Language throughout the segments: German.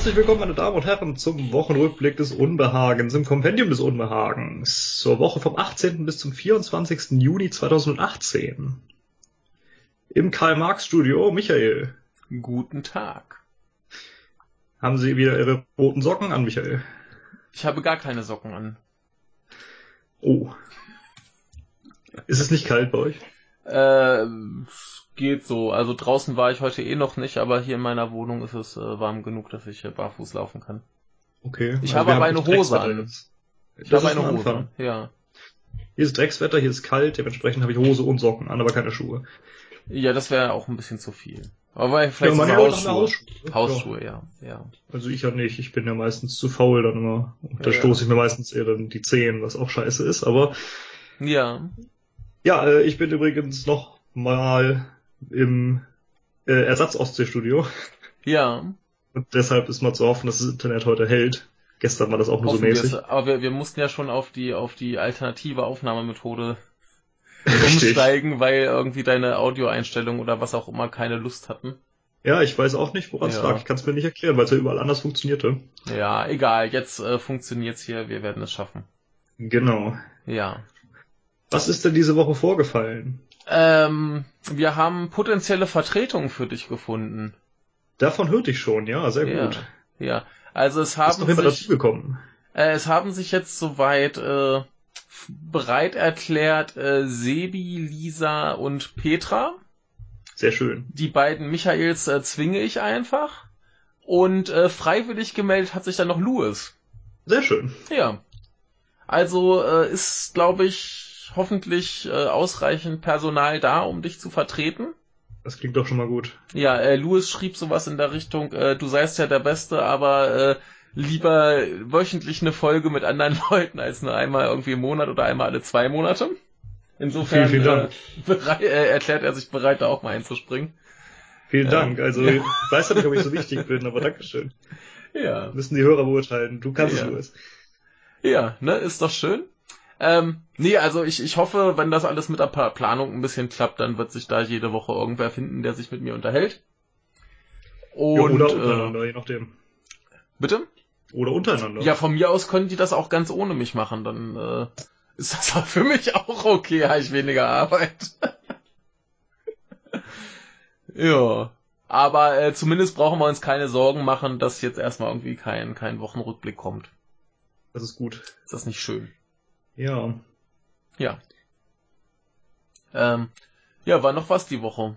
Herzlich willkommen, meine Damen und Herren, zum Wochenrückblick des Unbehagens, im Kompendium des Unbehagens, zur Woche vom 18. bis zum 24. Juni 2018. Im Karl-Marx-Studio, Michael. Guten Tag. Haben Sie wieder Ihre roten Socken an, Michael? Ich habe gar keine Socken an. Oh. Ist es nicht kalt bei euch? Geht so. Also draußen war ich heute noch nicht, aber hier in meiner Wohnung ist es warm genug, dass ich barfuß laufen kann. Okay. Ich also habe aber eine Hose an. Ich habe eine Hose an, ja. Hier ist Dreckswetter, hier ist kalt, dementsprechend habe ich Hose und Socken an, aber keine Schuhe. Ja, das wäre auch ein bisschen zu viel. Aber vielleicht ja, so Hausschuhe. Hausschuhe, ja. Also ich ja nicht, ich bin ja meistens zu faul dann immer. Und da Ja. stoße ich mir meistens eher dann die Zehen, was auch scheiße ist, aber... Ja. Ja, ich bin übrigens noch mal im Ersatz-Ostsee-Studio. Ja. Und deshalb ist mal zu hoffen, dass das Internet heute hält. Gestern war das auch nur so mäßig. Aber wir mussten ja schon auf die alternative Aufnahmemethode umsteigen, weil irgendwie deine Audioeinstellungen oder was auch immer keine Lust hatten. Ja, ich weiß auch nicht, woran es lag. Ich kann es mir nicht erklären, weil es ja überall anders funktionierte. Ja, egal. Jetzt funktioniert's hier. Wir werden es schaffen. Genau. Ja. Was ist denn diese Woche vorgefallen? Wir haben potenzielle Vertretungen für dich gefunden. Davon hörte ich schon, ja, sehr gut. Ja, also es haben ist noch jemand dazugekommen. Es haben sich jetzt soweit bereit erklärt Sebi, Lisa und Petra. Sehr schön. Die beiden Michaels zwinge ich einfach. Und freiwillig gemeldet hat sich dann noch Louis. Sehr schön. Ja. Also ist, glaube ich, hoffentlich ausreichend Personal da, um dich zu vertreten. Das klingt doch schon mal gut. Ja, Louis schrieb sowas in der Richtung, du seist ja der Beste, aber lieber wöchentlich eine Folge mit anderen Leuten als nur einmal irgendwie im Monat oder einmal alle 2 Monate. Insofern vielen Dank. Erklärt er sich bereit, da auch mal einzuspringen. Vielen Dank. Also ich weiß ja nicht, ob ich so wichtig bin, aber Dankeschön. Ja. Müssen die Hörer beurteilen. Du kannst es, Louis. Ja, ne, ist doch schön. Nee, also ich hoffe, wenn das alles mit der Planung ein bisschen klappt, dann wird sich da jede Woche irgendwer finden, der sich mit mir unterhält. Und, ja, oder untereinander, je nachdem. Bitte? Oder untereinander. Ja, von mir aus können die das auch ganz ohne mich machen, dann ist das auch für mich auch okay, habe ich weniger Arbeit. Ja. Aber zumindest brauchen wir uns keine Sorgen machen, dass jetzt erstmal irgendwie kein Wochenrückblick kommt. Das ist gut. Ist das nicht schön? Ja. Ja. Ja, war noch was die Woche?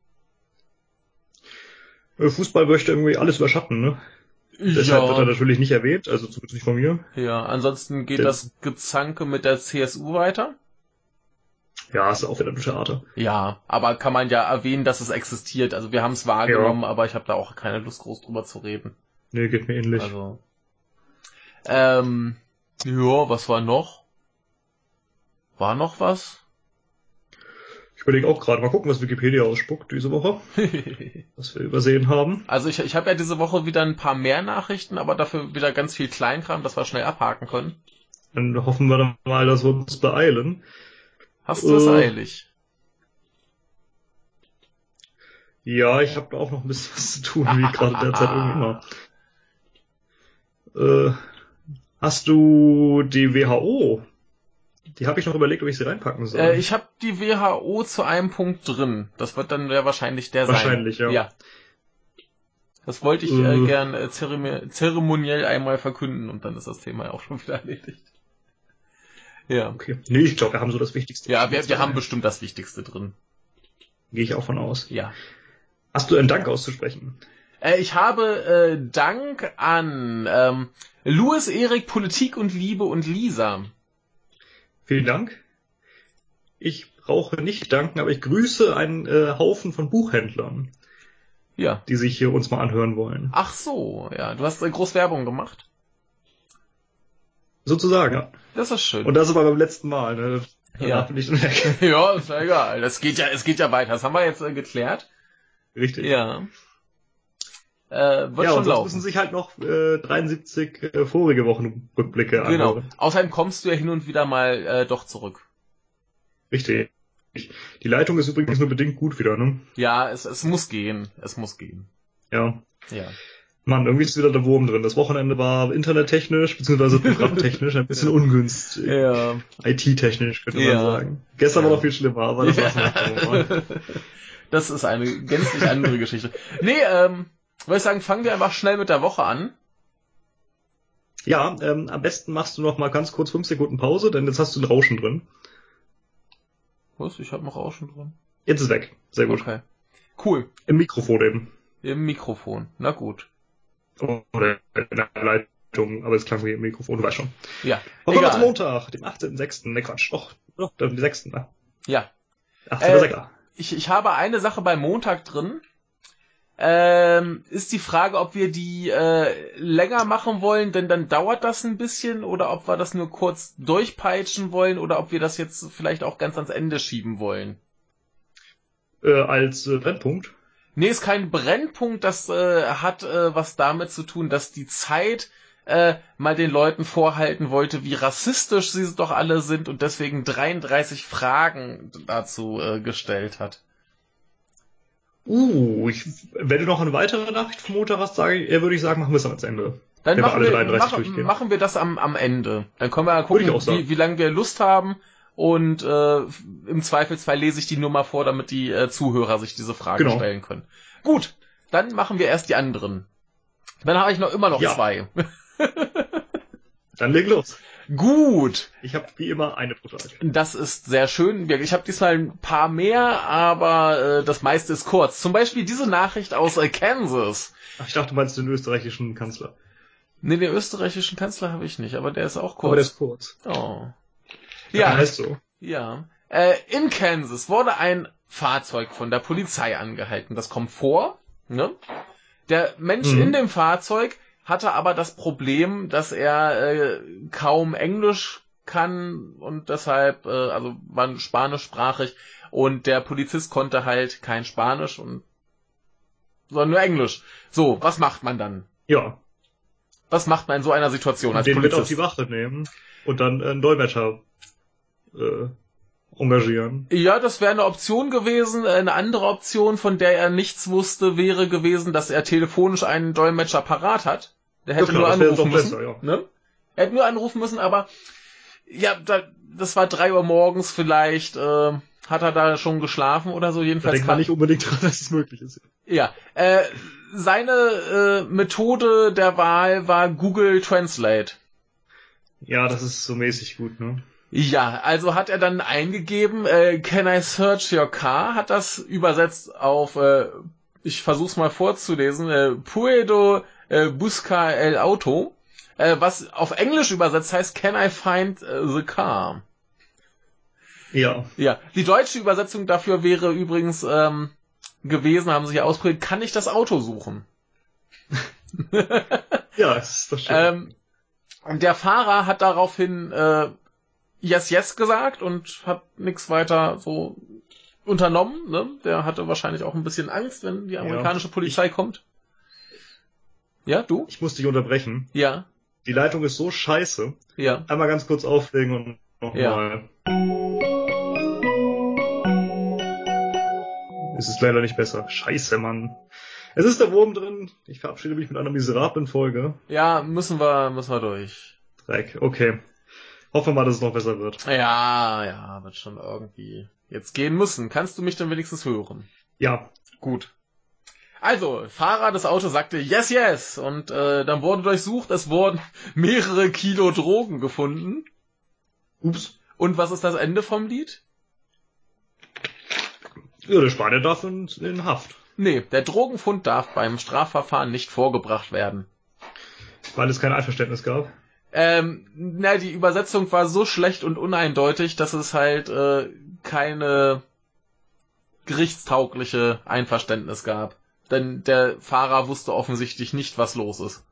Fußball möchte irgendwie alles überschatten, ne? Deshalb wird er natürlich nicht erwähnt, also zumindest nicht von mir. Ja, ansonsten geht das Gezanke mit der CSU weiter. Ja, ist auch wieder ein Theater. Ja, aber kann man ja erwähnen, dass es existiert. Also wir haben es wahrgenommen, aber ich habe da auch keine Lust, groß drüber zu reden. Nee, geht mir ähnlich. Also, ja, was war noch? War noch was? Ich überlege auch gerade, mal gucken, was Wikipedia ausspuckt diese Woche. Was wir übersehen haben. Also ich habe ja diese Woche wieder ein paar mehr Nachrichten, aber dafür wieder ganz viel Kleinkram, dass wir schnell abhaken können. Dann hoffen wir dann mal, dass wir uns beeilen. Hast du es eilig? Ja, ich habe auch noch ein bisschen was zu tun, wie gerade derzeit irgendwie immer. Hast du die WHO? Die habe ich noch überlegt, ob ich sie reinpacken soll. Ich habe die WHO zu einem Punkt drin. Das wird dann ja wahrscheinlich der sein. Wahrscheinlich, ja. Das wollte ich gern zeremoniell einmal verkünden und dann ist das Thema ja auch schon wieder erledigt. Ja. Okay. Nee, ich glaube, wir haben so das Wichtigste. Ja, wir haben bestimmt das Wichtigste drin. Gehe ich auch von aus. Ja. Hast du einen Dank auszusprechen? Ich habe Dank an Louis, Erik, Politik und Liebe und Lisa. Vielen Dank. Ich brauche nicht danken, aber ich grüße einen Haufen von Buchhändlern. Ja. Die sich hier uns mal anhören wollen. Ach so, ja. Du hast groß Werbung gemacht. Sozusagen, ja. Das ist schön. Und das aber beim letzten Mal, ne? Ja. Bin ich weg. Ja, ist ja egal. Es geht ja weiter. Das haben wir jetzt geklärt. Richtig. Ja. Wird schon laufen. Müssen sich halt noch 73 vorige Wochenrückblicke anhören. Genau. Außerdem kommst du ja hin und wieder mal doch zurück. Richtig. Die Leitung ist übrigens nur bedingt gut wieder, ne? Ja, es muss gehen. Es muss gehen. Ja. Ja. Mann, irgendwie ist wieder der Wurm drin. Das Wochenende war internettechnisch, beziehungsweise programmtechnisch ein bisschen ungünstig. Ja. IT-technisch, könnte man Ja. sagen. Gestern war noch viel schlimmer, aber das lassen wir einfach mal. Das ist eine gänzlich andere Geschichte. Nee, würde ich sagen, fangen wir einfach schnell mit der Woche an. Ja, am besten machst du noch mal ganz kurz 5 Sekunden Pause, denn jetzt hast du ein Rauschen drin. Was? Ich habe noch Rauschen drin. Jetzt ist weg. Sehr gut. Okay. Cool. Im Mikrofon eben. Im Mikrofon. Na gut. Oder in der Leitung, aber es klang wie im Mikrofon, du weißt schon. Ja. Kommen wir zum Montag, dem 18.06. Ne, Quatsch. Doch, dem 6. Ne? Ja. 18.06. Ich habe eine Sache beim Montag drin. Ist die Frage, ob wir die länger machen wollen, denn dann dauert das ein bisschen, oder ob wir das nur kurz durchpeitschen wollen, oder ob wir das jetzt vielleicht auch ganz ans Ende schieben wollen. Als Brennpunkt? Nee, ist kein Brennpunkt, das hat was damit zu tun, dass die Zeit mal den Leuten vorhalten wollte, wie rassistisch sie doch alle sind und deswegen 33 Fragen dazu gestellt hat. Wenn du noch eine weitere Nachricht vom Montag hast, würde ich sagen, machen wir es ans Ende. Dann machen wir das am Ende. Dann können wir gucken, wie lange wir Lust haben. Und im Zweifelsfall lese ich die Nummer vor, damit die Zuhörer sich diese Frage stellen können. Gut, dann machen wir erst die anderen. Dann habe ich immer noch 2. Dann leg los. Gut. Ich habe wie immer eine pro Tag. Das ist sehr schön. Ich habe diesmal ein paar mehr, aber das meiste ist kurz. Zum Beispiel diese Nachricht aus Kansas. Ach, ich dachte, du meinst den österreichischen Kanzler. Nee, den österreichischen Kanzler habe ich nicht, aber der ist auch kurz. Aber der ist kurz. Oh. Ja, heißt so. Ja. In Kansas wurde ein Fahrzeug von der Polizei angehalten. Das kommt vor. Ne? Der Mensch in dem Fahrzeug hatte aber das Problem, dass er kaum Englisch kann und deshalb, also war spanischsprachig und der Polizist konnte halt kein Spanisch sondern nur Englisch. So, was macht man dann? Ja. Was macht man in so einer Situation als den Polizist? Den mit auf die Wache nehmen und dann einen Dolmetscher engagieren. Ja, das wäre eine Option gewesen. Eine andere Option, von der er nichts wusste, wäre gewesen, dass er telefonisch einen Dolmetscher parat hat. Der hätte nur anrufen müssen. Besser, ja. Ne? Er hätte nur anrufen müssen, aber ja, das war 3 Uhr morgens vielleicht. Hat er da schon geschlafen oder so? Jedenfalls da denkt man nicht unbedingt dran, dass es möglich ist. Ja, seine Methode der Wahl war Google Translate. Ja, das ist so mäßig gut, ne? Ja, also hat er dann eingegeben, can I search your car? Hat das übersetzt auf, ich versuch's mal vorzulesen, puedo buscar el auto, was auf Englisch übersetzt heißt, can I find the car? Ja. Ja, die deutsche Übersetzung dafür wäre übrigens gewesen, haben sie hier ausprobiert, kann ich das Auto suchen? Ja, das ist doch schön. Der Fahrer hat daraufhin yes gesagt und hat nichts weiter so unternommen. Ne? Der hatte wahrscheinlich auch ein bisschen Angst, wenn die amerikanische Polizei kommt. Ja, du? Ich muss dich unterbrechen. Ja. Die Leitung ist so scheiße. Ja. Einmal ganz kurz auflegen und nochmal. Es ist leider nicht besser. Scheiße, Mann. Es ist der Wurm drin. Ich verabschiede mich mit einer miserablen Folge. Ja, müssen wir durch. Dreck, okay. Hoffe mal, dass es noch besser wird. Ja, wird schon irgendwie jetzt gehen müssen. Kannst du mich denn wenigstens hören? Ja. Gut. Also, Fahrer des Autos sagte yes. Und dann wurde durchsucht, es wurden mehrere Kilo Drogen gefunden. Ups. Und was ist das Ende vom Lied? Ja, der Spanier darf in Haft. Nee, der Drogenfund darf beim Strafverfahren nicht vorgebracht werden. Weil es kein Einverständnis gab? Die Übersetzung war so schlecht und uneindeutig, dass es halt keine gerichtstaugliche Einverständnis gab. Denn der Fahrer wusste offensichtlich nicht, was los ist.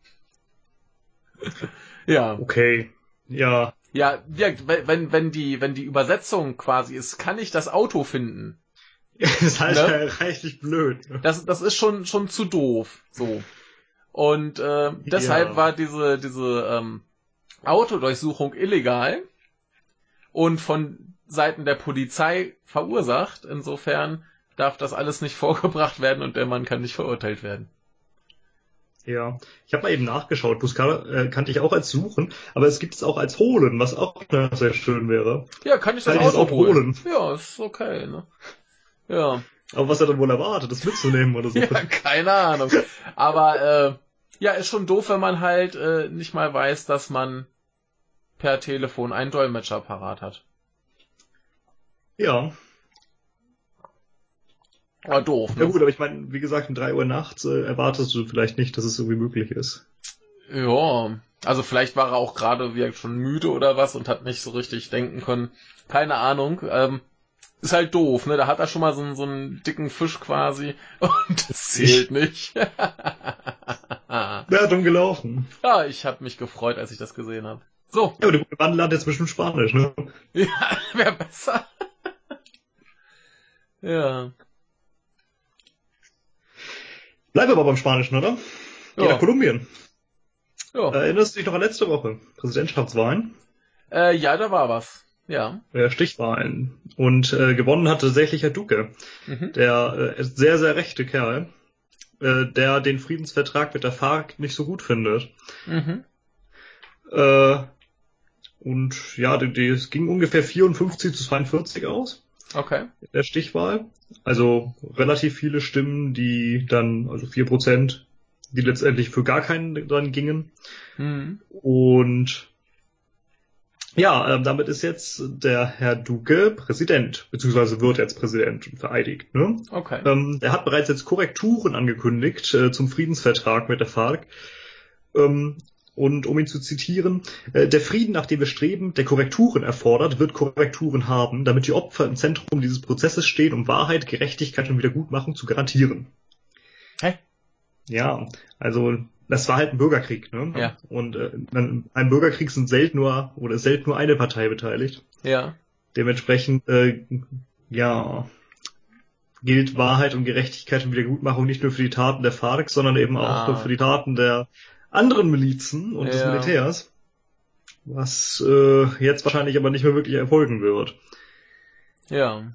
Ja. Okay. Ja. Ja, wenn die Übersetzung quasi ist, kann ich das Auto finden. Das ist halt ja reichlich blöd. Ne? Das ist schon zu doof. So. Und deshalb war diese Autodurchsuchung illegal und von Seiten der Polizei verursacht. Insofern darf das alles nicht vorgebracht werden und der Mann kann nicht verurteilt werden. Ja, ich habe mal eben nachgeschaut. Buscada kannte ich auch als Suchen, aber es gibt es auch als Holen, was auch sehr schön wäre. Ja, kann ich das Kann ich das Auto Auto holen? Ja, ist okay, ne? Ja. Aber was er dann wohl erwartet, das mitzunehmen oder so. Ja, keine Ahnung. Aber ja, ist schon doof, wenn man halt nicht mal weiß, dass man per Telefon einen Dolmetscher parat hat. Ja. Aber doof, Ja ne? gut, aber ich meine, wie gesagt, um 3 Uhr nachts erwartest du vielleicht nicht, dass es irgendwie möglich ist. Ja, also vielleicht war er auch gerade wie schon müde oder was und hat nicht so richtig denken können. Keine Ahnung. Ist halt doof, ne? Da hat er schon mal so einen dicken Fisch quasi und das zählt nicht. Ja, dumm gelaufen. Ja, ich habe mich gefreut, als ich das gesehen habe. So. Ja, aber der gute Mann lernt jetzt bestimmt Spanisch, ne? Ja, wäre besser. Ja. Bleiben wir aber beim Spanischen, oder? Geh nach Kolumbien. Ja. Erinnerst du dich noch an letzte Woche? Präsidentschaftswahlen? Ja, da war was. Ja. Stichwahlen. Und gewonnen hat tatsächlich Herr Duque. Mhm. Der sehr, sehr rechte Kerl, der den Friedensvertrag mit der FARC nicht so gut findet. Mhm. Und ja, es ging ungefähr 54-42 aus. Okay. Der Stichwahl. Also relativ viele Stimmen, die dann, also 4%, die letztendlich für gar keinen dann gingen. Mhm. Und ja, damit ist jetzt der Herr Duque Präsident, beziehungsweise wird jetzt Präsident und vereidigt. Ne? Okay. Er hat bereits jetzt Korrekturen angekündigt zum Friedensvertrag mit der FARC. Und um ihn zu zitieren, der Frieden, nach dem wir streben, der Korrekturen erfordert, wird Korrekturen haben, damit die Opfer im Zentrum dieses Prozesses stehen, um Wahrheit, Gerechtigkeit und Wiedergutmachung zu garantieren. Hä? Ja, also das war halt ein Bürgerkrieg, ne? Ja. Und an einem Bürgerkrieg ist selten nur eine Partei beteiligt. Ja. Dementsprechend, ja, gilt Wahrheit und Gerechtigkeit und Wiedergutmachung nicht nur für die Taten der FARC, sondern eben auch für die Taten der anderen Milizen und des Militärs, was jetzt wahrscheinlich aber nicht mehr wirklich erfolgen wird. Ja.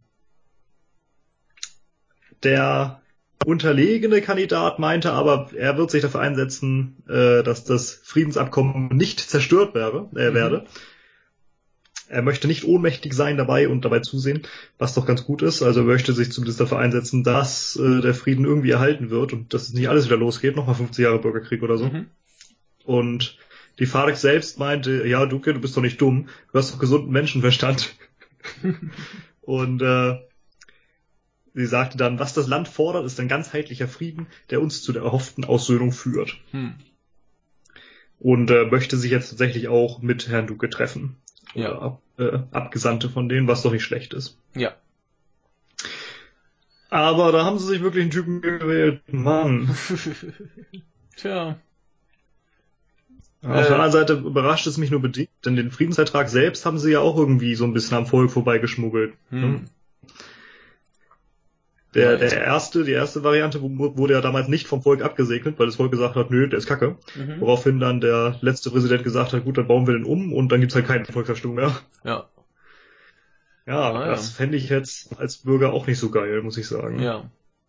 Der unterlegene Kandidat meinte aber, er wird sich dafür einsetzen, dass das Friedensabkommen nicht zerstört werde. Er möchte nicht ohnmächtig sein dabei und dabei zusehen, was doch ganz gut ist. Also er möchte sich zumindest dafür einsetzen, dass der Frieden irgendwie erhalten wird und dass es nicht alles wieder losgeht, nochmal 50 Jahre Bürgerkrieg oder so. Mhm. Und die FARC selbst meinte, ja, Duque, du bist doch nicht dumm, du hast doch gesunden Menschenverstand. Und sie sagte dann, was das Land fordert, ist ein ganzheitlicher Frieden, der uns zu der erhofften Aussöhnung führt. Und möchte sich jetzt tatsächlich auch mit Herrn Duque treffen. Ja. Oder Abgesandte von denen, was doch nicht schlecht ist. Ja. Aber da haben sie sich wirklich einen Typen gewählt. Mann. Tja. Auf der anderen Seite überrascht es mich nur bedingt, denn den Friedensvertrag selbst haben sie ja auch irgendwie so ein bisschen am Volk vorbeigeschmuggelt. Ne? Die erste Variante wurde ja damals nicht vom Volk abgesegnet, weil das Volk gesagt hat, nö, der ist kacke. Woraufhin dann der letzte Präsident gesagt hat, gut, dann bauen wir den um und dann gibt's halt keine Volksabstimmung mehr. Ja. Ja, das fände ich jetzt als Bürger auch nicht so geil, muss ich sagen. Ja.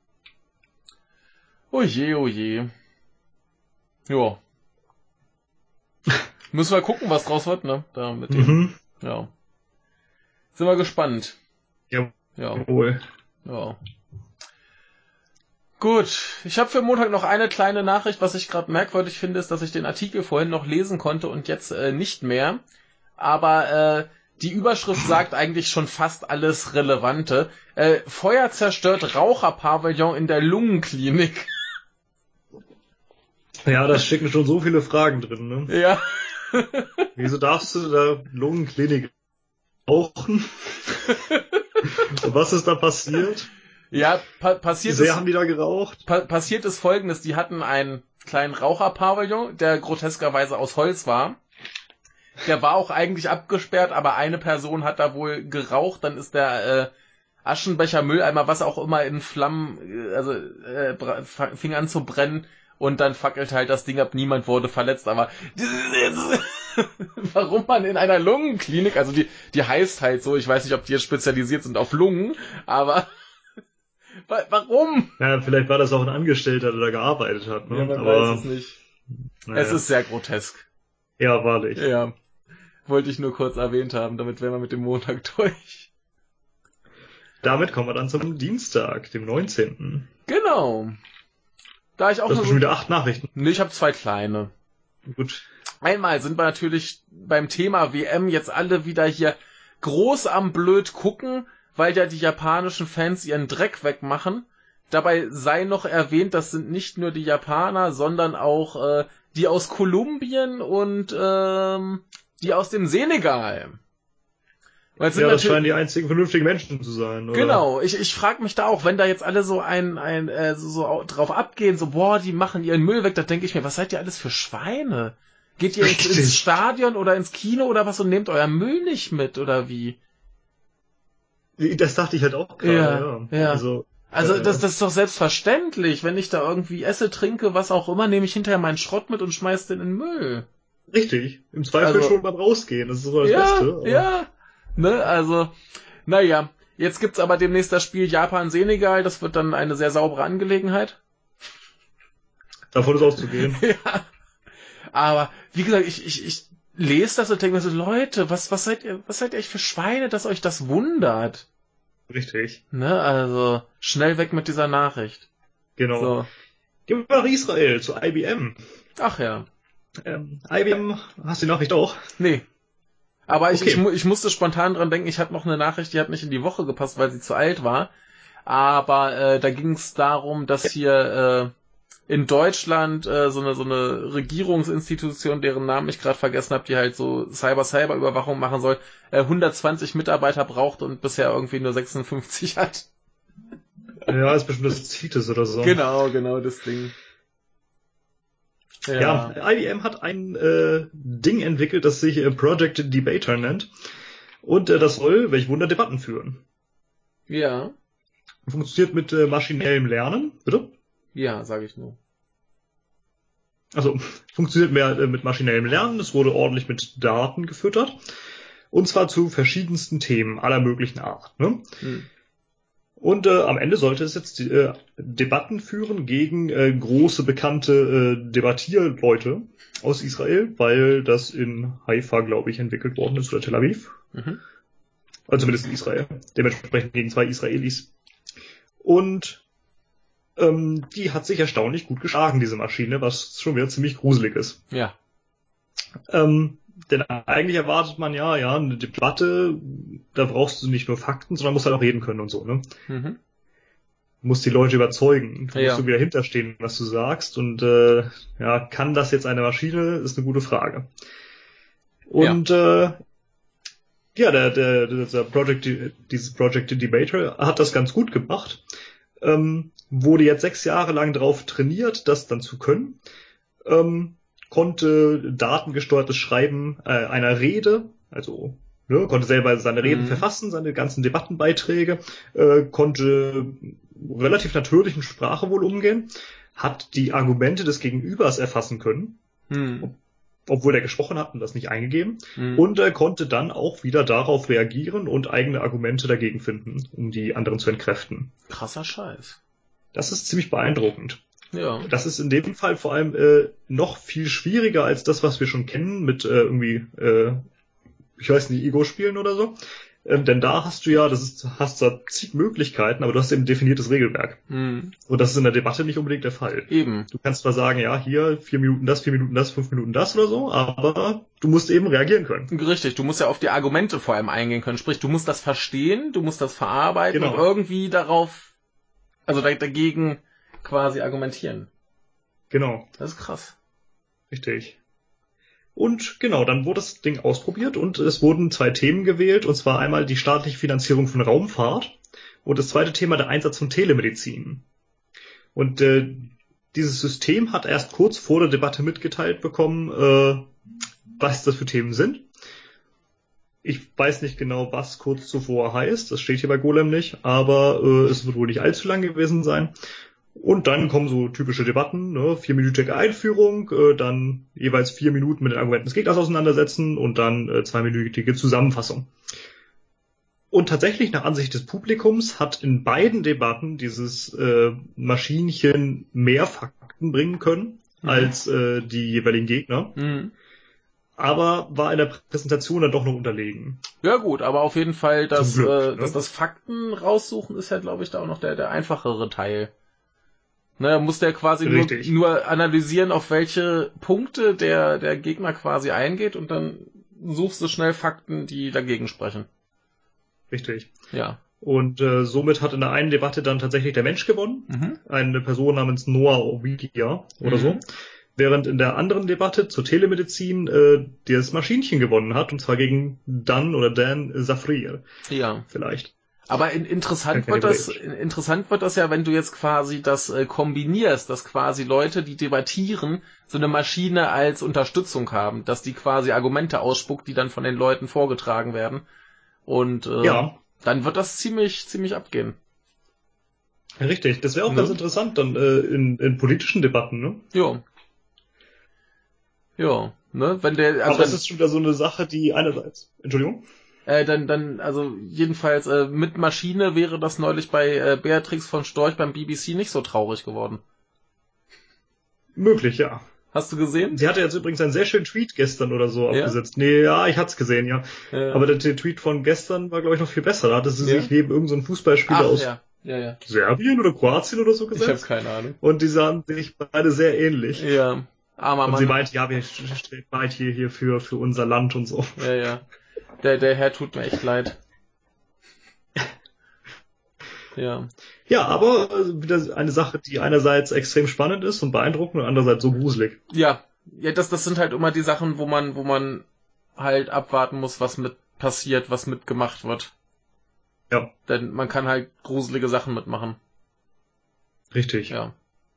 Oje, oje. Ja. Müssen wir gucken, was draus wird, ne? Da mit dem. Ja. Sind wir gespannt. Jawohl. Ja. Gut, ich habe für Montag noch eine kleine Nachricht. Was ich gerade merkwürdig finde, ist, dass ich den Artikel vorhin noch lesen konnte und jetzt nicht mehr. Aber die Überschrift sagt eigentlich schon fast alles Relevante. Feuer zerstört Raucherpavillon in der Lungenklinik. Ja, da stecken schon so viele Fragen drin, ne? Ja. Wieso darfst du da Lungenklinik rauchen? Und was ist da passiert? Ja, passiert Wie sehr haben die da geraucht? Passiert ist Folgendes. Die hatten einen kleinen Raucherpavillon, der groteskerweise aus Holz war. Der war auch eigentlich abgesperrt, aber eine Person hat da wohl geraucht. Dann ist der Aschenbecher, Mülleimer, was auch immer in Flammen, fing an zu brennen. Und dann fackelt halt das Ding ab, niemand wurde verletzt, aber warum man in einer Lungenklinik, also die heißt halt so, ich weiß nicht, ob die jetzt spezialisiert sind auf Lungen, aber Warum? Ja, vielleicht war das auch ein Angestellter, der da gearbeitet hat, ne? Ja, man Aber weiß es nicht. naja. Es ist sehr grotesk. Ja, wahrlich. Ja. Wollte ich nur kurz erwähnt haben, damit wären wir mit dem Montag durch. Damit kommen wir dann zum Dienstag, dem 19. Genau. Da ich auch Das nur sind schon wieder 8 Nachrichten. Nee, ich habe 2 kleine. Gut. Einmal sind wir natürlich beim Thema WM jetzt alle wieder hier groß am blöd gucken, weil ja die japanischen Fans ihren Dreck wegmachen. Dabei sei noch erwähnt, das sind nicht nur die Japaner, sondern auch die aus Kolumbien und die aus dem Senegal. Weil es sind Ja, das natürlich- scheinen die einzigen vernünftigen Menschen zu sein, oder? Genau, ich frage mich da auch, wenn da jetzt alle so so drauf abgehen, so boah, die machen ihren Müll weg, da denke ich mir, was seid ihr alles für Schweine? Geht ihr ins Richtig. Stadion oder ins Kino oder was und nehmt euer Müll nicht mit oder wie? Das dachte ich halt auch gerade, Ja. Also das das ist doch selbstverständlich, wenn ich da irgendwie esse, trinke, was auch immer, nehme ich hinterher meinen Schrott mit und schmeiß den in den Müll. richtig. Im Zweifel Also- schon beim Rausgehen. Das ist so das Ja, Beste. aber- ja. Ne, also, naja. Jetzt gibt's aber demnächst das Spiel Japan-Senegal, das wird dann eine sehr saubere Angelegenheit. Davon ist auszugehen. Ja. Aber wie gesagt, ich lese das und denke mir so, Leute, was seid ihr echt für Schweine, dass euch das wundert? Richtig. Ne, also schnell weg mit dieser Nachricht. Genau. So. Gehen wir nach Israel, zu IBM. Ach ja. IBM, hast du die Nachricht auch? Nee. Aber Okay. ich musste spontan dran denken, ich hatte noch eine Nachricht, die hat nicht in die Woche gepasst, weil sie zu alt war. Aber da ging es darum, dass hier in Deutschland so eine Regierungsinstitution, deren Namen ich gerade vergessen habe, die halt so Cyber-Überwachung machen soll, 120 Mitarbeiter braucht und bisher irgendwie nur 56 hat. Ja, ist bestimmt das CITES oder so. Genau, das Ding. Ja, IBM hat ein Ding entwickelt, das sich Project Debater nennt. Und das soll, welch Wunder, Debatten führen. Ja. Funktioniert mit maschinellem Lernen, bitte? Ja, sage ich nur. Also funktioniert mehr mit maschinellem Lernen. Es wurde ordentlich mit Daten gefüttert. Und zwar zu verschiedensten Themen aller möglichen Art. Ne? Und am Ende sollte es jetzt Debatten führen gegen große, bekannte Debattierleute aus Israel, weil das in Haifa, glaube ich, entwickelt worden ist, oder Tel Aviv. Also zumindest in Israel. Dementsprechend gegen 2 Israelis. Und die hat sich erstaunlich gut geschlagen, diese Maschine, was schon wieder ziemlich gruselig ist. Ja. Denn eigentlich erwartet man ja, eine Debatte, da brauchst du nicht nur Fakten, sondern musst halt auch reden können und so, ne? Du musst die Leute überzeugen. Du musst irgendwie dahinter stehen, was du sagst. Und kann das jetzt eine Maschine, ist eine gute Frage. Und dieses Project Debater hat das ganz gut gemacht. Wurde jetzt 6 Jahre lang drauf trainiert, das dann zu können. Konnte datengesteuertes Schreiben einer Rede, also konnte selber seine Reden verfassen, seine ganzen Debattenbeiträge, konnte relativ natürlichen Sprache wohl umgehen, hat die Argumente des Gegenübers erfassen können, obwohl er gesprochen hat und das nicht eingegeben, und konnte dann auch wieder darauf reagieren und eigene Argumente dagegen finden, um die anderen zu entkräften. Krasser Scheiß. Das ist ziemlich beeindruckend. Ja. Das ist in dem Fall vor allem noch viel schwieriger als das, was wir schon kennen mit ich weiß nicht, Ego-Spielen oder so. Denn da hast du hast zwar zig Möglichkeiten, aber du hast eben ein definiertes Regelwerk. Und das ist in der Debatte nicht unbedingt der Fall. Eben. Du kannst zwar sagen, ja, hier 4 Minuten das, 4 Minuten das, 5 Minuten das oder so, aber du musst eben reagieren können. Richtig, du musst ja auf die Argumente vor allem eingehen können. Sprich, du musst das verstehen, du musst das verarbeiten Genau. und irgendwie dagegen quasi argumentieren. Genau. Das ist krass. Richtig. Und genau, dann wurde das Ding ausprobiert und es wurden 2 Themen gewählt, und zwar einmal die staatliche Finanzierung von Raumfahrt und das zweite Thema der Einsatz von Telemedizin. Und dieses System hat erst kurz vor der Debatte mitgeteilt bekommen, was das für Themen sind. Ich weiß nicht genau, was kurz zuvor heißt, das steht hier bei Golem nicht, aber es wird wohl nicht allzu lang gewesen sein. Und dann kommen so typische Debatten, 4-minütige Einführung, dann jeweils 4 Minuten mit den Argumenten des Gegners auseinandersetzen und dann 2-minütige Zusammenfassung. Und tatsächlich, nach Ansicht des Publikums, hat in beiden Debatten dieses Maschinchen mehr Fakten bringen können als die jeweiligen Gegner. Aber war in der Präsentation dann doch noch unterlegen. Ja gut, aber auf jeden Fall, dass Glück, das Fakten raussuchen ist ja, glaube ich, da auch noch der einfachere Teil. Ne, muss der quasi nur analysieren, auf welche Punkte der Gegner quasi eingeht und dann suchst du schnell Fakten, die dagegen sprechen. Richtig. Ja. Und somit hat in der einen Debatte dann tatsächlich der Mensch gewonnen, eine Person namens Noah Ovidia oder so, während in der anderen Debatte zur Telemedizin das Maschinchen gewonnen hat, und zwar gegen Dan Safrir. Ja. Vielleicht. Aber interessant wird das ja, wenn du jetzt quasi das kombinierst, dass quasi Leute, die debattieren, so eine Maschine als Unterstützung haben, dass die quasi Argumente ausspuckt, die dann von den Leuten vorgetragen werden. Und dann wird das ziemlich abgehen. Richtig, das wäre auch ganz interessant dann in politischen Debatten, ne? Ja, ne, wenn der... Aber das ist schon wieder so eine Sache, die einerseits... Entschuldigung? Also jedenfalls mit Maschine wäre das neulich bei Beatrix von Storch beim BBC nicht so traurig geworden. Möglich, ja. Hast du gesehen? Sie hatte jetzt übrigens einen sehr schönen Tweet gestern oder so abgesetzt. Nee, ja, ich hatte es gesehen, ja. Aber der Tweet von gestern war, glaube ich, noch viel besser. Da hatte sie sich neben irgendeinem Fußballspieler aus Serbien oder Kroatien oder so gesetzt. Ich habe keine Ahnung. Und die sahen sich beide sehr ähnlich. Ja, armer Mann. Und sie meint, ja, wir stehen weit hier für unser Land und so. Ja. Der Herr tut mir echt leid. Ja. Ja, aber wieder eine Sache, die einerseits extrem spannend ist und beeindruckend und andererseits so gruselig. Ja, das sind halt immer die Sachen, wo man halt abwarten muss, was mit passiert, was mitgemacht wird. Ja. Denn man kann halt gruselige Sachen mitmachen. Richtig. Ja.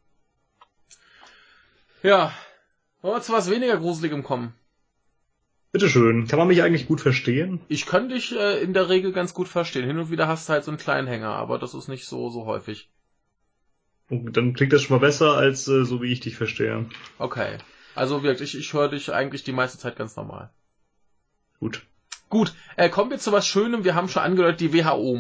Ja. Wollen wir zu was weniger Gruseligem kommen? Bitteschön. Kann man mich eigentlich gut verstehen? Ich kann dich in der Regel ganz gut verstehen. Hin und wieder hast du halt so einen kleinen Hänger, aber das ist nicht so häufig. Und dann klingt das schon mal besser, als so wie ich dich verstehe. Okay. Also wirklich, ich höre dich eigentlich die meiste Zeit ganz normal. Gut. Kommen wir zu was Schönem. Wir haben schon angedeutet, die WHO.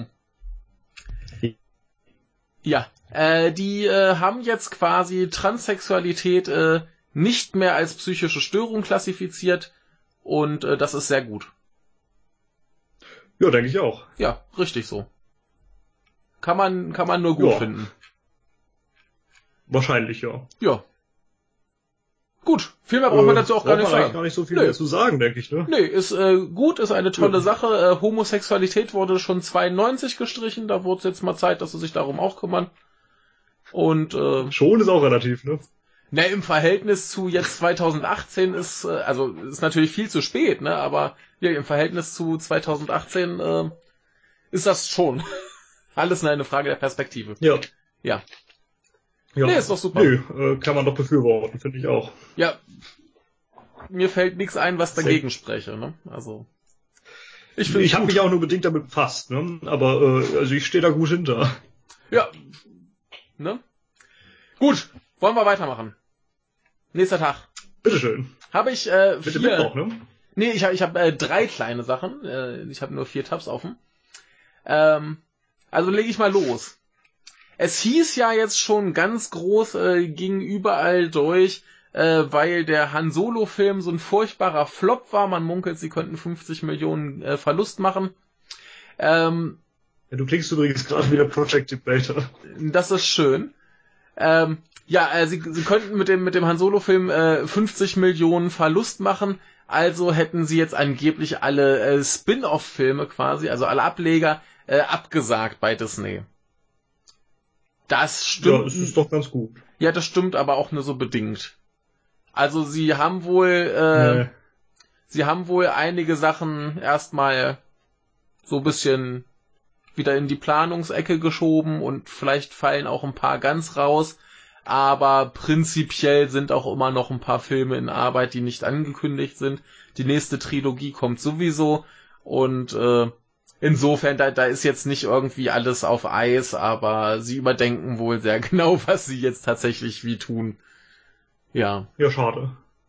Ja. Die haben jetzt quasi Transsexualität nicht mehr als psychische Störung klassifiziert. Und das ist sehr gut. Ja, denke ich auch. Ja, richtig so. Kann man nur gut finden. Wahrscheinlich, ja. Ja. Gut, viel mehr braucht man dazu auch gar nicht sagen. Gar nicht so viel mehr zu sagen, denke ich, ne? Nee, ist gut, ist eine tolle Sache. Homosexualität wurde schon 92 gestrichen, da wurde es jetzt mal Zeit, dass sie sich darum auch kümmern. Und schon ist auch relativ, ne? Na, im Verhältnis zu jetzt 2018 ist natürlich viel zu spät, ne? Aber ja, im Verhältnis zu 2018 ist das schon alles eine Frage der Perspektive. Ja. Nee, ist doch super. Kann man doch befürworten, finde ich auch. Ja, mir fällt nichts ein, was dagegen spreche, ne? Also ich habe mich auch nur bedingt damit befasst, ne? Aber also ich stehe da gut hinter. Ja. Ne? Gut, wollen wir weitermachen. Nächster Tag. Bitteschön. Habe ich Bitte Mittwoch, ne? Nee, ich hab 3 kleine Sachen. Ich habe nur 4 Tabs offen. Also lege ich mal los. Es hieß ja jetzt schon ganz groß, ging überall durch, weil der Han Solo-Film so ein furchtbarer Flop war. Man munkelt, sie könnten 50 Millionen Verlust machen. Du klingst übrigens gerade wie der Project Debater. Das ist schön. Sie könnten mit dem Han Solo-Film 50 Millionen Verlust machen. Also hätten sie jetzt angeblich alle Spin-off-Filme quasi, also alle Ableger, abgesagt bei Disney. Das stimmt. Ja, es ist doch ganz gut. Ja, das stimmt, aber auch nur so bedingt. Also sie haben wohl einige Sachen erstmal so ein bisschen wieder in die Planungsecke geschoben und vielleicht fallen auch ein paar ganz raus, aber prinzipiell sind auch immer noch ein paar Filme in Arbeit, die nicht angekündigt sind. Die nächste Trilogie kommt sowieso und insofern, da ist jetzt nicht irgendwie alles auf Eis, aber sie überdenken wohl sehr genau, was sie jetzt tatsächlich wie tun. Ja. Ja, schade.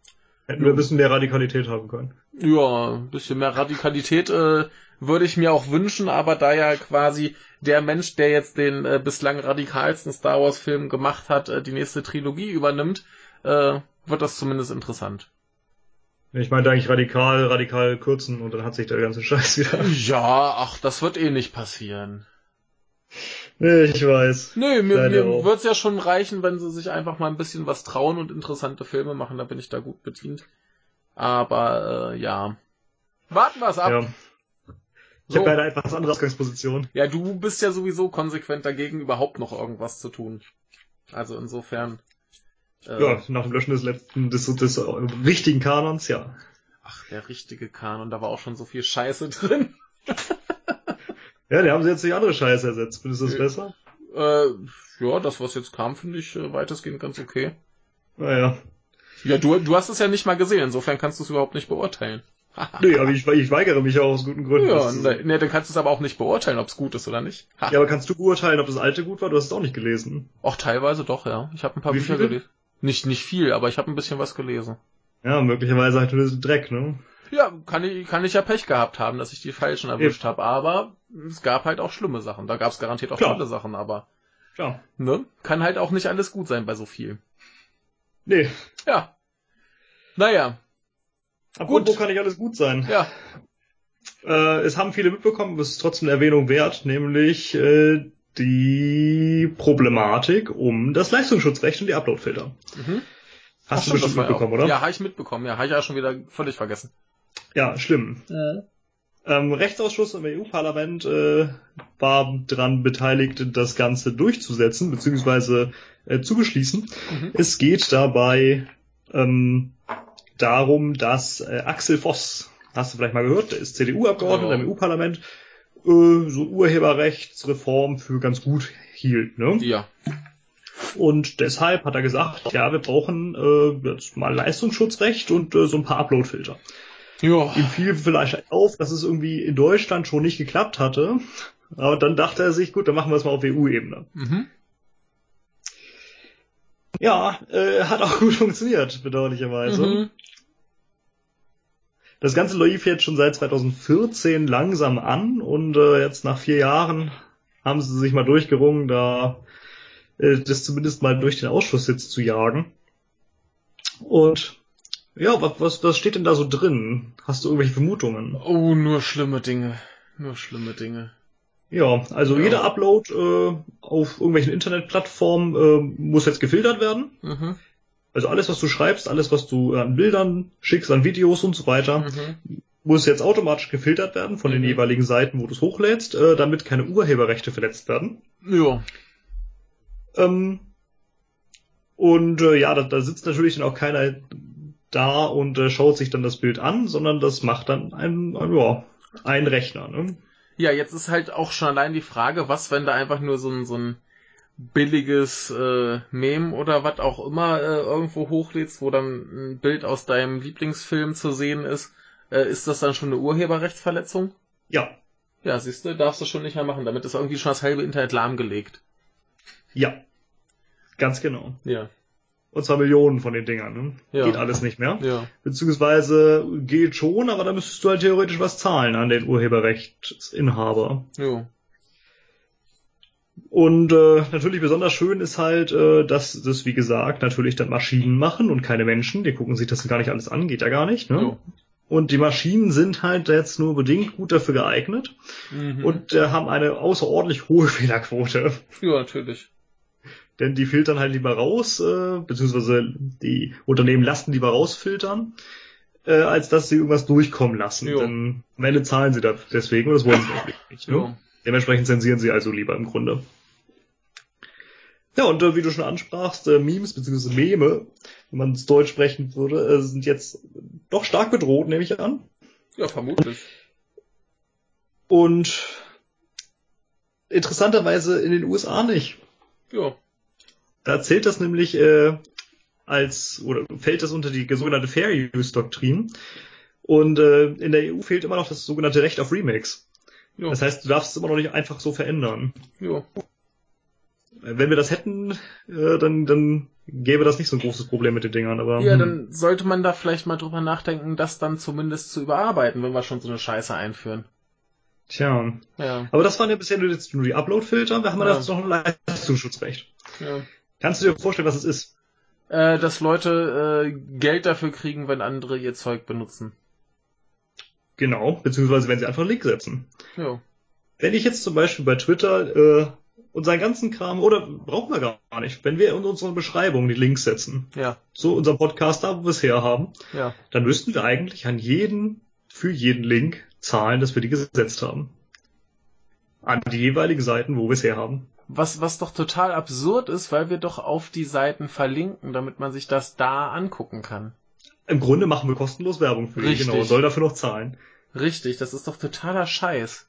Hätten wir ein bisschen mehr Radikalität haben können. Ja, ein bisschen mehr Radikalität würde ich mir auch wünschen, aber da ja quasi der Mensch, der jetzt den bislang radikalsten Star Wars Film gemacht hat, die nächste Trilogie übernimmt, wird das zumindest interessant. Ich meinte eigentlich radikal kürzen und dann hat sich der ganze Scheiß wieder. Ja, ach, das wird eh nicht passieren. Nee, ich weiß. Nö, mir wird's ja schon reichen, wenn sie sich einfach mal ein bisschen was trauen und interessante Filme machen, da bin ich da gut bedient. Aber, ja. Warten wir's ab. Ja. Ich habe leider etwas andere Ausgangsposition. Ja, du bist ja sowieso konsequent dagegen, überhaupt noch irgendwas zu tun. Also insofern. Ja, nach dem Löschen des richtigen Kanons, ja. Ach, der richtige Kanon, da war auch schon so viel Scheiße drin. Ja, die haben sie jetzt durch andere Scheiße ersetzt. Findest du das besser? Ja, das, was jetzt kam, finde ich weitestgehend ganz okay. Naja. Ja, du hast es ja nicht mal gesehen, insofern kannst du es überhaupt nicht beurteilen. Nee, aber ich weigere mich auch aus guten Gründen. Ja, ne, dann kannst du es aber auch nicht beurteilen, ob es gut ist oder nicht. Ha. Ja, aber kannst du beurteilen, ob das alte gut war? Du hast es auch nicht gelesen. Auch teilweise doch, ja. Ich habe ein paar Bücher gelesen. Nicht viel, aber ich habe ein bisschen was gelesen. Ja, möglicherweise halt nur Dreck, ne? Ja, kann ich ja Pech gehabt haben, dass ich die falschen erwischt habe, aber es gab halt auch schlimme Sachen. Da gab es garantiert auch tolle Sachen, aber klar. Ne? Kann halt auch nicht alles gut sein bei so viel. Nee. Ja. Naja. Apropos kann nicht alles gut sein. Ja. Es haben viele mitbekommen, aber es ist trotzdem eine Erwähnung wert, nämlich die Problematik um das Leistungsschutzrecht und die Uploadfilter. Mhm. Hast du bestimmt mitbekommen, oder? Ja, habe ich mitbekommen. Ja, habe ich ja schon wieder völlig vergessen. Ja, schlimm. Rechtsausschuss im EU-Parlament war daran beteiligt, das Ganze durchzusetzen, beziehungsweise zu beschließen. Mhm. Es geht dabei darum, dass Axel Voss, hast du vielleicht mal gehört, der ist CDU-Abgeordneter im EU-Parlament, so Urheberrechtsreform für ganz gut hielt, ne? Ja. Und deshalb hat er gesagt, ja, wir brauchen jetzt mal Leistungsschutzrecht und so ein paar Uploadfilter. Ja. Ihm fiel vielleicht auf, dass es irgendwie in Deutschland schon nicht geklappt hatte. Aber dann dachte er sich, gut, dann machen wir es mal auf EU-Ebene. Mhm. Ja, hat auch gut funktioniert, bedauerlicherweise. Mhm. Das Ganze lief jetzt schon seit 2014 langsam an und jetzt nach 4 Jahren haben sie sich mal durchgerungen, da das zumindest mal durch den Ausschuss jetzt zu jagen. Und ja, was steht denn da so drin? Hast du irgendwelche Vermutungen? Oh, nur schlimme Dinge. Nur schlimme Dinge. Ja, also jeder Upload auf irgendwelchen Internetplattformen muss jetzt gefiltert werden. Mhm. Also alles, was du schreibst, alles, was du an Bildern schickst, an Videos und so weiter, muss jetzt automatisch gefiltert werden von den jeweiligen Seiten, wo du es hochlädst, damit keine Urheberrechte verletzt werden. Ja. Und da sitzt natürlich dann auch keiner da und schaut sich dann das Bild an, sondern das macht dann ein Rechner. Ne? Ja, jetzt ist halt auch schon allein die Frage, was, wenn da einfach nur so ein billiges Meme oder was auch immer irgendwo hochlädst, wo dann ein Bild aus deinem Lieblingsfilm zu sehen ist das dann schon eine Urheberrechtsverletzung? Ja. Ja, siehst du, darfst du schon nicht mehr machen. Damit ist irgendwie schon das halbe Internet lahmgelegt. Ja. Ganz genau. Ja. Und zwar Millionen von den Dingern, ne? Ja. Geht alles nicht mehr. Ja. Beziehungsweise geht schon, aber da müsstest du halt theoretisch was zahlen an den Urheberrechtsinhaber. Ja. Und natürlich besonders schön ist halt, dass das, wie gesagt, natürlich dann Maschinen machen und keine Menschen. Die gucken sich das gar nicht alles an, geht ja gar nicht, ne? Ja. Und die Maschinen sind halt jetzt nur bedingt gut dafür geeignet und haben eine außerordentlich hohe Fehlerquote. Ja, natürlich. Denn die filtern halt lieber raus, beziehungsweise die Unternehmen lassen lieber rausfiltern, als dass sie irgendwas durchkommen lassen. Jo. Denn am Ende zahlen sie da deswegen und das wollen sie natürlich nicht. Ne? Dementsprechend zensieren sie also lieber im Grunde. Ja, und wie du schon ansprachst, Memes beziehungsweise Meme, wenn man es deutsch sprechen würde, sind jetzt doch stark bedroht, nehme ich an. Ja, vermutlich. Und interessanterweise in den USA nicht. Ja. Da zählt das nämlich fällt das unter die sogenannte Fair Use Doktrin. Und in der EU fehlt immer noch das sogenannte Recht auf Remakes. Jo. Das heißt, du darfst es immer noch nicht einfach so verändern. Ja. Wenn wir das hätten, dann gäbe das nicht so ein großes Problem mit den Dingern. Aber Ja, dann sollte man da vielleicht mal drüber nachdenken, das dann zumindest zu überarbeiten, wenn wir schon so eine Scheiße einführen. Tja. Ja. Aber das waren ja bisher jetzt nur die Upload-Filter. Wir haben Ja. jetzt noch ein Leistungsschutzrecht. Ja. Kannst du dir vorstellen, was es ist? Dass Leute Geld dafür kriegen, wenn andere ihr Zeug benutzen. Genau, beziehungsweise wenn sie einfach einen Link setzen. Ja. Wenn ich jetzt zum Beispiel bei Twitter unseren ganzen Kram, oder brauchen wir gar nicht, wenn wir in unsere Beschreibung die Links setzen, Ja. so unser Podcast da, wo wir es her haben, Ja. dann müssten wir eigentlich für jeden Link zahlen, dass wir die gesetzt haben. An die jeweiligen Seiten, wo wir es her haben. Was doch total absurd ist, weil wir doch auf die Seiten verlinken, damit man sich das da angucken kann. Im Grunde machen wir kostenlos Werbung für die, Richtig. genau, und soll dafür noch zahlen. Richtig, das ist doch totaler Scheiß.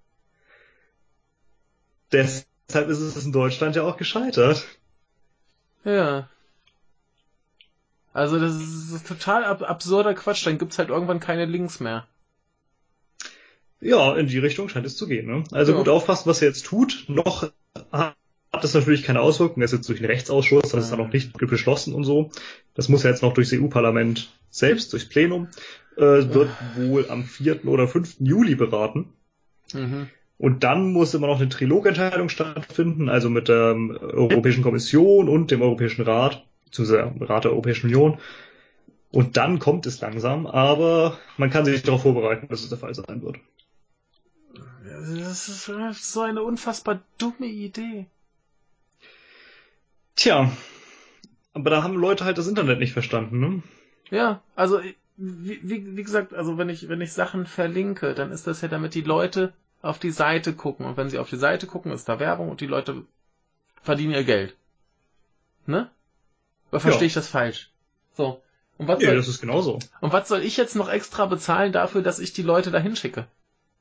Deshalb ist es in Deutschland ja auch gescheitert. Ja. Also das ist total absurder Quatsch, dann gibt's halt irgendwann keine Links mehr. Ja, in die Richtung scheint es zu gehen. Ne? Also Ja. gut aufpassen, was er jetzt tut. Noch hat das natürlich keine Auswirkungen. Er ist jetzt durch den Rechtsausschuss, das ist dann noch nicht beschlossen und so. Das muss ja jetzt noch durchs EU-Parlament selbst, durchs Plenum. Wird wohl am 4. oder 5. Juli beraten. Mhm. Und dann muss immer noch eine Trilogentscheidung stattfinden, also mit der Europäischen Kommission und dem Europäischen Rat, beziehungsweise dem Rat der Europäischen Union. Und dann kommt es langsam, aber man kann sich darauf vorbereiten, dass es der Fall sein wird. Das ist so eine unfassbar dumme Idee. Tja, aber da haben Leute halt das Internet nicht verstanden, ne? Ja, also wie gesagt, also wenn ich Sachen verlinke, dann ist das ja, damit die Leute auf die Seite gucken. Und wenn sie auf die Seite gucken, ist da Werbung und die Leute verdienen ihr Geld. Ne? Oder verstehe ich das falsch? So. Und was Das ist genauso. Und was soll ich jetzt noch extra bezahlen dafür, dass ich die Leute dahin schicke?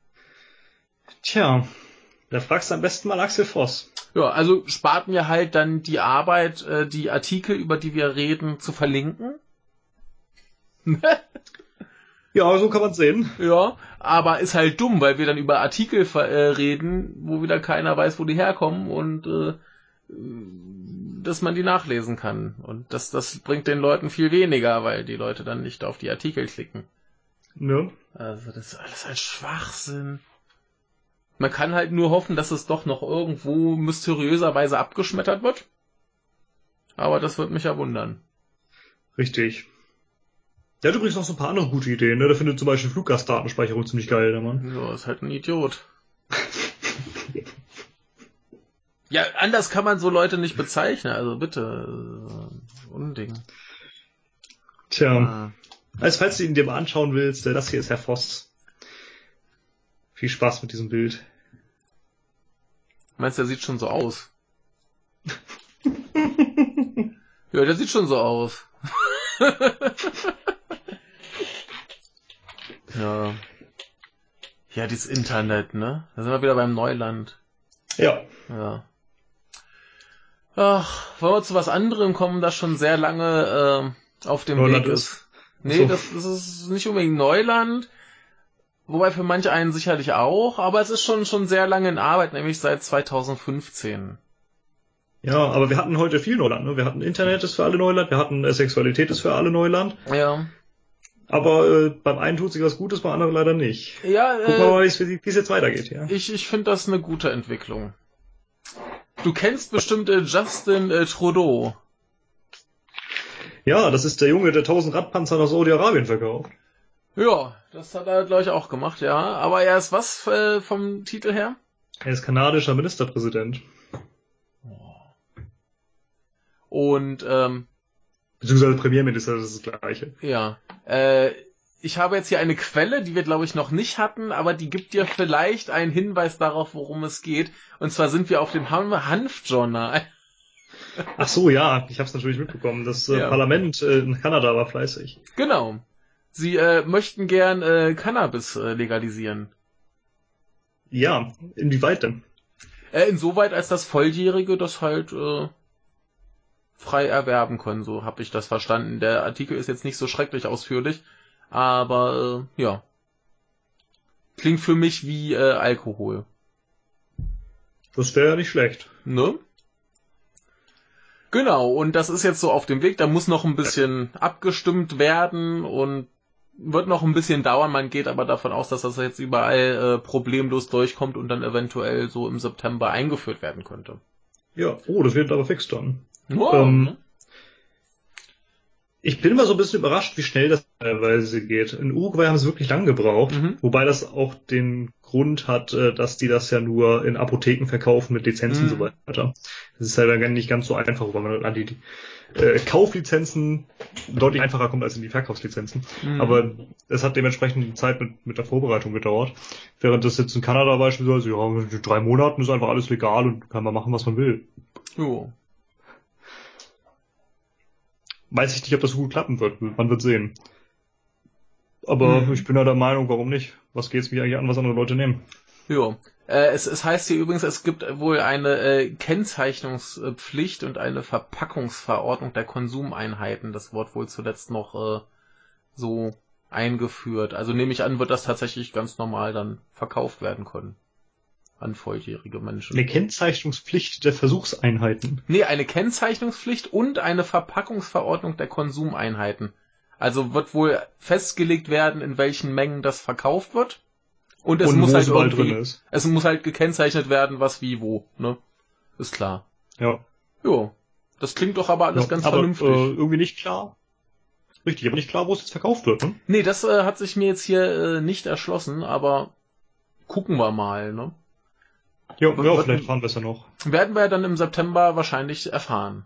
Tja, da fragst du am besten mal Axel Voss. Ja, also spart mir halt dann die Arbeit, die Artikel, über die wir reden, zu verlinken. Ja, so kann man sehen. Ja, aber ist halt dumm, weil wir dann über Artikel reden, wo wieder keiner weiß, wo die herkommen und dass man die nachlesen kann. Und das bringt den Leuten viel weniger, weil die Leute dann nicht auf die Artikel klicken. Ne? Also das ist alles ein Schwachsinn. Man kann halt nur hoffen, dass es doch noch irgendwo mysteriöserweise abgeschmettert wird. Aber das wird mich ja wundern. Richtig. Der hat übrigens noch so ein paar andere gute Ideen, ne? Der findet zum Beispiel Fluggastdatenspeicherung ziemlich geil, der Mann. Ja, ist halt ein Idiot. Ja, anders kann man so Leute nicht bezeichnen, also bitte. Unding. Tja. Also falls du ihn dir mal anschauen willst, das hier ist Herr Voss. Viel Spaß mit diesem Bild. Meinst du, der sieht schon so aus? Ja, der sieht schon so aus. Ja. Ja, dieses Internet, ne? Da sind wir wieder beim Neuland. Ja. Ja. Ach, wollen wir zu was anderem kommen, das schon sehr lange auf dem Neuland Weg ist? Nee, so. das ist nicht unbedingt Neuland. Wobei für manche einen sicherlich auch, aber es ist schon sehr lange in Arbeit, nämlich seit 2015. Ja, aber wir hatten heute viel Neuland, ne? Wir hatten Internet ist für alle Neuland, wir hatten Sexualität ist für alle Neuland. Ja. Aber beim einen tut sich was Gutes, beim anderen leider nicht. Ja, Gucken wir mal, wie es jetzt weitergeht, ja. Ich finde das eine gute Entwicklung. Du kennst bestimmt Justin Trudeau. Ja, das ist der Junge, der 1000 Radpanzer nach Saudi-Arabien verkauft. Ja, das hat er, glaube ich, auch gemacht, ja. Aber er ist was vom Titel her? Er ist kanadischer Ministerpräsident. Und, Beziehungsweise Premierminister, das ist das Gleiche. ja. Ich habe jetzt hier eine Quelle, die wir, glaube ich, noch nicht hatten, aber die gibt dir vielleicht einen Hinweis darauf, worum es geht. Und zwar sind wir auf dem Hanfjournal. Ach so, ja, ich habe es natürlich mitbekommen. Das Parlament in Kanada war fleißig. Genau. Sie möchten gern Cannabis legalisieren. Ja, inwieweit denn? Insoweit, als das Volljährige das halt frei erwerben können, so habe ich das verstanden. Der Artikel ist jetzt nicht so schrecklich ausführlich, aber ja. Klingt für mich wie Alkohol. Das wäre ja nicht schlecht. Ne? Genau, und das ist jetzt so auf dem Weg, da muss noch ein bisschen abgestimmt werden und wird noch ein bisschen dauern. Man geht aber davon aus, dass das jetzt überall problemlos durchkommt und dann eventuell so im September eingeführt werden könnte. Ja, das wird aber fix dann. Wow. Ich bin immer so ein bisschen überrascht, wie schnell das teilweise geht. In Uruguay haben sie wirklich lang gebraucht, wobei das auch den Grund hat, dass die das ja nur in Apotheken verkaufen mit Lizenzen und so weiter. Das ist halt dann nicht ganz so einfach, weil man an die Kauflizenzen deutlich einfacher kommt als in die Verkaufslizenzen. Aber es hat dementsprechend Zeit mit der Vorbereitung gedauert. Während das jetzt in Kanada beispielsweise, in 3 Monaten ist einfach alles legal und kann man machen, was man will. Jo. Weiß ich nicht, ob das so gut klappen wird. Man wird sehen. Aber ich bin ja der Meinung, warum nicht? Was geht's mich eigentlich an, was andere Leute nehmen? Jo. Es heißt hier übrigens, es gibt wohl eine Kennzeichnungspflicht und eine Verpackungsverordnung der Konsumeinheiten. Das wird wohl zuletzt noch so eingeführt. Also nehme ich an, wird das tatsächlich ganz normal dann verkauft werden können. An volljährige Menschen. Eine Kennzeichnungspflicht der Versuchseinheiten. Nee, eine Kennzeichnungspflicht und eine Verpackungsverordnung der Konsumeinheiten. Also wird wohl festgelegt werden, in welchen Mengen das verkauft wird. Und es muss halt irgendwie, es muss halt gekennzeichnet werden, was wie wo, ne? Ist klar. Ja. Jo. Das klingt doch aber alles ganz vernünftig. Irgendwie nicht klar. Richtig, aber nicht klar, wo es jetzt verkauft wird, ne? Nee, das hat sich mir jetzt hier nicht erschlossen, aber gucken wir mal, ne? Ja, vielleicht fahren wir es ja noch. Werden wir dann im September wahrscheinlich erfahren.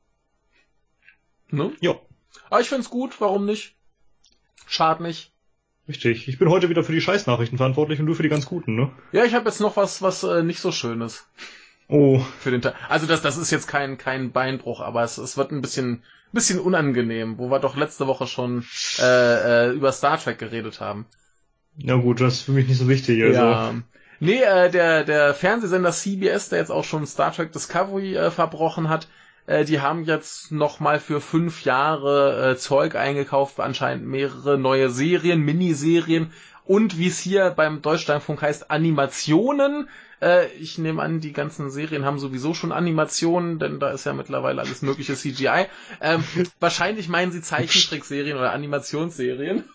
Ne? Ja. Aber ich find's gut, warum nicht? Schad nicht. Richtig. Ich bin heute wieder für die Scheißnachrichten verantwortlich und du für die ganz guten, ne? Ja, ich habe jetzt noch was nicht so Schönes. Oh. Für den Tag. Also das ist jetzt kein Beinbruch, aber es wird ein bisschen unangenehm, wo wir doch letzte Woche schon über Star Trek geredet haben. Ja gut, das ist für mich nicht so wichtig, also. Ja. Nee, der Fernsehsender CBS, der jetzt auch schon Star Trek Discovery verbrochen hat, die haben jetzt nochmal für 5 Jahre Zeug eingekauft, anscheinend mehrere neue Serien, Miniserien und wie es hier beim Deutschlandfunk heißt, Animationen. Ich nehme an, die ganzen Serien haben sowieso schon Animationen, denn da ist ja mittlerweile alles mögliche CGI. Wahrscheinlich meinen sie Zeichentrickserien oder Animationsserien.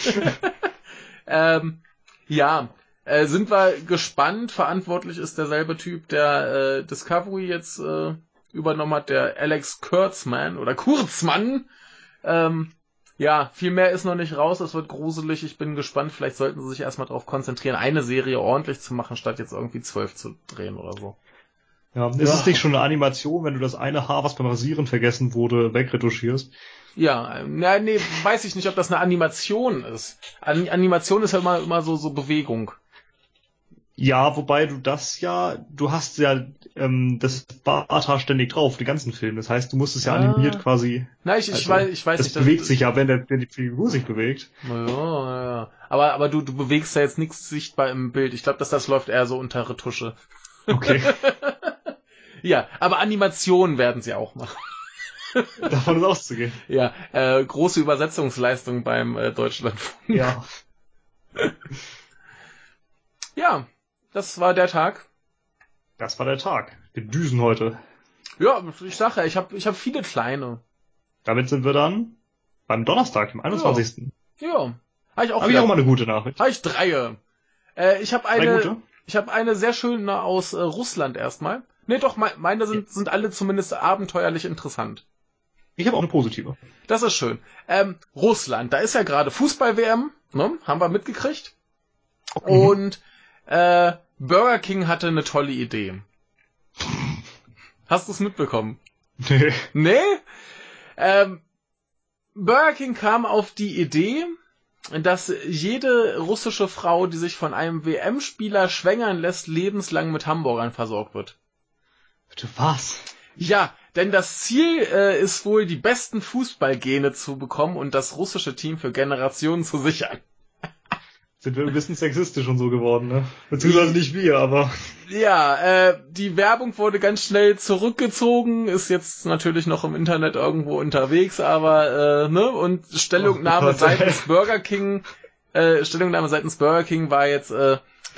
Ja, sind wir gespannt. Verantwortlich ist derselbe Typ, der Discovery jetzt übernommen hat, der Alex Kurtzman oder Kurzmann. Ja, viel mehr ist noch nicht raus, es wird gruselig, ich bin gespannt, vielleicht sollten sie sich erstmal darauf konzentrieren, eine Serie ordentlich zu machen, statt jetzt irgendwie 12 zu drehen oder so. Ja, ist es nicht schon eine Animation, wenn du das eine Haar, was beim Rasieren vergessen wurde, wegretuschierst? Ja, nee, weiß ich nicht, ob das eine Animation ist. Animation ist ja immer so Bewegung. Ja, wobei du hast ja das Barthaar ständig drauf, die ganzen Filme. Das heißt, du musst es ja animiert quasi. Nein, ich weiß nicht. Das bewegt sich ja, wenn die Figur sich bewegt. Ja. Aber du bewegst ja jetzt nichts sichtbar im Bild. Ich glaube, das läuft eher so unter Retusche. Okay. Ja, aber Animationen werden sie auch machen. Davon ist auszugehen. Ja, große Übersetzungsleistung beim Deutschlandfunk. Ja. Ja, das war der Tag. Das war der Tag. Wir düsen heute. Ja, ich sag ja, ich hab viele kleine. Damit sind wir dann beim Donnerstag, dem 21. Ja. Hab ich auch mal eine gute Nachricht. Habe ich 3. Ich habe eine sehr schöne aus Russland erstmal. Nee, doch, meine sind alle zumindest abenteuerlich interessant. Ich habe auch eine positive. Das ist schön. Russland, da ist ja gerade Fußball-WM, ne? Haben wir mitgekriegt. Okay. Und Burger King hatte eine tolle Idee. Hast du es mitbekommen? Nee. Nee? Burger King kam auf die Idee, dass jede russische Frau, die sich von einem WM-Spieler schwängern lässt, lebenslang mit Hamburgern versorgt wird. Bitte was? Ja, denn das Ziel ist wohl, die besten Fußballgene zu bekommen und das russische Team für Generationen zu sichern. Sind wir ein bisschen sexistisch und so geworden, ne? Beziehungsweise nicht wir, aber... Ja, die Werbung wurde ganz schnell zurückgezogen, ist jetzt natürlich noch im Internet irgendwo unterwegs, aber, ne? Und Stellungnahme seitens Burger King war jetzt,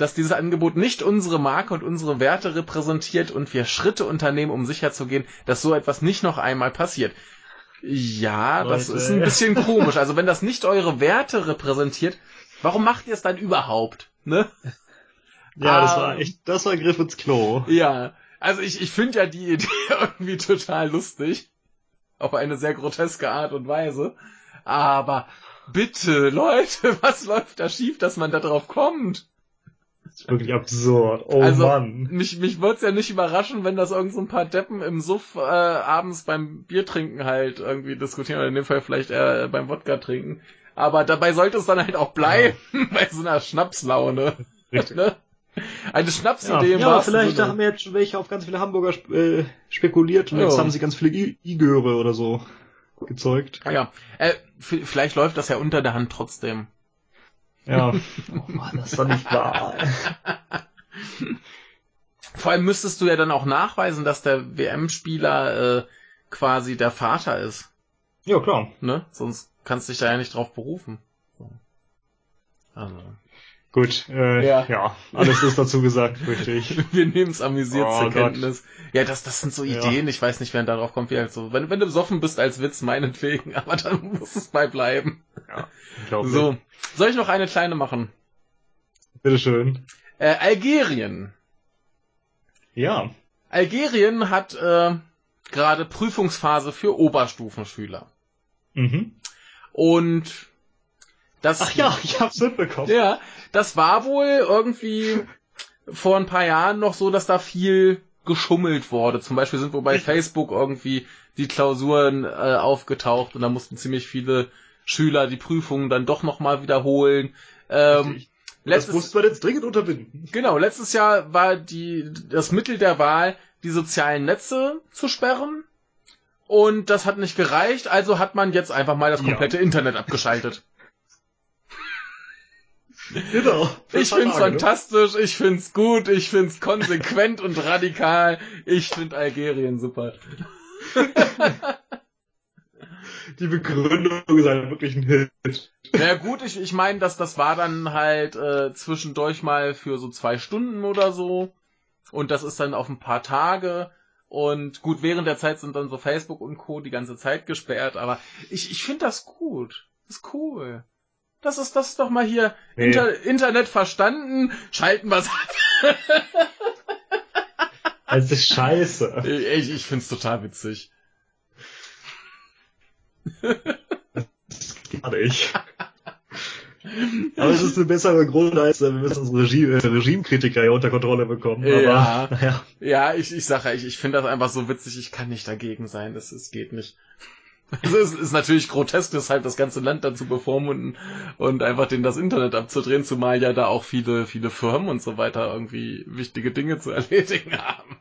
dass dieses Angebot nicht unsere Marke und unsere Werte repräsentiert und wir Schritte unternehmen, um sicherzugehen, dass so etwas nicht noch einmal passiert. Ja, das Leute. ist ein bisschen komisch. Also wenn das nicht eure Werte repräsentiert, warum macht ihr es dann überhaupt? Ne? Ja, das war ein Griff ins Klo. Ja, also ich finde ja die Idee irgendwie total lustig. Auf eine sehr groteske Art und Weise. Aber bitte, Leute, was läuft da schief, dass man da drauf kommt? Das ist wirklich absurd. Oh also, Mann. Mich würde es ja nicht überraschen, wenn das irgend so ein paar Deppen im Suff abends beim Biertrinken halt irgendwie diskutieren, oder in dem Fall vielleicht eher beim Wodka trinken. Aber dabei sollte es dann halt auch bleiben, bei so einer Schnapslaune. Richtig. Ne? Eine Schnapsidee im Ja, wahrsten vielleicht Sinne. haben wir jetzt schon welche auf ganz viele Hamburger spekuliert und jetzt haben sie ganz viele Igöre oder so gezeugt. Ja, vielleicht läuft das ja unter der Hand trotzdem. Ja. Oh Mann, das ist doch nicht wahr. Vor allem müsstest du ja dann auch nachweisen, dass der WM-Spieler quasi der Vater ist. Ja, klar. Ne? Sonst kannst du dich da ja nicht drauf berufen. So. Also. Gut, ja, alles ist dazu gesagt, richtig. Wir nehmen es amüsiert zur Kenntnis. Gott. Ja, das sind so Ideen, ich weiß nicht, wer darauf kommt, wie halt so. Wenn du besoffen bist als Witz, meinetwegen, aber dann muss es bei bleiben. Ja, unglaublich. So, soll ich noch eine kleine machen? Bitteschön. Algerien. Ja. Algerien hat gerade Prüfungsphase für Oberstufenschüler. Mhm. Und das... Ach ja, ich hab's mitbekommen. Ja, das war wohl irgendwie vor ein paar Jahren noch so, dass da viel geschummelt wurde. Zum Beispiel sind wohl bei Facebook irgendwie die Klausuren aufgetaucht und da mussten ziemlich viele Schüler die Prüfungen dann doch nochmal wiederholen. Das musste man jetzt dringend unterbinden. Genau, letztes Jahr war das Mittel der Wahl, die sozialen Netze zu sperren. Und das hat nicht gereicht, also hat man jetzt einfach mal das komplette Internet abgeschaltet. Genau. Ich find's fantastisch, ich find's gut, ich find's konsequent und radikal. Ich find Algerien super. Die Begründung ist halt wirklich ein Hit. Na gut, ich meine, das war dann halt zwischendurch mal für so 2 Stunden oder so. Und das ist dann auf ein paar Tage. Und gut, während der Zeit sind dann so Facebook und Co. die ganze Zeit gesperrt. Aber ich finde das gut. Das ist cool. Das ist doch mal hier Internet verstanden. Schalten wir's ab. Es ist scheiße. Ich find's total witzig. Gar nicht. Aber es ist ein besserer Grund, als wir müssen unsere Regimekritiker ja unter Kontrolle bekommen. Aber, ja, naja. Ja, ich sag ja, ich finde das einfach so witzig, ich kann nicht dagegen sein, es geht nicht. Also es ist natürlich grotesk, deshalb das ganze Land dazu bevormunden und einfach denen das Internet abzudrehen, zumal ja da auch viele Firmen und so weiter irgendwie wichtige Dinge zu erledigen haben.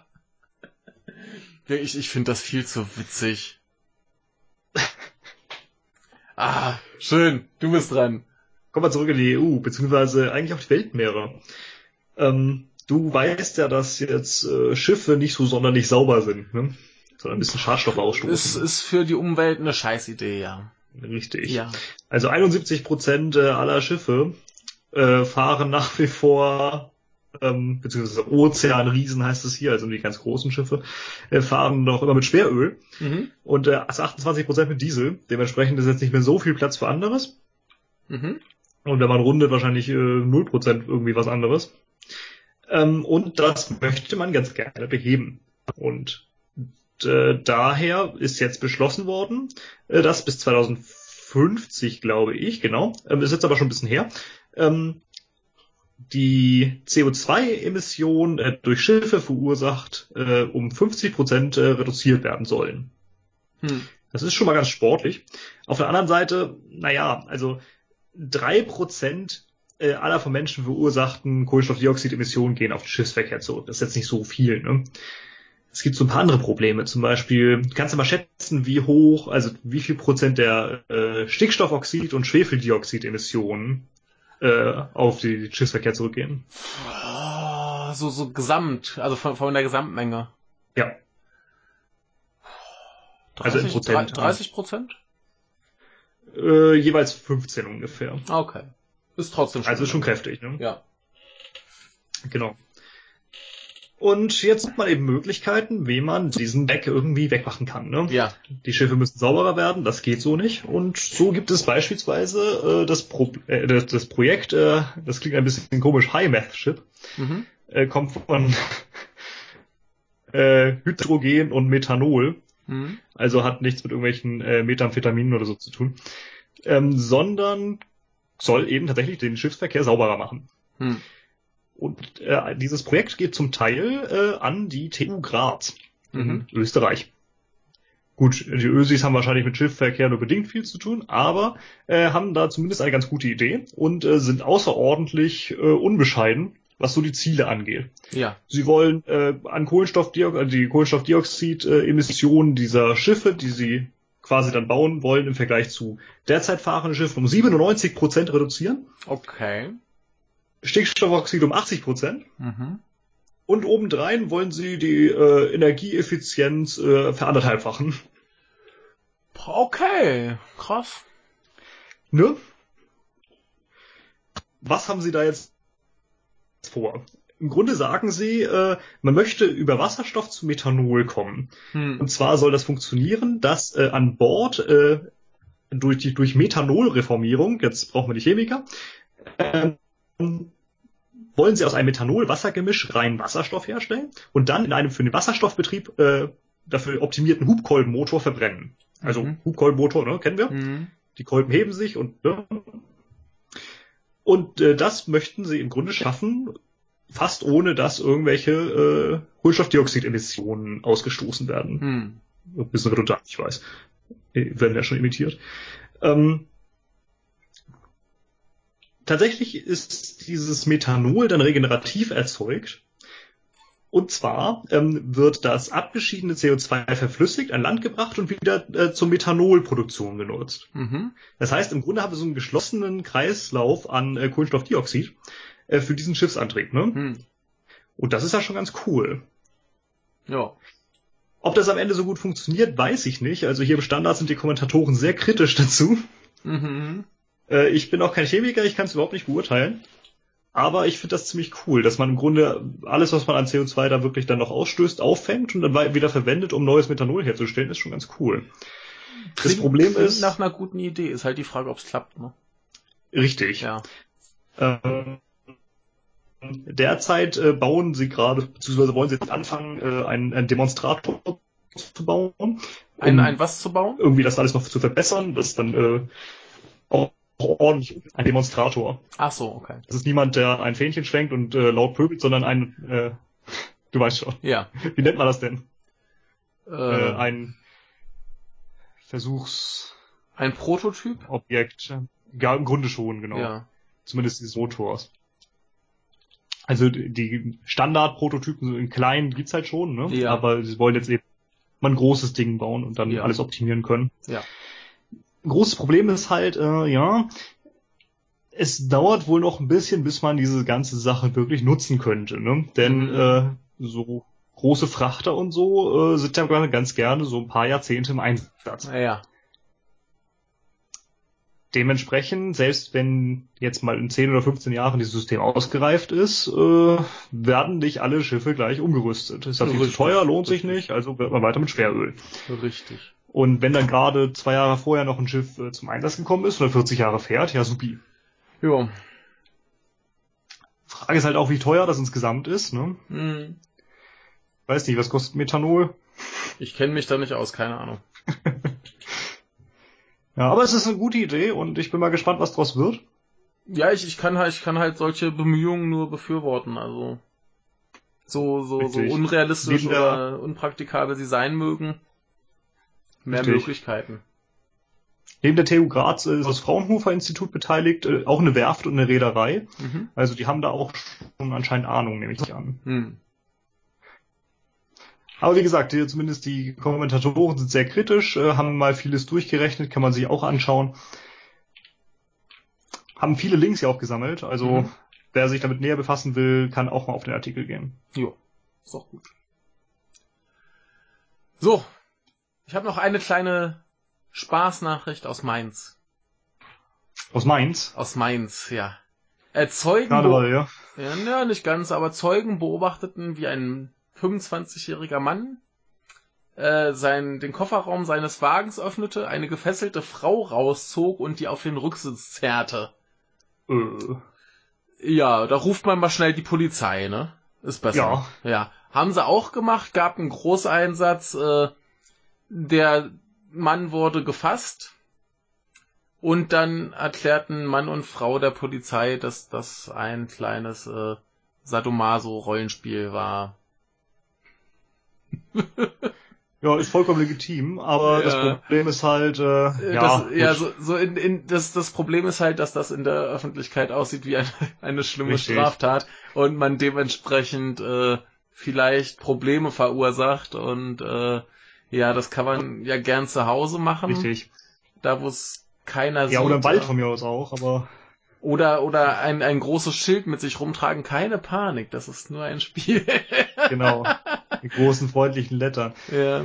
Ja, ich finde das viel zu witzig. Schön, du bist dran. Kommen wir zurück in die EU, beziehungsweise eigentlich auf die Weltmeere. Du weißt ja, dass jetzt Schiffe nicht so sonderlich sauber sind, ne? Sondern ein bisschen Schadstoffe ausstoßen. Es ist für die Umwelt eine Scheißidee, ja. Richtig. Ja. Also 71% aller Schiffe fahren nach wie vor, beziehungsweise Ozeanriesen heißt es hier, also die ganz großen Schiffe, fahren noch immer mit Schweröl. Mhm. Und 28% mit Diesel. Dementsprechend ist jetzt nicht mehr so viel Platz für anderes. Mhm. Und wenn man rundet, wahrscheinlich 0% irgendwie was anderes. Und das möchte man ganz gerne beheben. Und daher ist jetzt beschlossen worden, dass bis 2050, glaube ich, genau, ist jetzt aber schon ein bisschen her, die CO2-Emissionen durch Schiffe verursacht um 50% reduziert werden sollen. Das ist schon mal ganz sportlich. Auf der anderen Seite, naja, also 3% aller von Menschen verursachten Kohlenstoffdioxidemissionen gehen auf den Schiffsverkehr zurück. Das ist jetzt nicht so viel, ne? Es gibt so ein paar andere Probleme. Zum Beispiel, kannst du mal schätzen, wie viel Prozent der Stickstoffoxid- und Schwefeldioxidemissionen auf den Schiffsverkehr zurückgehen? So gesamt, also von der Gesamtmenge. Ja. 30, also in Prozent. 30%? Jeweils 15 ungefähr. Okay. Ist trotzdem schon. Also schon kräftig, ne? Ja. Genau. Und jetzt hat man eben Möglichkeiten, wie man diesen Dreck irgendwie wegmachen kann. Ne? Ja. Die Schiffe müssen sauberer werden, das geht so nicht. Und so gibt es beispielsweise das Projekt, das klingt ein bisschen komisch, High Meth Ship, kommt von Hydrogen und Methanol. Also hat nichts mit irgendwelchen Methamphetaminen oder so zu tun, sondern soll eben tatsächlich den Schiffsverkehr sauberer machen. Und dieses Projekt geht zum Teil an die TU Graz in Österreich. Gut, die Ösis haben wahrscheinlich mit Schiffsverkehr nur bedingt viel zu tun, aber haben da zumindest eine ganz gute Idee und sind außerordentlich unbescheiden, was so die Ziele angeht. Ja. Sie wollen an die Kohlenstoffdioxid-Emissionen dieser Schiffe, die sie quasi dann bauen wollen, im Vergleich zu derzeit fahrenden Schiffen um 97% reduzieren. Okay. Stickstoffoxid um 80%. Und obendrein wollen sie die Energieeffizienz veranderthalbfachen. Okay, krass. Ne? Was haben sie da jetzt vor? Im Grunde sagen sie, man möchte über Wasserstoff zu Methanol kommen. Und zwar soll das funktionieren, dass an Bord durch Methanolreformierung, jetzt brauchen wir die Chemiker, wollen sie aus einem Methanol-Wassergemisch rein Wasserstoff herstellen und dann in einem für den Wasserstoffbetrieb dafür optimierten Hubkolbenmotor verbrennen. Also Hubkolbenmotor, ne, kennen wir. Die Kolben heben sich und das möchten sie im Grunde schaffen, fast ohne dass irgendwelche Kohlenstoffdioxidemissionen ausgestoßen werden. Ein bisschen redundant, ich weiß. Werden ja schon emittiert. Tatsächlich ist dieses Methanol dann regenerativ erzeugt. Und zwar wird das abgeschiedene CO2 verflüssigt, an Land gebracht und wieder zur Methanolproduktion genutzt. Das heißt, im Grunde haben wir so einen geschlossenen Kreislauf an Kohlenstoffdioxid für diesen Schiffsantrieb. Ne? Und das ist ja schon ganz cool. Ja. Ob das am Ende so gut funktioniert, weiß ich nicht. Also hier im Standard sind die Kommentatoren sehr kritisch dazu. Ich bin auch kein Chemiker, ich kann es überhaupt nicht beurteilen. Aber ich finde das ziemlich cool, dass man im Grunde alles, was man an CO2 da wirklich dann noch ausstößt, auffängt und dann wieder verwendet, um neues Methanol herzustellen, ist schon ganz cool. Das Problem ist... nach einer guten Idee, ist halt die Frage, ob es klappt. Ne? Richtig. Ja. Derzeit bauen sie gerade, beziehungsweise wollen sie jetzt anfangen, einen Demonstrator zu bauen. Ein was zu bauen? Irgendwie das alles noch zu verbessern, das dann auch ordentlich ein Demonstrator. Ach so, okay. Das ist niemand, der ein Fähnchen schwenkt und laut pöbelt, sondern ein, du weißt schon. Ja. Wie nennt man das denn? Ein Ein Prototyp? Objekt. Ja, im Grunde schon, genau. Ja. Zumindest dieses Motors. Also die Standardprototypen so in kleinen gibt's halt schon, ne? Ja. Aber sie wollen jetzt eben mal ein großes Ding bauen und dann alles optimieren können. Ja. Ein großes Problem ist halt, es dauert wohl noch ein bisschen, bis man diese ganze Sache wirklich nutzen könnte, ne? Denn so große Frachter und so sind ja ganz gerne so ein paar Jahrzehnte im Einsatz. Ja. Dementsprechend, selbst wenn jetzt mal in 10 oder 15 Jahren dieses System ausgereift ist, werden nicht alle Schiffe gleich umgerüstet. Ist ja viel zu teuer, lohnt sich nicht, also wird man weiter mit Schweröl. Richtig. Und wenn dann gerade 2 Jahre vorher noch ein Schiff zum Einsatz gekommen ist oder 40 Jahre fährt, ja supi. Ja. Frage ist halt auch, wie teuer das insgesamt ist, ne? Weiß nicht, was kostet Methanol? Ich kenne mich da nicht aus, keine Ahnung. Ja, aber es ist eine gute Idee und ich bin mal gespannt, was draus wird. Ja, ich kann halt solche Bemühungen nur befürworten, also so unrealistisch oder unpraktikabel sie sein mögen. Mehr Möglichkeiten. Neben der TU Graz ist das Fraunhofer Institut beteiligt, auch eine Werft und eine Reederei. Also die haben da auch schon anscheinend Ahnung, nehme ich an. Aber wie gesagt, zumindest die Kommentatoren sind sehr kritisch, haben mal vieles durchgerechnet, kann man sich auch anschauen. Haben viele Links ja auch gesammelt, also wer sich damit näher befassen will, kann auch mal auf den Artikel gehen. Jo, ist doch gut. So, ich habe noch eine kleine Spaßnachricht aus Mainz. Aus Mainz? Aus Mainz, ja. Karneval, ja. Ja, nicht ganz, aber Zeugen beobachteten, wie ein 25-jähriger Mann den Kofferraum seines Wagens öffnete, eine gefesselte Frau rauszog und die auf den Rücksitz zerrte. Ja, da ruft man mal schnell die Polizei, ne? Ist besser. Ja. Haben sie auch gemacht, gab einen Großeinsatz, der Mann wurde gefasst und dann erklärten Mann und Frau der Polizei, dass das ein kleines Sadomaso-Rollenspiel war. Ja, ist vollkommen legitim, aber das Problem ist halt, das Problem ist halt, dass das in der Öffentlichkeit aussieht wie eine schlimme Richtig. Straftat und man dementsprechend vielleicht Probleme verursacht und das kann man ja gern zu Hause machen. Richtig. Da wo es keiner sieht. Ja, oder im Wald von mir aus auch, aber... Oder ein großes Schild mit sich rumtragen, keine Panik, das ist nur ein Spiel. Genau. Die großen freundlichen Lettern. Ja.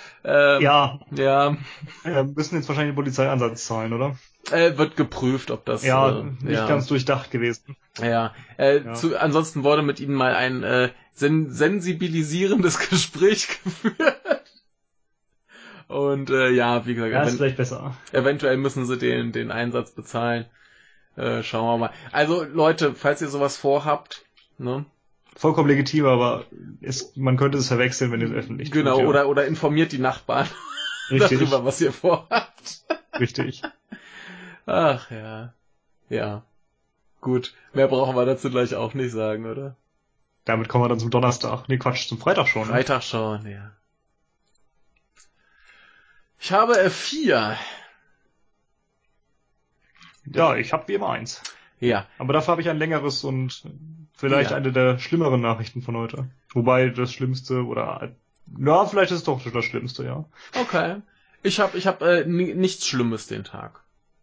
Müssen jetzt wahrscheinlich den Polizeieinsatz zahlen, oder? Wird geprüft, ob das... nicht ganz durchdacht gewesen. Ansonsten wurde mit ihnen mal ein sensibilisierendes Gespräch geführt. Und wie gesagt... Ja, ist vielleicht besser. Eventuell müssen sie den Einsatz bezahlen. Schauen wir mal. Also Leute, falls ihr sowas vorhabt, ne? Vollkommen legitim, aber man könnte es verwechseln, wenn ihr es öffentlich tut. Genau, oder informiert die Nachbarn darüber, was ihr vorhabt. Richtig. Ach ja. Ja. Gut. Mehr brauchen wir dazu gleich auch nicht sagen, oder? Damit kommen wir dann zum Donnerstag. Nee, Quatsch, zum Freitag schon. Freitag schon, ja. Ich habe 4. Ja, ich habe wie immer 1. Ja. Aber dafür habe ich ein längeres und vielleicht eine der schlimmeren Nachrichten von heute. Wobei das Schlimmste vielleicht ist es doch das Schlimmste, ja. Okay. Ich hab nichts Schlimmes den Tag.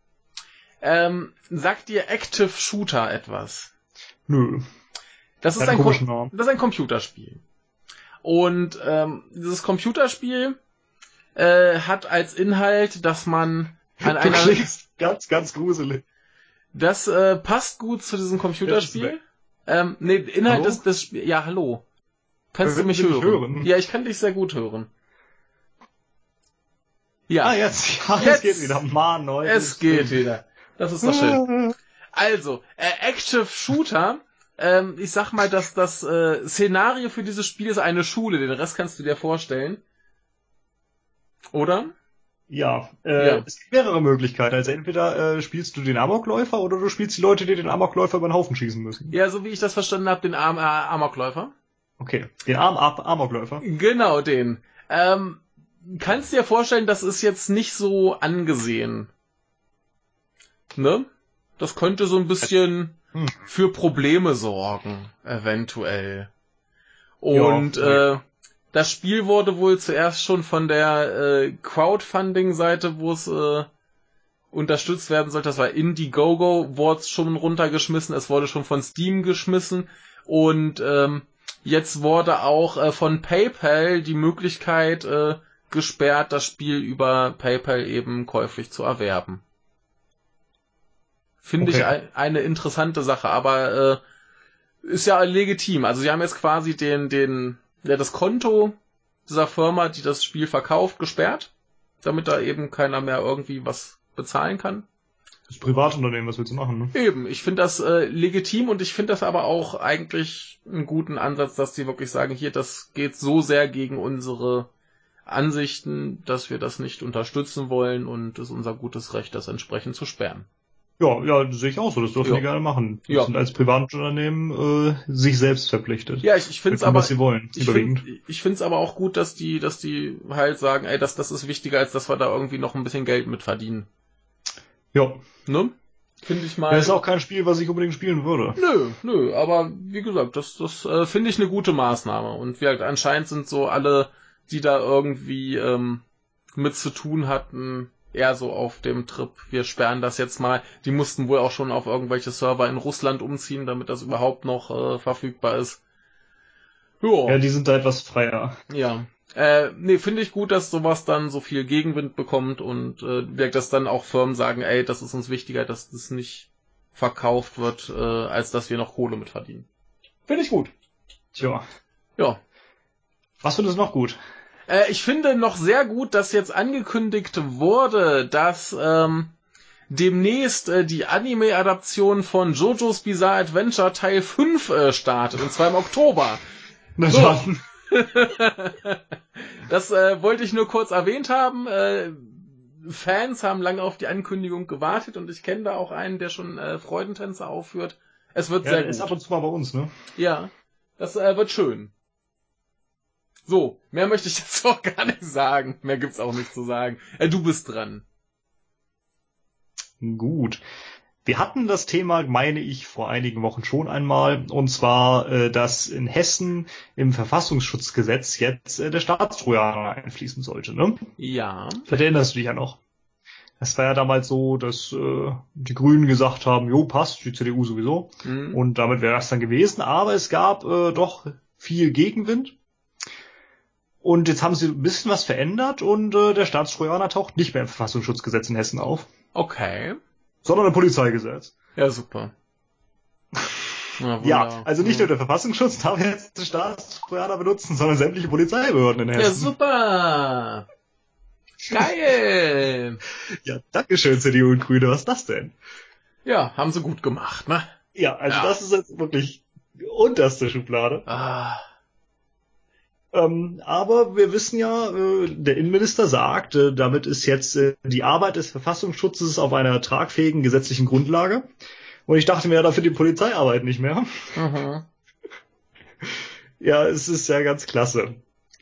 Sagt dir Active Shooter etwas? Nö. Das ist ein Computerspiel. Und dieses Computerspiel hat als Inhalt, dass man an einer... Du klingst ganz, ganz gruselig. Das passt gut zu diesem Computerspiel. Inhalt des Spiels... Ja, hallo. Kannst du mich hören? Ja, ich kann dich sehr gut hören. Ja. Jetzt geht wieder. Mann, heute. Es geht wieder. Das ist doch schön. Also, Active Shooter, ich sag mal, dass das Szenario für dieses Spiel ist eine Schule. Den Rest kannst du dir vorstellen. Oder? Ja, es gibt mehrere Möglichkeiten. Also entweder spielst du den Amokläufer oder du spielst die Leute, die den Amokläufer über den Haufen schießen müssen. Ja, so wie ich das verstanden habe, den Amokläufer. Okay, den Amokläufer. Genau, den. Kannst dir vorstellen, das ist jetzt nicht so angesehen. Ne? Das könnte so ein bisschen für Probleme sorgen, eventuell. Und das Spiel wurde wohl zuerst schon von der Crowdfunding-Seite, wo es unterstützt werden sollte, das war Indiegogo, wurde es schon runtergeschmissen, es wurde schon von Steam geschmissen und jetzt wurde auch von PayPal die Möglichkeit gesperrt, das Spiel über PayPal eben käuflich zu erwerben. Finde ich eine interessante Sache, aber ist ja legitim. Also sie haben jetzt quasi das Konto dieser Firma, die das Spiel verkauft, gesperrt, damit da eben keiner mehr irgendwie was bezahlen kann. Das Privatunternehmen, was willst du machen, ne? Eben, ich finde das legitim und ich finde das aber auch eigentlich einen guten Ansatz, dass die wirklich sagen, hier, das geht so sehr gegen unsere Ansichten, dass wir das nicht unterstützen wollen und es ist unser gutes Recht, das entsprechend zu sperren. Ja, sehe ich auch so. Das dürfen die gerne machen. Die sind als Privatunternehmen sich selbst verpflichtet. Ja, ich finde es aber, was sie wollen, überwiegend. Ich finde es aber auch gut, dass die halt sagen, ey, das ist wichtiger, als dass wir da irgendwie noch ein bisschen Geld mit verdienen. Ja. Ne? Finde ich mal. Das ist auch kein Spiel, was ich unbedingt spielen würde. Nö, aber wie gesagt, das finde ich eine gute Maßnahme. Und wie halt anscheinend sind so alle, die da irgendwie mit zu tun hatten, eher so auf dem Trip, wir sperren das jetzt mal. Die mussten wohl auch schon auf irgendwelche Server in Russland umziehen, damit das überhaupt noch verfügbar ist. Ja, die sind da etwas freier. Ja. Finde ich gut, dass sowas dann so viel Gegenwind bekommt und dass dann auch Firmen sagen, ey, das ist uns wichtiger, dass das nicht verkauft wird, als dass wir noch Kohle mit verdienen. Finde ich gut. Tja. Ja. Was findest du noch gut? Ich finde noch sehr gut, dass jetzt angekündigt wurde, dass demnächst die Anime-Adaption von JoJo's Bizarre Adventure Teil 5 startet, und zwar im Oktober. Na So. dann. Das wollte ich nur kurz erwähnt haben. Fans haben lange auf die Ankündigung gewartet, und ich kenne da auch einen, der schon Freudentänze aufführt. Es wird sehr Der gut. ist ab und zu mal bei uns, ne? Ja, das wird schön. So, mehr möchte ich jetzt auch gar nicht sagen. Mehr gibt's auch nicht zu sagen. Du bist dran. Gut. Wir hatten das Thema, meine ich, vor einigen Wochen schon einmal, und zwar, dass in Hessen im Verfassungsschutzgesetz jetzt der Staatstrojaner einfließen sollte, ne? Ja. Vielleicht erinnerst du dich ja noch. Es war ja damals so, dass die Grünen gesagt haben, jo, passt, die CDU sowieso. Mhm. Und damit wäre das dann gewesen. Aber es gab doch viel Gegenwind. Und jetzt haben sie ein bisschen was verändert, und der Staatstrojaner taucht nicht mehr im Verfassungsschutzgesetz in Hessen auf, Okay. sondern im Polizeigesetz. Ja, super. Ja, also nicht nur der Verfassungsschutz darf jetzt den Staatstrojaner benutzen, sondern sämtliche Polizeibehörden in Hessen. Ja, super. Geil. Ja, dankeschön, CDU und Grüne, was ist das denn? Ja, haben sie gut gemacht, ne? Ja, also Ja. das ist jetzt wirklich die unterste Schublade. Ah. Aber wir wissen ja, der Innenminister sagt, damit ist jetzt die Arbeit des Verfassungsschutzes auf einer tragfähigen gesetzlichen Grundlage. Und ich dachte mir, dafür die Polizeiarbeit nicht mehr. Mhm. Ja, es ist ja ganz klasse.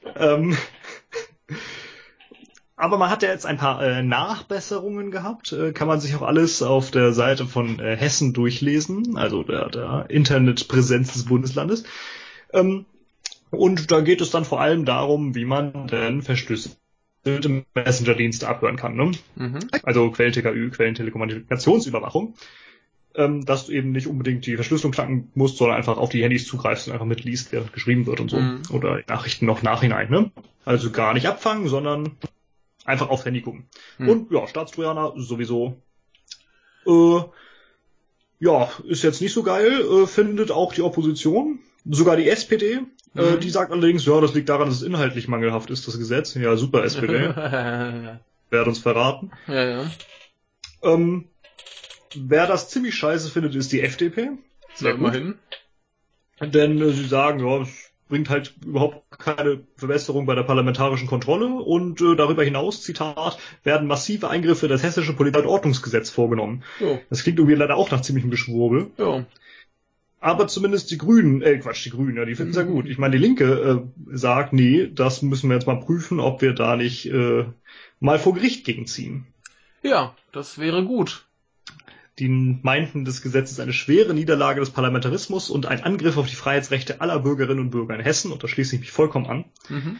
Aber man hat ja jetzt ein paar Nachbesserungen gehabt. Kann man sich auch alles auf der Seite von Hessen durchlesen, also der Internetpräsenz des Bundeslandes. Und da geht es dann vor allem darum, wie man denn verschlüsselte Messenger-Dienste abhören kann. Ne? Mhm. Also Quellen-TKÜ, Quellentelekommunikationsüberwachung. Dass du eben nicht unbedingt die Verschlüsselung knacken musst, sondern einfach auf die Handys zugreifst und einfach mitliest, während geschrieben wird und so. Mhm. Oder Nachrichten noch nachhinein. Ne? Also gar nicht abfangen, sondern einfach aufs Handy gucken. Mhm. Und ja, Staatstrojaner sowieso. Ja, ist jetzt nicht so geil, findet auch die Opposition. Sogar die SPD. Die sagt allerdings, ja, das liegt daran, dass es inhaltlich mangelhaft ist, das Gesetz. Ja, super, SPD. Wer hat uns verraten? Ja. Wer das ziemlich scheiße findet, ist die FDP. Sehr immerhin. Denn sie sagen, ja, es bringt halt überhaupt keine Verbesserung bei der parlamentarischen Kontrolle, und darüber hinaus, Zitat, werden massive Eingriffe in das hessische Polizei- und Ordnungsgesetz vorgenommen. Jo. Das klingt irgendwie leider auch nach ziemlichem Geschwurbel. Jo. Aber zumindest die Grünen, die Grünen, ja, die finden es ja gut. Ich meine, die Linke sagt, nee, das müssen wir jetzt mal prüfen, ob wir da nicht mal vor Gericht gegenziehen. Ja, das wäre gut. Die meinten, das Gesetz ist eine schwere Niederlage des Parlamentarismus und ein Angriff auf die Freiheitsrechte aller Bürgerinnen und Bürger in Hessen, und da schließe ich mich vollkommen an. Mhm.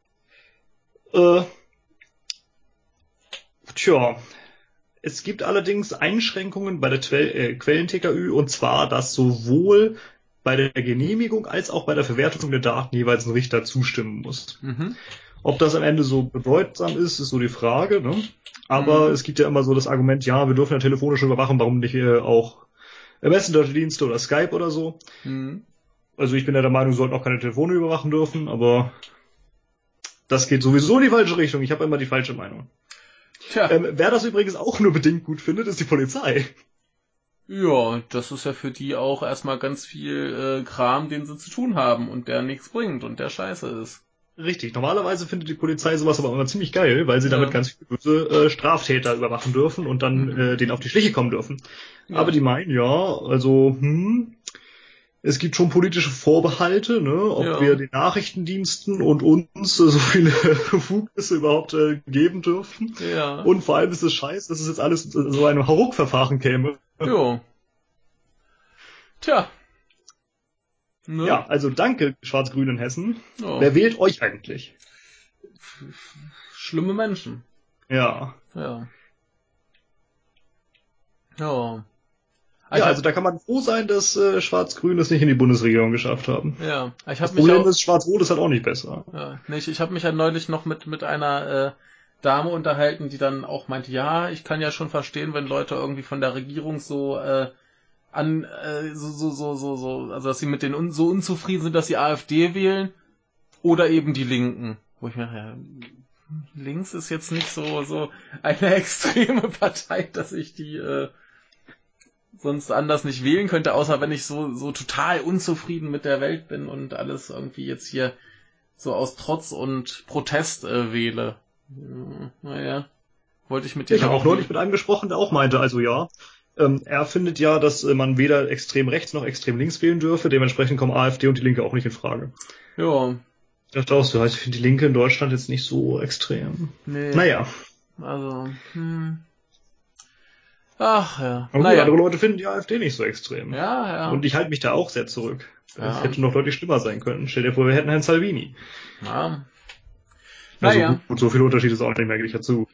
Es gibt allerdings Einschränkungen bei der Quellen-TKÜ, und zwar, dass sowohl bei der Genehmigung als auch bei der Verwertung der Daten jeweils ein Richter zustimmen muss. Mhm. Ob das am Ende so bedeutsam ist, ist so die Frage, ne? Aber es gibt ja immer so das Argument, ja, wir dürfen ja telefonisch überwachen, warum nicht auch Messenger-Dienste oder Skype oder so. Mhm. Also ich bin ja der Meinung, wir sollten auch keine Telefone überwachen dürfen, aber das geht sowieso in die falsche Richtung. Ich habe immer die falsche Meinung. Tja. Wer das übrigens auch nur bedingt gut findet, ist die Polizei. Ja, das ist ja für die auch erstmal ganz viel Kram, den sie zu tun haben und der nichts bringt und der scheiße ist. Richtig, normalerweise findet die Polizei sowas aber immer ziemlich geil, weil sie damit ganz viele böse Straftäter überwachen dürfen und dann denen auf die Schliche kommen dürfen. Ja. Aber die meinen, ja, also, es gibt schon politische Vorbehalte, ne, ob wir den Nachrichtendiensten und uns so viele Befugnisse überhaupt geben dürfen. Ja. Und vor allem ist es scheiße, dass es jetzt alles so einem Hauruck-Verfahren käme. Jo. Tja. Ne? Ja, also danke, Schwarz-Grün in Hessen. Oh. Wer wählt euch eigentlich? Schlimme Menschen. Ja. Ja. Ja, also da kann man froh sein, dass Schwarz-Grün es nicht in die Bundesregierung geschafft haben. Ja. Das Problem ist, Schwarz-Rot ist halt auch nicht besser. Ja, nee, ich habe mich ja neulich noch mit einer Dame unterhalten, die dann auch meinte, ja, ich kann ja schon verstehen, wenn Leute irgendwie von der Regierung so also dass sie mit denen so unzufrieden sind, dass sie AfD wählen oder eben die Linken. Wo ich mir, ja, links ist jetzt nicht so eine extreme Partei, dass ich die sonst anders nicht wählen könnte, außer wenn ich so total unzufrieden mit der Welt bin und alles irgendwie jetzt hier so aus Trotz und Protest wähle. Naja, wollte ich mit dir Ich habe auch neulich mit einem gesprochen, der auch meinte, also ja, er findet ja, dass man weder extrem rechts noch extrem links wählen dürfe, dementsprechend kommen AfD und die Linke auch nicht in Frage. Ja. Ich dachte auch so, ich finde die Linke in Deutschland jetzt nicht so extrem. Nee. Naja. Also, Ach ja. Aber naja. andere Leute finden die AfD nicht so extrem. Ja. Und ich halte mich da auch sehr zurück. Ja. Es hätte noch deutlich schlimmer sein können. Stell dir vor, wir hätten Herrn Salvini. Ja. Also naja. gut, so viel Unterschied ist auch nicht mehr, gebe ich dazu.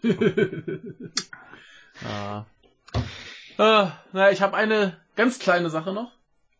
Ja. Naja, ich habe eine ganz kleine Sache noch.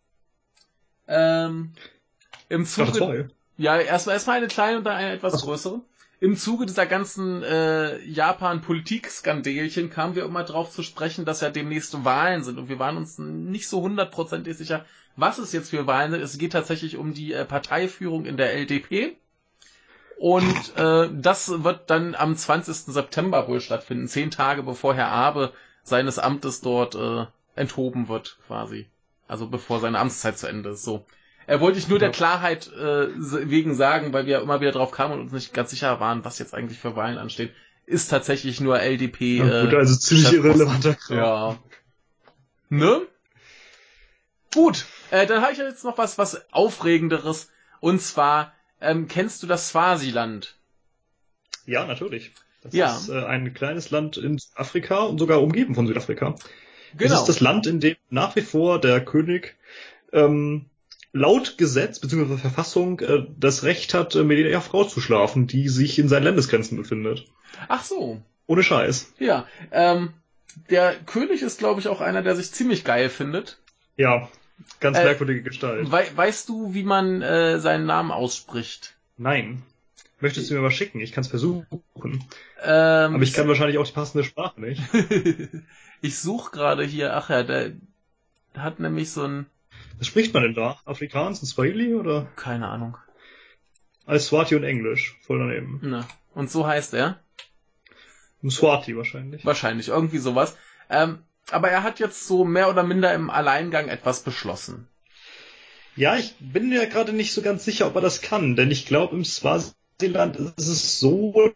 Im Zuge... Ja, erstmal eine kleine und dann eine etwas größere. Im Zuge dieser ganzen Japan-Politik-Skandälchen kamen wir immer drauf zu sprechen, dass ja demnächst Wahlen sind. Und wir waren uns nicht so 100% sicher, was es jetzt für Wahlen sind. Es geht tatsächlich um die Parteiführung in der LDP. Und das wird dann am 20. September wohl stattfinden, 10 Tage bevor Herr Abe seines Amtes dort enthoben wird, quasi. Also bevor seine Amtszeit zu Ende ist. So. Wollte ich nur der Klarheit wegen sagen, weil wir immer wieder drauf kamen und uns nicht ganz sicher waren, was jetzt eigentlich für Wahlen anstehen. Ist tatsächlich nur LDP. Ja, gut, also ziemlich irrelevanter Kram. Ja. Ne? Gut, dann habe ich jetzt noch was Aufregenderes. Und zwar, kennst du das Swasiland? Ja, natürlich. Das ist ein kleines Land in Afrika und sogar umgeben von Südafrika. Genau. Das ist das Land, in dem nach wie vor der König laut Gesetz bzw. Verfassung das Recht hat, mit einer Frau zu schlafen, die sich in seinen Landesgrenzen befindet. Ach so. Ohne Scheiß. Ja, der König ist, glaube ich, auch einer, der sich ziemlich geil findet. Ja, ganz merkwürdige Gestalt. Weißt du, wie man seinen Namen ausspricht? Nein. Möchtest du mir was schicken? Ich kann es versuchen. Aber ich kann wahrscheinlich auch die passende Sprache nicht. Ich suche gerade hier, ach ja, der hat nämlich so ein... Was spricht man denn da? Afrikaans und Swahili oder? Keine Ahnung. Als Swati und Englisch, voll daneben. Na, und so heißt er? Swati wahrscheinlich. Wahrscheinlich, irgendwie sowas. Aber er hat jetzt so mehr oder minder im Alleingang etwas beschlossen. Ja, ich bin mir gerade nicht so ganz sicher, ob er das kann, denn ich glaube, im Swasiland ist es so...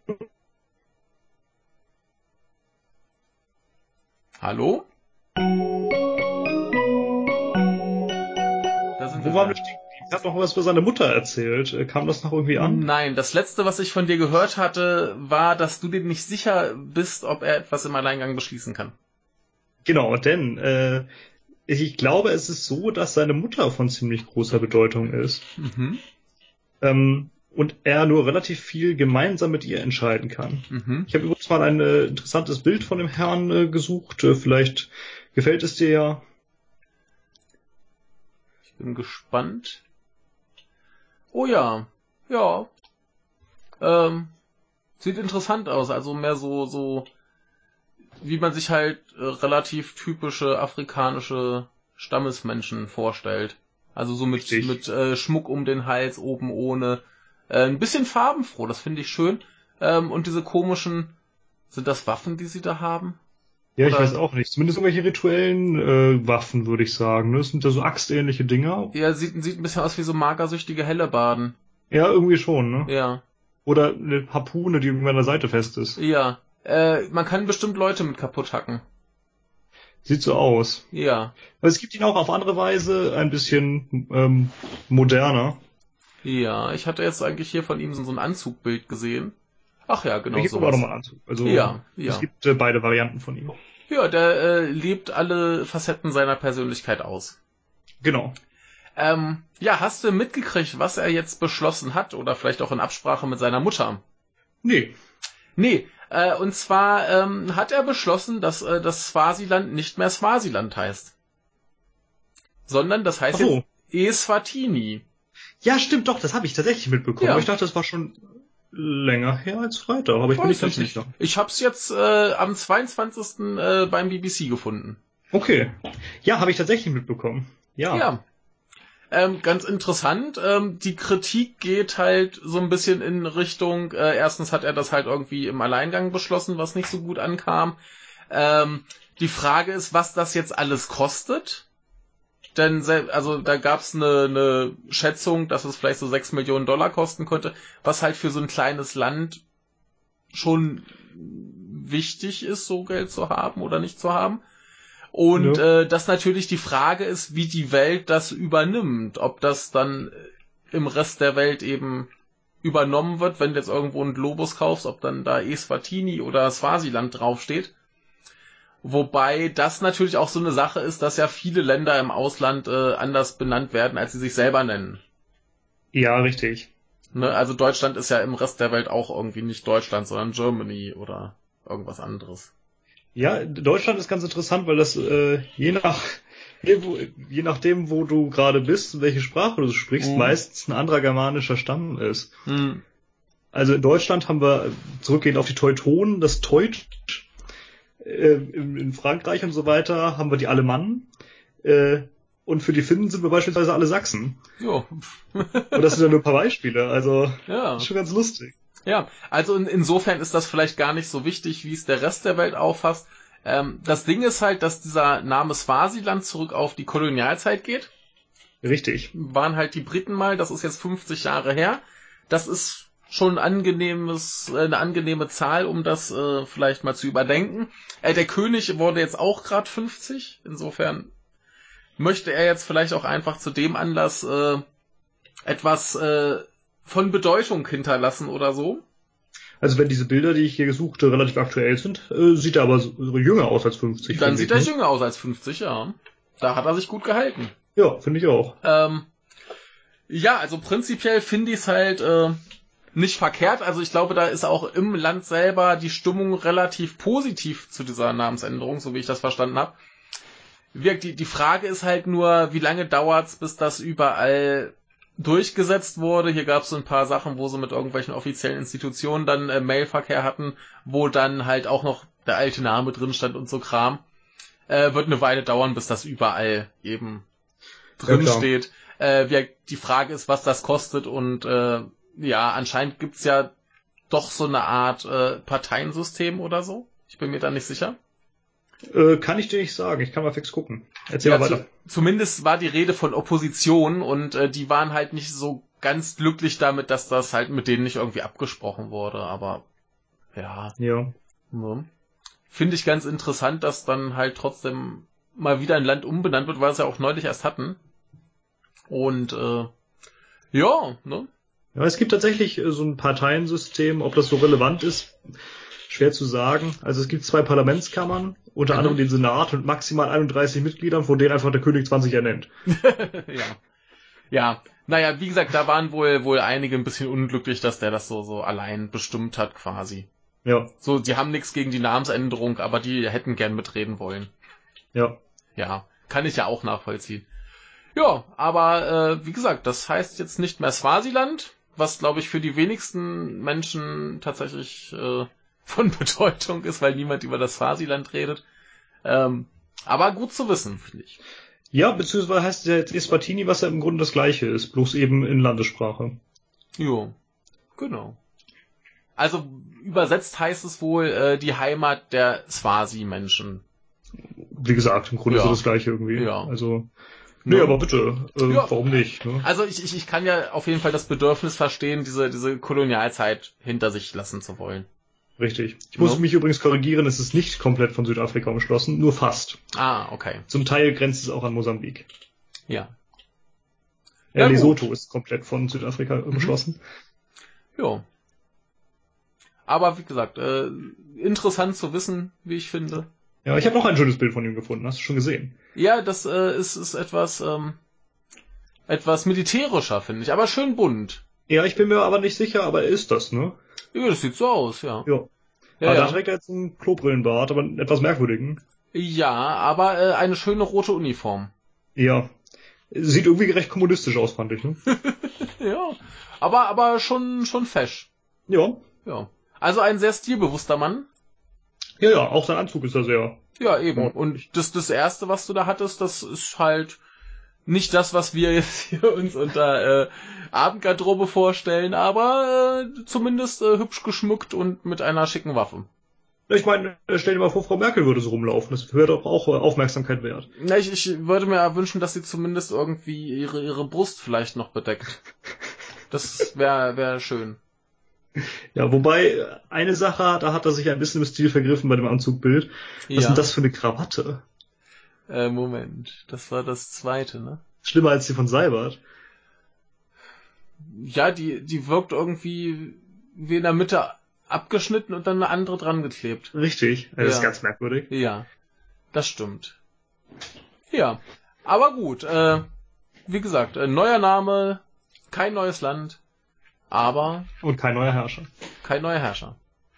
Hallo? Wo waren wir stehen? Ich habe noch was über seine Mutter erzählt. Kam das noch irgendwie an? Nein, das letzte, was ich von dir gehört hatte, war, dass du dir nicht sicher bist, ob er etwas im Alleingang beschließen kann. Genau, denn ich glaube, es ist so, dass seine Mutter von ziemlich großer Bedeutung ist. Mhm. Und er nur relativ viel gemeinsam mit ihr entscheiden kann. Mhm. Ich habe übrigens mal ein interessantes Bild von dem Herrn gesucht. Vielleicht gefällt es dir ja. Ich bin gespannt. Oh ja. Ja. Sieht interessant aus. Also mehr so wie man sich halt relativ typische afrikanische Stammesmenschen vorstellt. Also so mit Schmuck um den Hals, oben ohne. Ein bisschen farbenfroh, das finde ich schön. Und diese komischen, sind das Waffen, die sie da haben? Ja, ich weiß auch nicht. Zumindest irgendwelche rituellen Waffen, würde ich sagen. Das sind ja so axtähnliche Dinger. Ja, sieht ein bisschen aus wie so magersüchtige Hellebarden. Ja, irgendwie schon, ne? Ja. Oder eine Harpune, die irgendwie an der Seite fest ist. Ja. Man kann bestimmt Leute mit kaputt hacken. Sieht so aus. Ja. Aber es gibt ihn auch auf andere Weise ein bisschen moderner. Ja, ich hatte jetzt eigentlich hier von ihm so ein Anzugbild gesehen. Ach ja, genau so. Ich gebe auch nochmal einen Anzug. Also ja. Es gibt beide Varianten von ihm. Ja, der lebt alle Facetten seiner Persönlichkeit aus. Genau. Ja, hast du mitgekriegt, was er jetzt beschlossen hat? Oder vielleicht auch in Absprache mit seiner Mutter? Nee. Und zwar hat er beschlossen, dass das Swasiland nicht mehr Swasiland heißt. Sondern das heißt jetzt Eswatini. Ja, stimmt doch, das habe ich tatsächlich mitbekommen. Ja. Aber ich dachte, das war schon länger her als Freitag, aber ich bin nicht ganz sicher. Ich hab's jetzt am 22. Beim BBC gefunden. Okay. Ja, habe ich tatsächlich mitbekommen. Ja. Ja. Ganz interessant. Die Kritik geht halt so ein bisschen in Richtung, erstens hat er das halt irgendwie im Alleingang beschlossen, was nicht so gut ankam. Die Frage ist, was das jetzt alles kostet. Denn also da gab's eine Schätzung, dass es vielleicht so 6 Millionen Dollar kosten könnte, was halt für so ein kleines Land schon wichtig ist, so Geld zu haben oder nicht zu haben. Und dass natürlich die Frage ist, wie die Welt das übernimmt. Ob das dann im Rest der Welt eben übernommen wird, wenn du jetzt irgendwo einen Globus kaufst, ob dann da Eswatini oder Swasiland draufsteht. Wobei das natürlich auch so eine Sache ist, dass ja viele Länder im Ausland anders benannt werden, als sie sich selber nennen. Ja, richtig. Ne? Also Deutschland ist ja im Rest der Welt auch irgendwie nicht Deutschland, sondern Germany oder irgendwas anderes. Ja, Deutschland ist ganz interessant, weil das je nachdem, wo du gerade bist und welche Sprache du sprichst, meistens ein anderer germanischer Stamm ist. Also in Deutschland haben wir, zurückgehend auf die Teutonen, das Teutsch. In Frankreich und so weiter haben wir die Alemannen. Und für die Finnen sind wir beispielsweise alle Sachsen. Jo. Und das sind ja nur ein paar Beispiele. Also ja. Ist schon ganz lustig. Ja, also insofern ist das vielleicht gar nicht so wichtig, wie es der Rest der Welt auffasst. Das Ding ist halt, dass dieser Name Swasiland zurück auf die Kolonialzeit geht. Richtig. Waren halt die Briten mal, das ist jetzt 50 Jahre her. Das ist schon eine angenehme Zahl, um das vielleicht mal zu überdenken. Der König wurde jetzt auch gerade 50, insofern möchte er jetzt vielleicht auch einfach zu dem Anlass etwas von Bedeutung hinterlassen oder so. Also wenn diese Bilder, die ich hier gesuchte, relativ aktuell sind, sieht er aber so jünger aus als 50. Dann sieht er jünger aus als 50, ja. Da hat er sich gut gehalten. Ja, finde ich auch. Ja, also prinzipiell finde ich es halt nicht verkehrt. Also ich glaube, da ist auch im Land selber die Stimmung relativ positiv zu dieser Namensänderung, so wie ich das verstanden habe. Die Frage ist halt nur, wie lange dauert's, bis das überall durchgesetzt wurde. Hier gab es so ein paar Sachen, wo sie mit irgendwelchen offiziellen Institutionen dann Mailverkehr hatten, wo dann halt auch noch der alte Name drin stand und so Kram. Wird eine Weile dauern, bis das überall eben drin steht. Die Frage ist, was das kostet und ja, anscheinend gibt's ja doch so eine Art Parteiensystem oder so. Ich bin mir da nicht sicher. Kann ich dir nicht sagen. Ich kann mal fix gucken. Erzähl mal weiter. Zumindest war die Rede von Opposition und die waren halt nicht so ganz glücklich damit, dass das halt mit denen nicht irgendwie abgesprochen wurde. Aber ja. Ne? Finde ich ganz interessant, dass dann halt trotzdem mal wieder ein Land umbenannt wird, weil wir es ja auch neulich erst hatten. Und ja, ne? Ja, es gibt tatsächlich so ein Parteiensystem, ob das so relevant ist. Schwer zu sagen. Also es gibt 2 Parlamentskammern, unter anderem den Senat mit maximal 31 Mitgliedern, von denen einfach der König 20 ernennt. Ja. Naja, wie gesagt, da waren wohl einige ein bisschen unglücklich, dass der das so allein bestimmt hat quasi. Ja. So, die haben nichts gegen die Namensänderung, aber die hätten gern mitreden wollen. Ja. Ja, kann ich ja auch nachvollziehen. Ja, aber wie gesagt, das heißt jetzt nicht mehr Swasiland, was glaube ich für die wenigsten Menschen tatsächlich von Bedeutung ist, weil niemand über das Swasiland redet. Aber gut zu wissen, finde ich. Ja, beziehungsweise heißt es ja jetzt Eswatini, was ja im Grunde das Gleiche ist, bloß eben in Landessprache. Jo, genau. Also übersetzt heißt es wohl die Heimat der Swasi-Menschen. Wie gesagt, im Grunde ist das Gleiche irgendwie. Ja. Also, nee, aber bitte, warum nicht? Ne? Also ich kann ja auf jeden Fall das Bedürfnis verstehen, diese Kolonialzeit hinter sich lassen zu wollen. Richtig. Ich muss mich übrigens korrigieren, es ist nicht komplett von Südafrika umschlossen, nur fast. Ah, okay. Zum Teil grenzt es auch an Mosambik. Ja. Lesotho ist komplett von Südafrika umschlossen. Ja. Aber wie gesagt, interessant zu wissen, wie ich finde. Ja, ich habe noch ein schönes Bild von ihm gefunden. Hast du schon gesehen? Ja, das ist etwas militärischer, finde ich, aber schön bunt. Ja, ich bin mir aber nicht sicher, aber ist das, ne? Ja, das sieht so aus, ja. Ja. Aber da trägt er jetzt einen Klobrillenbart, aber einen etwas merkwürdigen. Ja, aber eine schöne rote Uniform. Ja. Sieht irgendwie recht kommunistisch aus, fand ich, ne? Ja. Aber schon fesch. Ja. Ja. Also ein sehr stilbewusster Mann. Ja, ja, auch sein Anzug ist da sehr... Ja, eben. Und das erste, was du da hattest, das ist halt nicht das, was wir jetzt hier uns unter Abendgarderobe vorstellen, aber zumindest hübsch geschmückt und mit einer schicken Waffe. Ich meine, stell dir mal vor, Frau Merkel würde so rumlaufen. Das wäre doch auch Aufmerksamkeit wert. Na, ich würde mir wünschen, dass sie zumindest irgendwie ihre Brust vielleicht noch bedeckt. Das wär schön. Ja, wobei, eine Sache, da hat er sich ein bisschen im Stil vergriffen bei dem Anzugbild. Was ist denn das für eine Krawatte? Moment, das war das zweite, ne? Schlimmer als die von Seibert. Ja, die wirkt irgendwie wie in der Mitte abgeschnitten und dann eine andere dran geklebt. Richtig, das ist ganz merkwürdig. Ja, das stimmt. Ja, aber gut, wie gesagt, neuer Name, kein neues Land, aber... Und kein neuer Herrscher. Kein neuer Herrscher.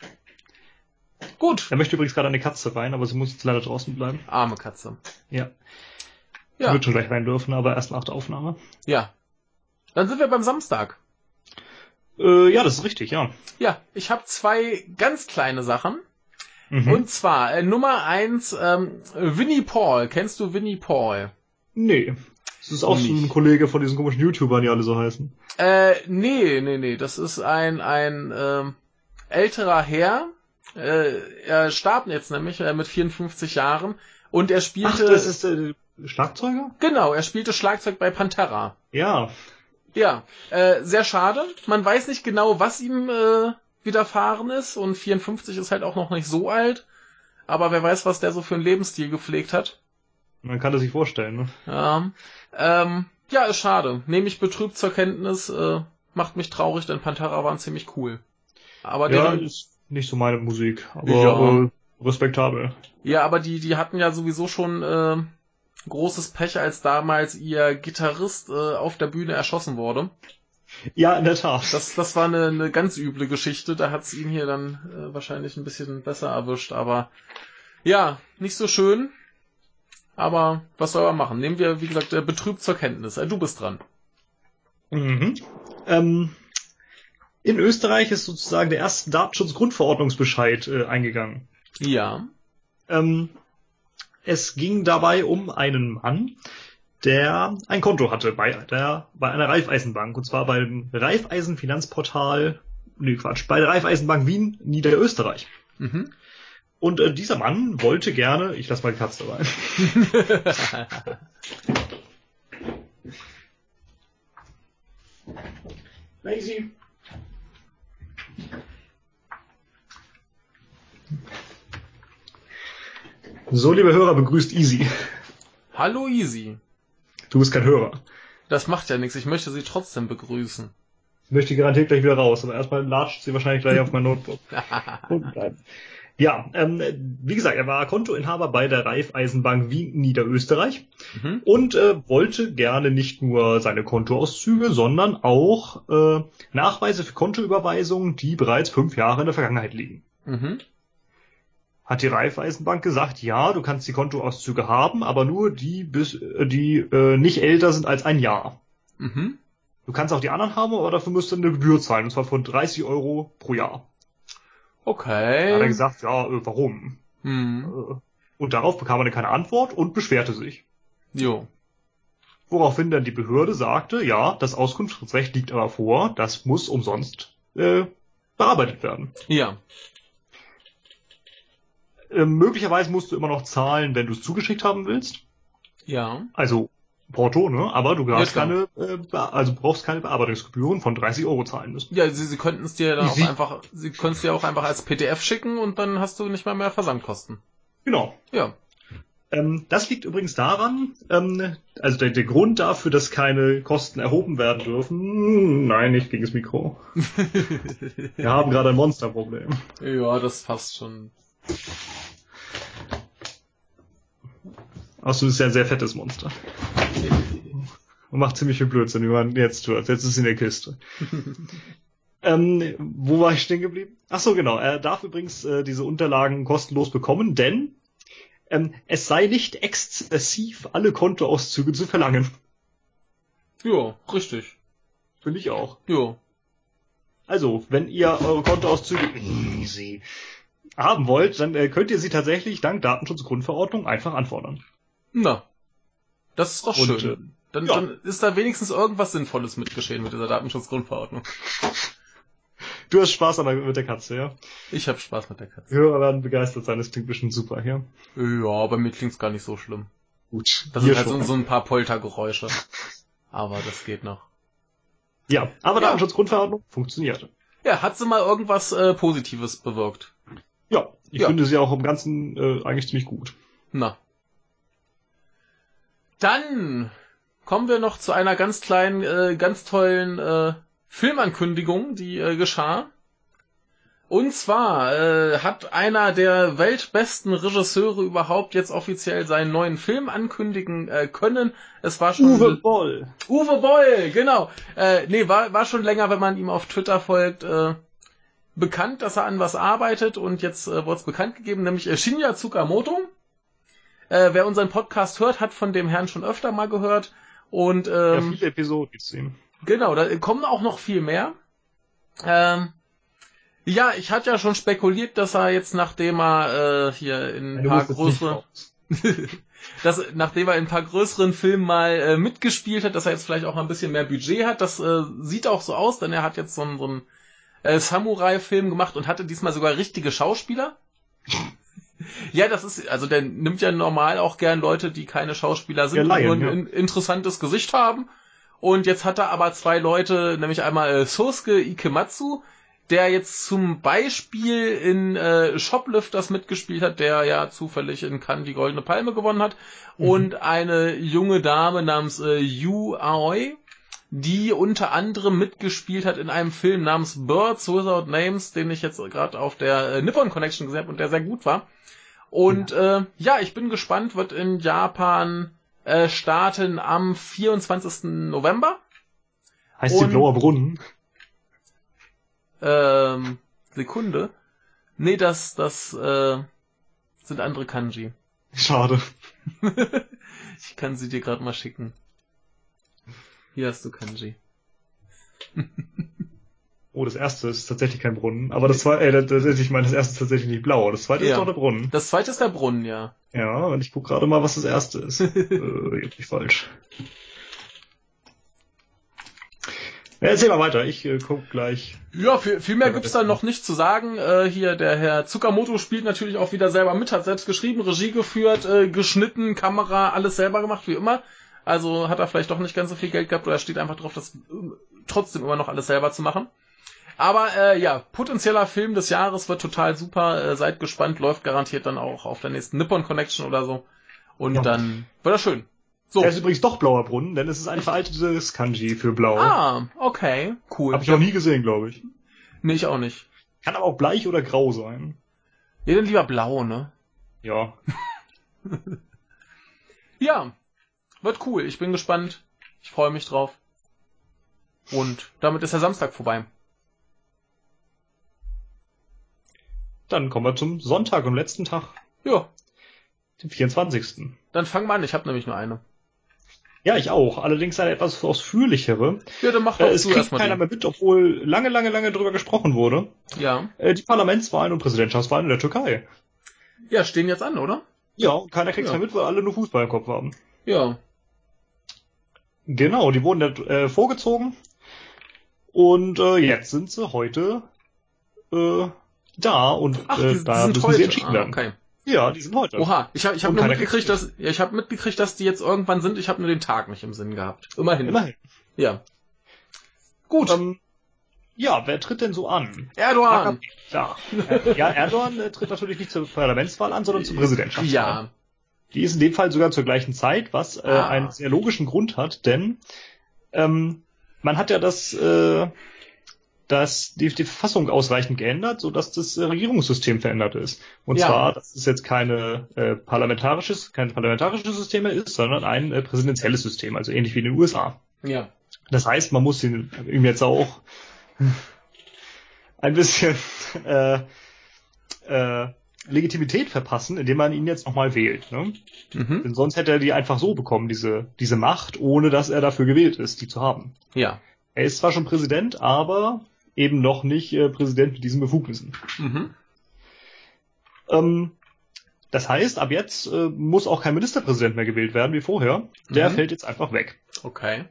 Gut. Er möchte übrigens gerade eine Katze rein, aber sie muss jetzt leider draußen bleiben. Arme Katze. Ja. Die wird schon gleich rein dürfen, aber erst nach der Aufnahme. Ja. Dann sind wir beim Samstag. Ja, das ist richtig, ja. Ja, ich habe 2 ganz kleine Sachen. Mhm. Und zwar Nummer 1, Winnie Paul. Kennst du Winnie Paul? Nee. Das ist auch so ein Kollege von diesen komischen YouTubern, die alle so heißen. Nee. Das ist ein älterer Herr. Er starb jetzt nämlich mit 54 Jahren. Und er spielte... Ach, das ist Schlagzeuger? Genau, er spielte Schlagzeug bei Pantera. Ja. Ja, sehr schade. Man weiß nicht genau, was ihm widerfahren ist. Und 54 ist halt auch noch nicht so alt. Aber wer weiß, was der so für einen Lebensstil gepflegt hat. Man kann das sich vorstellen, ne? Ja, ist schade. Nehme ich betrübt zur Kenntnis. Macht mich traurig, denn Pantera waren ziemlich cool. Aber ja, ist nicht so meine Musik. Aber respektabel. Ja, aber die hatten ja sowieso schon großes Pech, als damals ihr Gitarrist auf der Bühne erschossen wurde. Ja, in der Tat. Das war eine ganz üble Geschichte. Da hat's ihn hier dann wahrscheinlich ein bisschen besser erwischt. Aber ja, nicht so schön. Aber was soll man machen? Nehmen wir, wie gesagt, betrübt zur Kenntnis. Du bist dran. Mhm. In Österreich ist sozusagen der erste Datenschutzgrundverordnungsbescheid eingegangen. Ja. Es ging dabei um einen Mann, der ein Konto hatte bei einer Raiffeisenbank, und zwar beim Raiffeisenfinanzportal, bei der Raiffeisenbank Wien, Niederösterreich. Mhm. Und dieser Mann wollte gerne, ich lass mal die Katze rein. Lazy. So, liebe Hörer, begrüßt Easy. Hallo Easy. Du bist kein Hörer. Das macht ja nichts, ich möchte sie trotzdem begrüßen. Ich möchte garantiert gleich wieder raus, aber erstmal latscht sie wahrscheinlich gleich auf mein Notebook. Ja, wie gesagt, er war Kontoinhaber bei der Raiffeisenbank Wien Niederösterreich und wollte gerne nicht nur seine Kontoauszüge, sondern auch Nachweise für Kontoüberweisungen, die bereits 5 Jahre in der Vergangenheit liegen. Mhm. Hat die Raiffeisenbank gesagt, ja, du kannst die Kontoauszüge haben, aber nur die nicht älter sind als ein Jahr. Mhm. Du kannst auch die anderen haben, aber dafür musst du eine Gebühr zahlen, und zwar von 30 Euro pro Jahr. Okay. Da hat er gesagt, ja, warum? Und darauf bekam er keine Antwort und beschwerte sich. Jo. Woraufhin dann die Behörde sagte, ja, das Auskunftsrecht liegt aber vor, das muss umsonst bearbeitet werden. Ja. Möglicherweise musst du immer noch zahlen, wenn du es zugeschickt haben willst. Ja. Also Porto, ne? Aber du brauchst keine Bearbeitungsgebühren von 30 Euro zahlen müssen. Ja, sie könnten es dir dann auch einfach, sie können es dir auch einfach als PDF schicken und dann hast du nicht mehr Versandkosten. Genau. Ja. Das liegt übrigens daran, also der Grund dafür, dass keine Kosten erhoben werden dürfen, nein, nicht gegen das Mikro. Wir haben gerade ein Monsterproblem. Ja, das passt schon. Außerdem ist ja ein sehr fettes Monster. Und macht ziemlich viel Blödsinn, wie man jetzt hört. Jetzt ist es in der Kiste. Wo war ich stehen geblieben? Ach so, genau. Er darf übrigens diese Unterlagen kostenlos bekommen, denn es sei nicht exzessiv, alle Kontoauszüge zu verlangen. Ja, richtig. Finde ich auch. Ja. Also, wenn ihr eure Kontoauszüge... Easy. haben wollt, dann könnt ihr sie tatsächlich dank Datenschutzgrundverordnung einfach anfordern. Na, das ist doch Und, schön. Dann ja. ist da wenigstens irgendwas Sinnvolles mitgeschehen mit dieser Datenschutzgrundverordnung. Du hast Spaß mit der Katze, ja? Ich habe Spaß mit der Katze. Hörer werden begeistert sein, das klingt bestimmt super hier. Ja, bei mir klingt's gar nicht so schlimm. Gut. Das sind halt so ein paar Poltergeräusche. Aber das geht noch. Ja, aber Datenschutzgrundverordnung funktioniert. Ja, hat sie mal irgendwas Positives bewirkt? Ja, ich finde sie auch im Ganzen eigentlich ziemlich gut. Na. Dann kommen wir noch zu einer ganz kleinen, ganz tollen Filmankündigung, die geschah. Und zwar hat einer der weltbesten Regisseure überhaupt jetzt offiziell seinen neuen Film ankündigen können. Es war schon Uwe Boll. Uwe Boll, genau. War schon länger, wenn man ihm auf Twitter folgt, bekannt, dass er an was arbeitet, und jetzt wurde es bekannt gegeben, nämlich Shinya Tsukamoto. Wer unseren Podcast hört, hat von dem Herrn schon öfter mal gehört. Und viele Episoden gibt's ihm. Genau, da kommen auch noch viel mehr. Ja, ich hatte ja schon spekuliert, dass er jetzt, nachdem er hier in ein paar größeren nachdem er in ein paar größeren Filmen mal mitgespielt hat, dass er jetzt vielleicht auch ein bisschen mehr Budget hat. Das sieht auch so aus, denn er hat jetzt so einen Samurai-Film gemacht und hatte diesmal sogar richtige Schauspieler. Ja, das ist, also der nimmt ja normal auch gern Leute, die keine Schauspieler sind, ja, nur ein interessantes Gesicht haben. Und jetzt hat er aber zwei Leute, nämlich einmal Sosuke Ikematsu, der jetzt zum Beispiel in Shoplifters mitgespielt hat, der ja zufällig in Cannes die Goldene Palme gewonnen hat, und eine junge Dame namens Yu Aoi, die unter anderem mitgespielt hat in einem Film namens Birds Without Names, den ich jetzt gerade auf der Nippon Connection gesehen habe und der sehr gut war. Und ich bin gespannt, wird in Japan starten am 24. November. Heißt die Blauer Brunnen? Sekunde. Nee, das sind andere Kanji. Schade. Ich kann sie dir gerade mal schicken. Hier hast du Kanji. Oh, das erste ist tatsächlich kein Brunnen. Aber das zweite, ich meine, das erste ist tatsächlich nicht blau. Das zweite ist doch der Brunnen. Das zweite ist der Brunnen, ja. Ja, und ich gucke gerade mal, was das erste ist. Jetzt bin ich falsch. Ja, erzähl mal weiter, ich guck gleich. Ja, viel mehr gibt's da noch nicht zu sagen. Hier, der Herr Tsukamoto spielt natürlich auch wieder selber mit, hat selbst geschrieben, Regie geführt, geschnitten, Kamera, alles selber gemacht, wie immer. Also hat er vielleicht doch nicht ganz so viel Geld gehabt, oder steht einfach drauf, das trotzdem immer noch alles selber zu machen. Aber potenzieller Film des Jahres, wird total super, seid gespannt, läuft garantiert dann auch auf der nächsten Nippon Connection oder so. Und dann wird das schön. So. Der ist übrigens doch Blauer Brunnen, denn es ist ein veraltetes Kanji für blau. Ah, okay, cool. Hab ich noch nie gesehen, glaube ich. Nee, ich auch nicht. Kann aber auch bleich oder grau sein. Ja, dann lieber blau, ne? Ja. Ja, wird cool. Ich bin gespannt. Ich freue mich drauf. Und damit ist der Samstag vorbei. Dann kommen wir zum Sonntag, am letzten Tag. Ja. Dem 24. Dann fangen wir an. Ich habe nämlich nur eine. Ja, ich auch. Allerdings eine etwas ausführlichere. Ja, dann mach doch es kriegt keiner mehr mit, obwohl lange drüber gesprochen wurde. Ja. Die Parlamentswahlen und Präsidentschaftswahlen in der Türkei. Ja, stehen jetzt an, oder? Ja, und keiner kriegt's mehr mit, weil alle nur Fußball im Kopf haben. Ja. Genau, die wurden vorgezogen. Und jetzt sind sie heute da und da müssen sie entschieden werden. Okay. Ja, die sind heute. Oha, ich hab nur mitgekriegt, dass die jetzt irgendwann sind. Ich habe nur den Tag nicht im Sinn gehabt. Immerhin. Ja. Gut. Ja, wer tritt denn so an? Erdogan. Ja, Erdogan tritt natürlich nicht zur Parlamentswahl an, sondern zur Präsidentschaftswahl. Ja. Die ist in dem Fall sogar zur gleichen Zeit, was einen sehr logischen Grund hat, denn man hat ja die Verfassung ausreichend geändert, sodass das Regierungssystem verändert ist. Und zwar, dass es jetzt kein parlamentarisches System mehr ist, sondern ein präsidentielles System, also ähnlich wie in den USA. Ja. Das heißt, man muss ihm jetzt auch ein bisschen Legitimität verpassen, indem man ihn jetzt nochmal wählt. Ne? Mhm. Denn sonst hätte er die einfach so bekommen, diese Macht, ohne dass er dafür gewählt ist, die zu haben. Ja. Er ist zwar schon Präsident, aber eben noch nicht Präsident mit diesen Befugnissen. Mhm. Das heißt, ab jetzt muss auch kein Ministerpräsident mehr gewählt werden wie vorher. Der fällt jetzt einfach weg. Okay.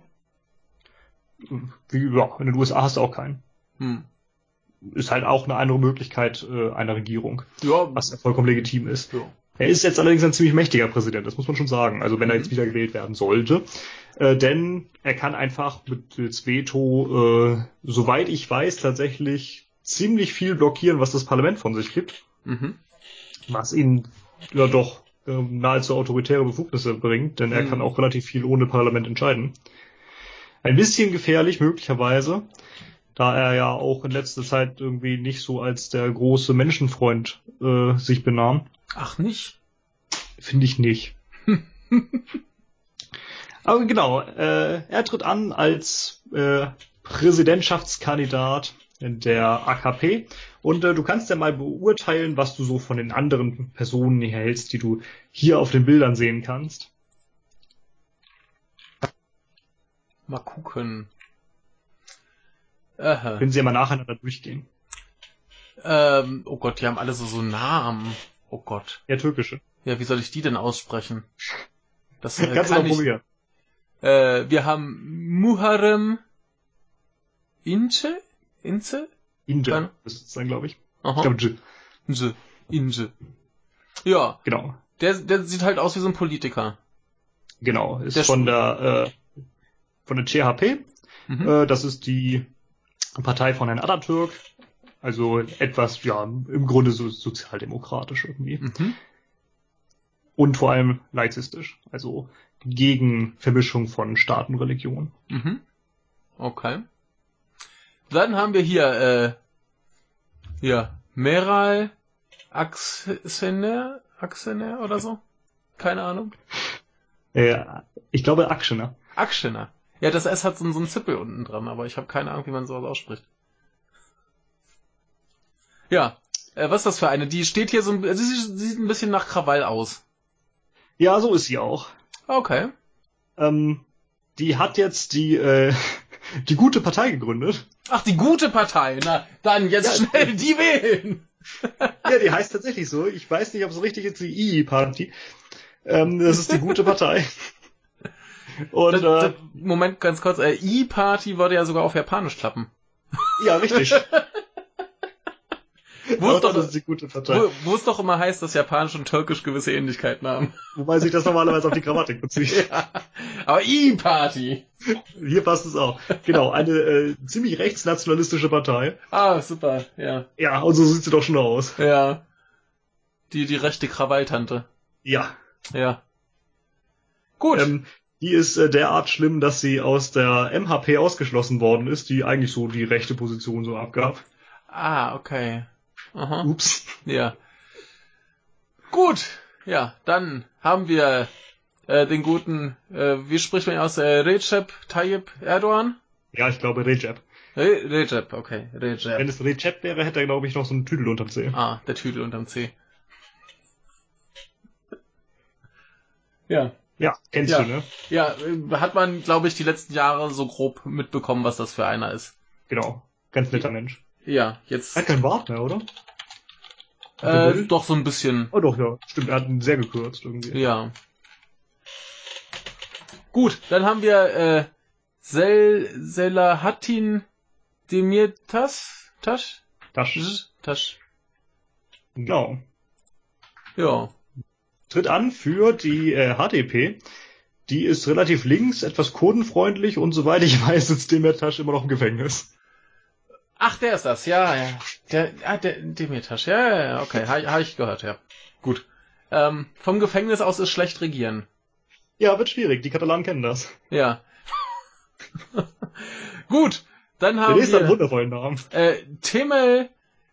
Ja, in den USA hast du auch keinen. Ist halt auch eine andere Möglichkeit einer Regierung, Ja. was ja vollkommen legitim ist. Ja. Er ist jetzt allerdings ein ziemlich mächtiger Präsident, das muss man schon sagen. Also wenn er jetzt wieder gewählt werden sollte. Denn er kann einfach mit Veto, soweit ich weiß, tatsächlich ziemlich viel blockieren, was das Parlament von sich gibt. Was ihn ja doch nahezu autoritäre Befugnisse bringt, denn er kann auch relativ viel ohne Parlament entscheiden. Ein bisschen gefährlich möglicherweise, da er ja auch in letzter Zeit irgendwie nicht so als der große Menschenfreund sich benahm. Ach nicht? Finde ich nicht. Aber genau, er tritt an als Präsidentschaftskandidat der AKP und du kannst ja mal beurteilen, was du so von den anderen Personen hier hältst, die du hier auf den Bildern sehen kannst. Mal gucken. Können sie ja mal nacheinander durchgehen. Oh Gott, die haben alle so Namen. Oh Gott. Ja, türkische. Ja, wie soll ich die denn aussprechen? Das kannst du mal probieren. Wir haben Muharrem Ince? Ince ist es dann, glaube ich. Aha. Ich glaube, Ince. Ja. Genau. Der sieht halt aus wie so ein Politiker. Genau. Ist von der CHP. Das ist die Partei von Herrn Atatürk. Also etwas, ja, im Grunde so sozialdemokratisch irgendwie. Und vor allem laizistisch. Also gegen Vermischung von Staat und Religion. Okay. Dann haben wir hier, Meral Akşener oder so? Keine Ahnung. Ich glaube Akşener. Akşener. Ja, das S hat so einen Zippel unten dran, aber ich habe keine Ahnung, wie man sowas ausspricht. Ja, was ist das für eine? Die steht hier sie sieht ein bisschen nach Krawall aus. Ja, so ist sie auch. Okay. Die hat jetzt die gute Partei gegründet. Ach, die gute Partei. Na, dann jetzt schnell die wählen. Ja, die heißt tatsächlich so. Ich weiß nicht, ob es richtig ist, die II-Party. Das ist die gute Partei. Und Moment, ganz kurz. I-Party würde ja sogar auf Japanisch klappen. Ja, richtig. Das ist die gute Partei. Wo es doch immer heißt, dass Japanisch und Türkisch gewisse Ähnlichkeiten haben. Wobei sich das normalerweise auf die Grammatik bezieht. Ja, aber I-Party. Hier passt es auch. Genau, eine ziemlich rechtsnationalistische Partei. Ah, super, ja. Ja, und so sieht sie doch schon aus. Ja. Die rechte Krawalltante. Ja. Ja. Gut. Die ist derart schlimm, dass sie aus der MHP ausgeschlossen worden ist, die eigentlich so die rechte Position so abgab. Ah, okay. Aha. Ups. Ja. Gut. Ja, dann haben wir den guten, wie spricht man ihn aus, Recep Tayyip Erdogan? Ja, ich glaube Recep. Recep, okay. Recep. Wenn es Recep wäre, hätte er, glaube ich, noch so einen Tüdel unterm C. Ah, der Tüdel unterm C. Ja. Ja, kennst du, ne? Ja, hat man, glaube ich, die letzten Jahre so grob mitbekommen, was das für einer ist. Genau. Ganz netter Mensch. Ja, jetzt... Er hat keinen Bart mehr, oder? Doch so ein bisschen. Oh doch, ja. Stimmt, er hat ihn sehr gekürzt irgendwie. Ja. Gut, dann haben wir Selahattin Demirtas. Tasch. Genau. Ja. Tritt an für die HDP. Die ist relativ links, etwas kurdenfreundlich und soweit ich weiß, sitzt Demirtas immer noch im Gefängnis. Ach, der ist das, ja. Der Demirtas, ja, okay, hab ich gehört, ja. Gut. Vom Gefängnis aus ist schlecht regieren. Ja, wird schwierig, die Katalanen kennen das. Ja. Gut, dann haben wir... Der ist einen wundervollen Namen. Temel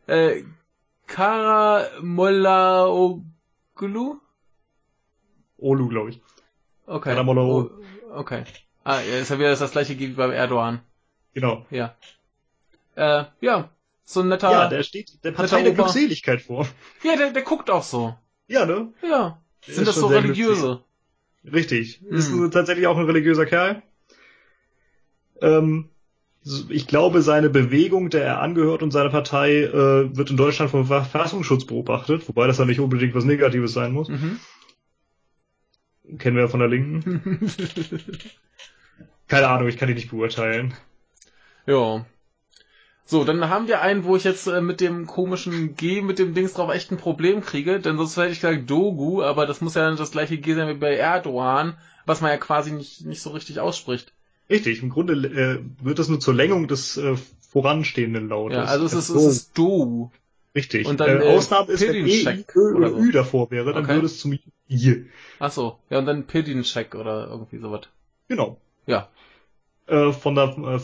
Karamollaoglu? Olu, glaube ich. Okay. Karamollaoglu. Okay. Ah, ist ja wieder das gleiche wie beim Erdogan. Genau. Ja. Ja, so ein netter... Ja, der steht der Partei der Glückseligkeit vor. Ja, der guckt auch so. Ja, ne? Ja. Sind das so religiöse? Richtig. Ist tatsächlich auch ein religiöser Kerl. ich glaube, seine Bewegung, der er angehört und seine Partei wird in Deutschland vom Verfassungsschutz beobachtet, wobei das ja nicht unbedingt was Negatives sein muss. Mhm. Kennen wir ja von der Linken. Keine Ahnung, ich kann die nicht beurteilen. Ja. So, dann haben wir einen, wo ich jetzt mit dem komischen G, mit dem Dings drauf echt ein Problem kriege, denn sonst hätte ich gesagt Dogu, aber das muss ja das gleiche G sein wie bei Erdogan, was man ja quasi nicht so richtig ausspricht. Richtig, im Grunde wird das nur zur Längung des voranstehenden Lautes. Ja, also es ist Do. Richtig. Und dann Ausnahme ist, wenn E, Ö oder so. Ü davor wäre, dann würde es zum I. Ach so, ja, und dann Pedincheck oder irgendwie sowas. Genau. Ja. Von der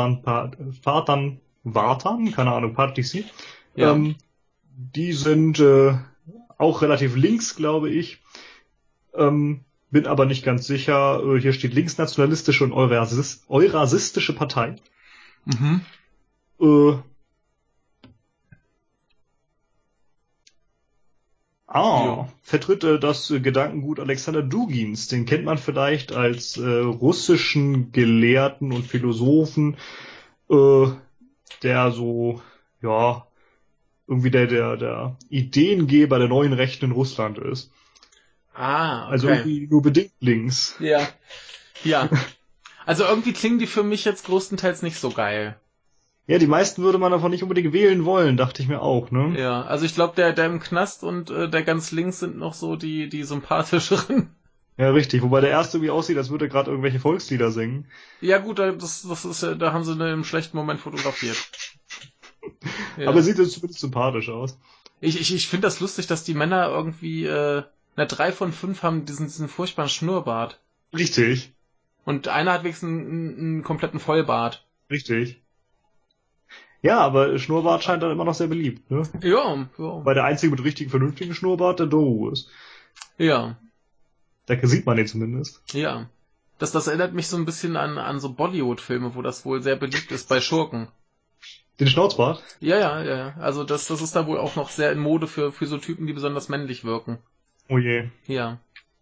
Vartan, keine Ahnung, Partisi. Ja. Die sind auch relativ links, glaube ich. Bin aber nicht ganz sicher. Hier steht linksnationalistische und eurasistische Partei. Mhm. Vertritt das Gedankengut Alexander Dugins. Den kennt man vielleicht als russischen Gelehrten und Philosophen, der so, ja, irgendwie der Ideengeber der neuen Rechten in Russland ist. Ah, okay. Also irgendwie nur bedingt links. Ja. Ja. Also irgendwie klingen die für mich jetzt größtenteils nicht so geil. Ja, die meisten würde man davon nicht unbedingt wählen wollen, dachte ich mir auch, ne? Ja, also ich glaube, der im Knast und der ganz links sind noch so die sympathischeren. Ja, richtig. Wobei der erste irgendwie aussieht, als würde er gerade irgendwelche Volkslieder singen. Ja gut, das ist ja, da haben sie einen schlechten Moment fotografiert. Ja. Aber er sieht jetzt zumindest sympathisch aus. Ich finde das lustig, dass die Männer irgendwie 3 von 5 haben diesen furchtbaren Schnurrbart. Richtig. Und einer hat wenigstens einen kompletten Vollbart. Richtig. Ja, aber Schnurrbart scheint dann immer noch sehr beliebt, ne? Ja. Weil der einzige mit richtigen, vernünftigen Schnurrbart der Doru ist. Ja. Da sieht man den zumindest. Ja. Das erinnert mich so ein bisschen an so Bollywood-Filme, wo das wohl sehr beliebt ist bei Schurken. Den Schnauzbart? Ja. Also das ist da wohl auch noch sehr in Mode für so Typen, die besonders männlich wirken. Oh je. Ja.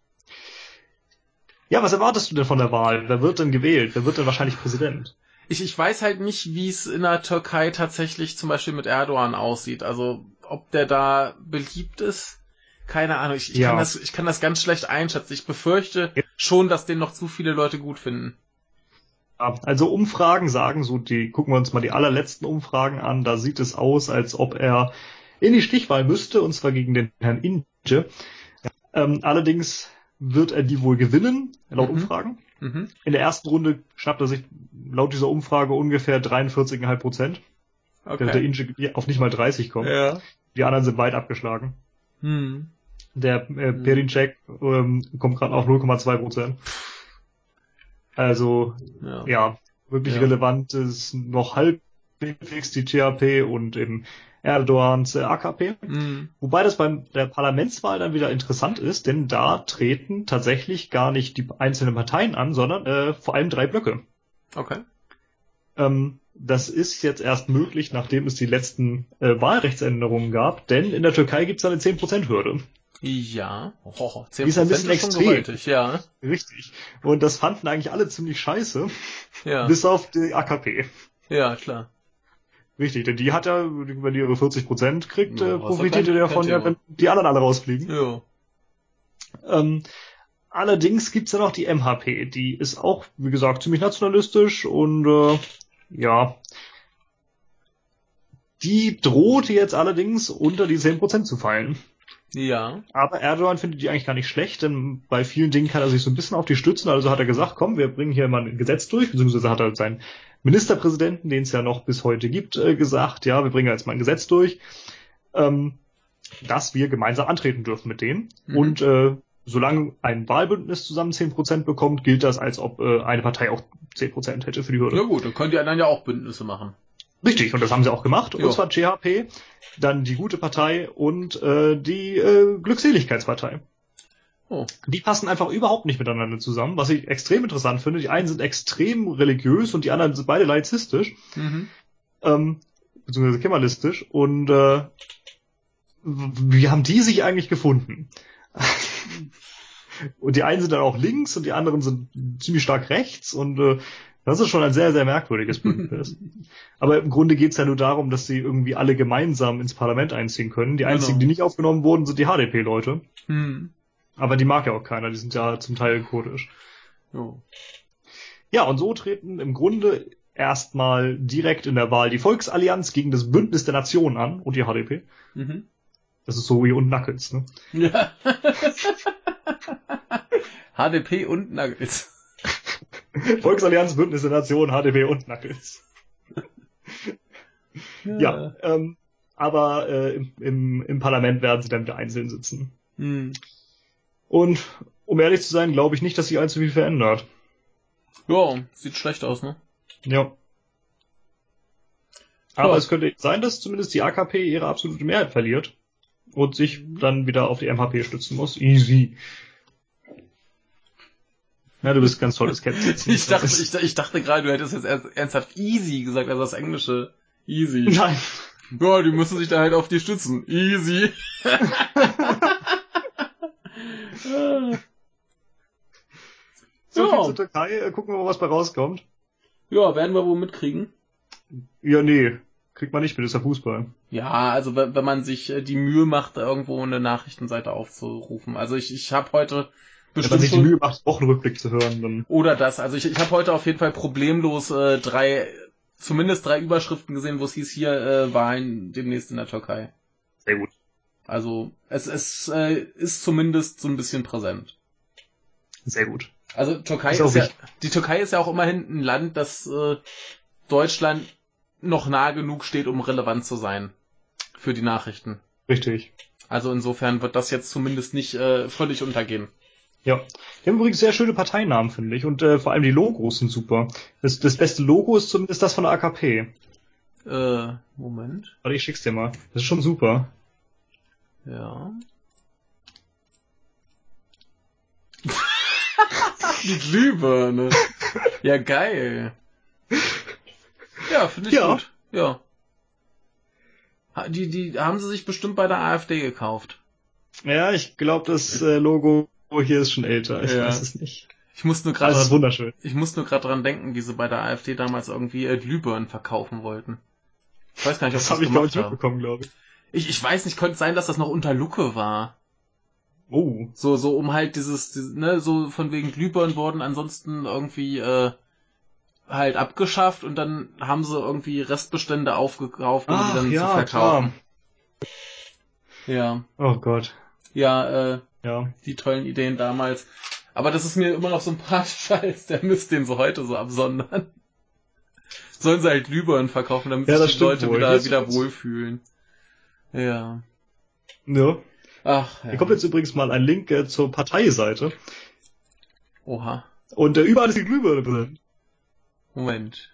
Ja, was erwartest du denn von der Wahl? Wer wird denn gewählt? Wer wird denn wahrscheinlich Präsident? Ich weiß halt nicht, wie es in der Türkei tatsächlich zum Beispiel mit Erdogan aussieht. Also, ob der da beliebt ist, keine Ahnung. Ich kann das ganz schlecht einschätzen. Ich befürchte schon, dass den noch zu viele Leute gut finden. Also Umfragen sagen so, gucken wir uns mal die allerletzten Umfragen an. Da sieht es aus, als ob er in die Stichwahl müsste, und zwar gegen den Herrn Ince. Allerdings wird er die wohl gewinnen, laut Umfragen. Mhm. In der ersten Runde schnappt er sich laut dieser Umfrage ungefähr 43,5%. Okay. Der Ince auf nicht mal 30 kommt. Ja. Die anderen sind weit abgeschlagen. Hm. Der Perinček kommt gerade auf 0,2%. Also, ja wirklich relevant ist noch halbwegs die CHP und eben Erdogans AKP. Mhm. Wobei das beim der Parlamentswahl dann wieder interessant ist, denn da treten tatsächlich gar nicht die einzelnen Parteien an, sondern vor allem 3 Blöcke. Okay. Das ist jetzt erst möglich, nachdem es die letzten Wahlrechtsänderungen gab, denn in der Türkei gibt es eine 10%-Hürde. Ja, 10% die ist ein bisschen ist schon gewaltig, ja. Richtig. Und das fanden eigentlich alle ziemlich scheiße, bis auf die AKP. Ja, klar. Richtig, denn die hat ja, wenn die ihre 40% kriegt, profitiert ihr davon, wenn die anderen alle rausfliegen. Ja. Allerdings gibt's ja noch die MHP, die ist auch, wie gesagt, ziemlich nationalistisch und die droht jetzt allerdings unter die 10% zu fallen. Ja. Aber Erdogan findet die eigentlich gar nicht schlecht, denn bei vielen Dingen kann er sich so ein bisschen auf die stützen. Also hat er gesagt, komm, wir bringen hier mal ein Gesetz durch, beziehungsweise hat er seinen Ministerpräsidenten, den es ja noch bis heute gibt, gesagt, ja, wir bringen jetzt mal ein Gesetz durch, dass wir gemeinsam antreten dürfen mit denen. Mhm. Und solange ein Wahlbündnis zusammen 10% bekommt, gilt das, als ob eine Partei auch 10% hätte für die Hürde. Ja gut, dann können die anderen ja auch Bündnisse machen. Richtig, und das haben sie auch gemacht. Und zwar CHP, dann die Gute Partei und die Glückseligkeitspartei. Oh. Die passen einfach überhaupt nicht miteinander zusammen, was ich extrem interessant finde. Die einen sind extrem religiös und die anderen sind beide laizistisch, beziehungsweise kemalistisch. Und wie haben die sich eigentlich gefunden? Und die einen sind dann auch links und die anderen sind ziemlich stark rechts und Das ist schon ein sehr, sehr merkwürdiges Bündnis. Aber im Grunde geht's ja nur darum, dass sie irgendwie alle gemeinsam ins Parlament einziehen können. Die einzigen, die nicht aufgenommen wurden, sind die HDP-Leute. Aber die mag ja auch keiner, die sind ja zum Teil kurdisch. Jo. Ja, und so treten im Grunde erstmal direkt in der Wahl die Volksallianz gegen das Bündnis der Nationen an und die HDP. Das ist so wie und Knuckles, ne? Ja. HDP und Knuckles. Volksallianz, Bündnis der Nationen, HDP und Knuckles. Ja, aber im Parlament werden sie dann wieder einzeln sitzen. Und um ehrlich zu sein, glaube ich nicht, dass sich allzu viel verändert. Ja, sieht schlecht aus, ne? Ja. Aber es könnte sein, dass zumindest die AKP ihre absolute Mehrheit verliert und sich dann wieder auf die MHP stützen muss. Easy. Ja, du bist ganz tolles Kenntnis. Ich dachte gerade, du hättest jetzt ernsthaft easy gesagt, also das englische easy. Nein. Ja, die müssen sich da halt auf die stützen. Easy. So viel zur Türkei. Gucken wir mal, was bei rauskommt. Ja, werden wir wohl mitkriegen. Ja, nee. Kriegt man nicht mit, ist ja Fußball. Ja, also wenn man sich die Mühe macht, irgendwo eine Nachrichtenseite aufzurufen. Also ich habe heute bestimmt wenn man sich die Mühe macht, Wochenrückblick zu hören, dann... Oder das. Also ich habe heute auf jeden Fall problemlos zumindest drei Überschriften gesehen, wo es hieß, hier Wahlen demnächst in der Türkei. Sehr gut. Also es ist zumindest so ein bisschen präsent. Sehr gut. Also die Türkei ist ja auch immerhin ein Land, das Deutschland noch nah genug steht, um relevant zu sein für die Nachrichten. Richtig. Also insofern wird das jetzt zumindest nicht völlig untergehen. Ja. Die haben übrigens sehr schöne Parteinamen, finde ich. Und vor allem die Logos sind super. Das beste Logo ist zumindest das von der AKP. Moment. Warte, ich schick's dir mal. Das ist schon super. Ja. Die Glühbirne. Ja, geil. Ja, finde ich gut. Ja. Die haben sie sich bestimmt bei der AfD gekauft. Ja, ich glaube, das Logo hier ist schon älter. Ich weiß es nicht. Ich muss nur gerade das ist wunderschön. Ich muss nur gerade dran denken, wie sie bei der AfD damals irgendwie Glühbirnen verkaufen wollten. Ich weiß gar nicht, ob das das habe ich gar nicht mitbekommen, glaube ich. Ich weiß nicht, könnte sein, dass das noch unter Lucke war. Oh. So um halt dieses so von wegen Glühbirnen wurden ansonsten irgendwie halt abgeschafft und dann haben sie irgendwie Restbestände aufgekauft, um die dann zu verkaufen. Klar. Ja. Oh Gott. Ja, die tollen Ideen damals. Aber das ist mir immer noch sympathischer als der Mist, den sie heute so absondern. Sollen sie halt Glühbirnen verkaufen, damit sich die Leute wieder wohlfühlen. Ja. Ja. Ach, ja. Hier kommt jetzt übrigens mal ein Link zur Parteiseite. Oha. Und überall ist die Glühbirne drin. Moment.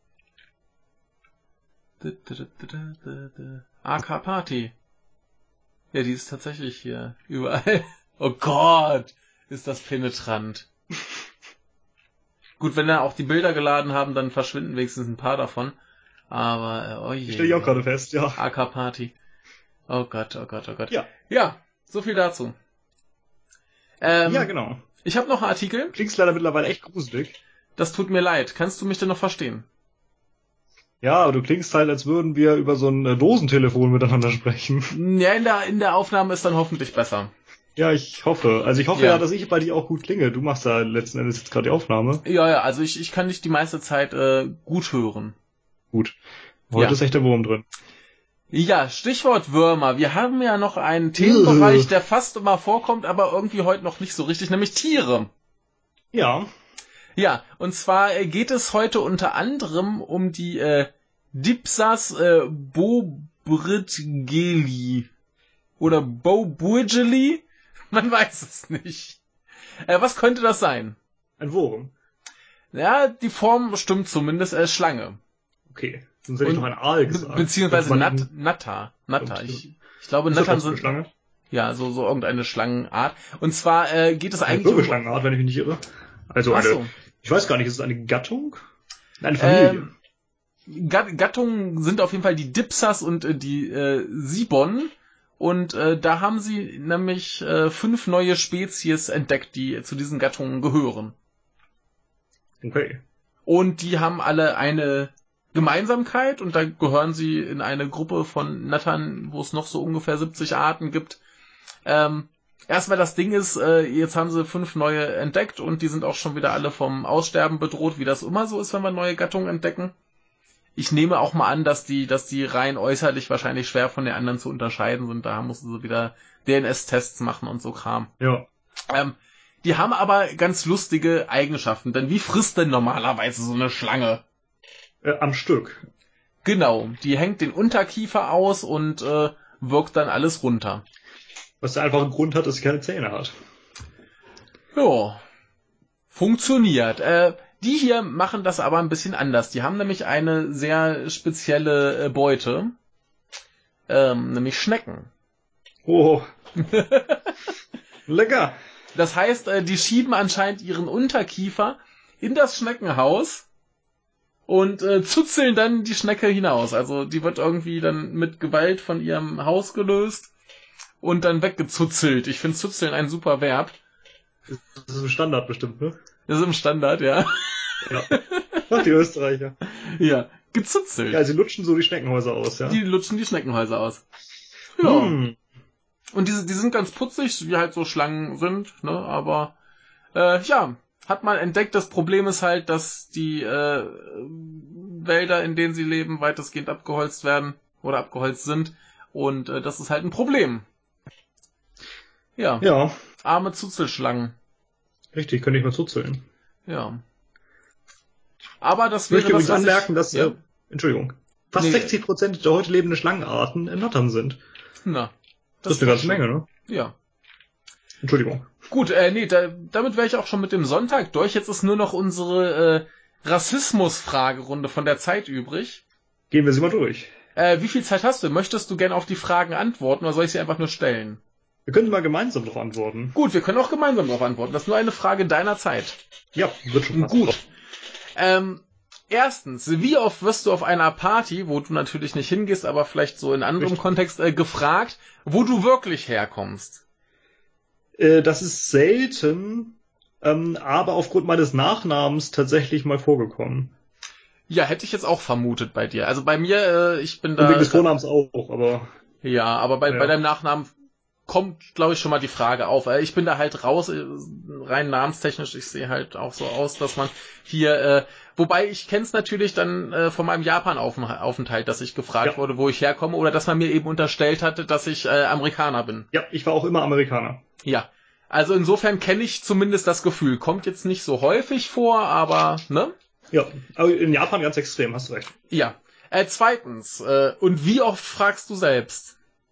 AK Party. Ja, die ist tatsächlich hier. Überall. Oh Gott, ist das penetrant. Gut, wenn da auch die Bilder geladen haben, dann verschwinden wenigstens ein paar davon. Aber, oh je. Stelle ich auch gerade fest, ja. AK Party. Oh Gott, oh Gott, oh Gott. Ja, so viel dazu. Ja, genau. Ich habe noch einen Artikel. Klingt's leider mittlerweile echt gruselig. Das tut mir leid. Kannst du mich denn noch verstehen? Ja, aber du klingst halt, als würden wir über so ein Dosentelefon miteinander sprechen. Ja, in der Aufnahme ist dann hoffentlich besser. Ja, ich hoffe. Also ich hoffe ja, dass ich bei dir auch gut klinge. Du machst ja letzten Endes jetzt gerade die Aufnahme. Ja, also ich kann dich die meiste Zeit gut hören. Gut. Heute ist echt der Wurm drin. Ja, Stichwort Würmer. Wir haben ja noch einen Themenbereich, der fast immer vorkommt, aber irgendwie heute noch nicht so richtig, nämlich Tiere. Ja. Ja, und zwar geht es heute unter anderem um die Dipsas bobridgeli oder Boburgeli. Man weiß es nicht. Was könnte das sein? Ein Wurm. Ja, die Form stimmt zumindest, Schlange. Okay, sonst hätte ich noch ein Aal gesagt. Beziehungsweise Natter. Ich glaube, Nattern sind... Schlange? Ja, so irgendeine Schlangenart. Und zwar geht es eigentlich um... Schlangenart, wenn ich mich nicht irre. Also ich weiß gar nicht, ist es eine Gattung? Eine Familie? Gattungen sind auf jeden Fall die Dipsas und die Sibon. Und da haben sie nämlich 5 neue Spezies entdeckt, die zu diesen Gattungen gehören. Okay. Und die haben alle eine Gemeinsamkeit und da gehören sie in eine Gruppe von Nattern, wo es noch so ungefähr 70 Arten gibt. Erstmal das Ding ist, jetzt haben sie 5 neue entdeckt und die sind auch schon wieder alle vom Aussterben bedroht, wie das immer so ist, wenn wir neue Gattungen entdecken. Ich nehme auch mal an, dass die rein äußerlich wahrscheinlich schwer von den anderen zu unterscheiden sind. Da mussten sie wieder DNS-Tests machen und so Kram. Ja. Die haben aber ganz lustige Eigenschaften. Denn wie frisst denn normalerweise so eine Schlange? Am Stück. Genau, die hängt den Unterkiefer aus und wirkt dann alles runter. Was der einfache Grund hat, dass sie keine Zähne hat. Ja, funktioniert. Die hier machen das aber ein bisschen anders. Die haben nämlich eine sehr spezielle Beute, nämlich Schnecken. Oh. Lecker. Das heißt, die schieben anscheinend ihren Unterkiefer in das Schneckenhaus und zuzeln dann die Schnecke hinaus. Also die wird irgendwie dann mit Gewalt von ihrem Haus gelöst und dann weggezuzelt. Ich finde Zuzeln ein super Verb. Das ist im Standard bestimmt, ne? Das ist im Standard, ja. Ja. Ach, die Österreicher. Ja, gezuzelt. Ja, sie lutschen so die Schneckenhäuser aus, ja. Die lutschen die Schneckenhäuser aus. Ja. Und die sind ganz putzig, wie halt so Schlangen sind, ne? Aber ja, hat man entdeckt, das Problem ist halt, dass die Wälder, in denen sie leben, weitestgehend abgeholzt werden oder abgeholzt sind. Und das ist halt ein Problem. Ja. Ja. Arme Zuzelschlangen. Richtig, könnte ich mal zuzeln. Ja. Aber das Ich möchte wäre übrigens anmerken, dass, ja. Entschuldigung, fast 60% der heute lebenden Schlangenarten in Nattern sind. Na. Das ist eine ganze Menge, ne? Ja. Entschuldigung. Gut, damit wäre ich auch schon mit dem Sonntag durch. Jetzt ist nur noch unsere Rassismus-Fragerunde von der Zeit übrig. Gehen wir sie mal durch. Wie viel Zeit hast du? Möchtest du gerne auf die Fragen antworten oder soll ich sie einfach nur stellen? Wir können mal gemeinsam darauf antworten. Gut, wir können auch gemeinsam darauf antworten. Das ist nur eine Frage deiner Zeit. Ja, wird schon passen. Gut. Erstens, wie oft wirst du auf einer Party, wo du natürlich nicht hingehst, aber vielleicht so in anderem Kontext, gefragt, wo du wirklich herkommst? Das ist selten, aber aufgrund meines Nachnamens tatsächlich mal vorgekommen. Ja, hätte ich jetzt auch vermutet bei dir. Also bei mir, ich bin da... Und wegen des Vornamens auch, aber... Ja, aber bei deinem Nachnamen kommt, glaube ich, schon mal die Frage auf. Ich bin da halt raus, rein namenstechnisch. Ich sehe halt auch so aus, dass man hier... wobei, ich kenne es natürlich dann von meinem Japan-Aufenthalt, dass ich gefragt wurde, wo ich herkomme, oder dass man mir eben unterstellt hatte, dass ich Amerikaner bin. Ja, ich war auch immer Amerikaner. Ja, also insofern kenne ich zumindest das Gefühl. Kommt jetzt nicht so häufig vor, aber, ne? Ja, aber in Japan ganz extrem, hast du recht. Ja. Zweitens, und wie oft fragst du selbst?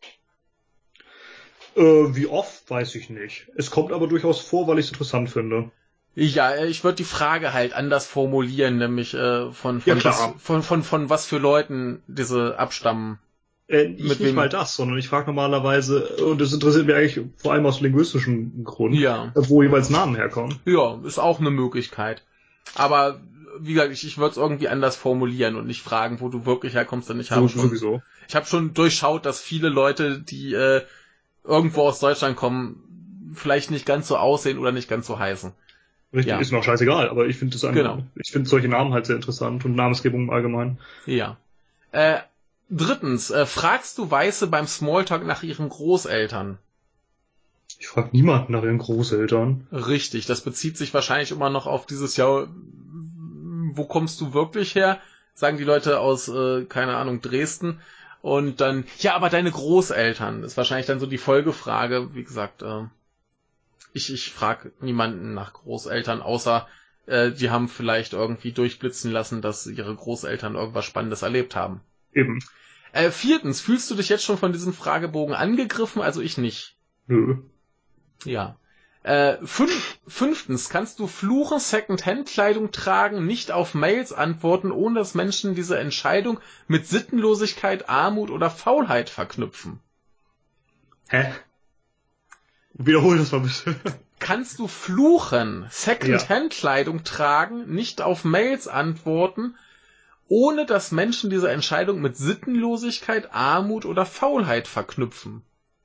Wie oft, weiß ich nicht. Es kommt aber durchaus vor, weil ich es interessant finde. Ja, ich würde die Frage halt anders formulieren, nämlich von was für Leuten diese abstammen. Nicht mal das, sondern ich frage normalerweise, und das interessiert mich eigentlich vor allem aus linguistischem Grund, wo jeweils Namen herkommen. Ja, ist auch eine Möglichkeit. Aber wie gesagt, ich würde es irgendwie anders formulieren und nicht fragen, wo du wirklich herkommst, denn ich habe schon durchschaut, dass viele Leute, die irgendwo aus Deutschland kommen, vielleicht nicht ganz so aussehen oder nicht ganz so heißen. Richtig, ist mir auch scheißegal, aber ich finde ich finde solche Namen halt sehr interessant und Namensgebung im Allgemeinen. Ja. Drittens, fragst du Weiße beim Smalltalk nach ihren Großeltern? Ich frage niemanden nach ihren Großeltern. Richtig, das bezieht sich wahrscheinlich immer noch auf dieses Jahr, wo kommst du wirklich her? Sagen die Leute aus, keine Ahnung, Dresden. Und dann, ja, aber deine Großeltern ist wahrscheinlich dann so die Folgefrage. Wie gesagt, ich frage niemanden nach Großeltern, außer die haben vielleicht irgendwie durchblitzen lassen, dass ihre Großeltern irgendwas Spannendes erlebt haben. Eben. Viertens, fühlst du dich jetzt schon von diesem Fragebogen angegriffen? Also ich nicht. Nö. Ja. Fünftens, kannst du fluchen, Second-Hand-Kleidung tragen, nicht auf Mails antworten, ohne dass Menschen diese Entscheidung mit Sittenlosigkeit, Armut oder Faulheit verknüpfen? Hä? Wiederhol das mal bitte. Kannst du fluchen, Second-Hand-Kleidung tragen, nicht auf Mails antworten, ohne dass Menschen diese Entscheidung mit Sittenlosigkeit, Armut oder Faulheit verknüpfen?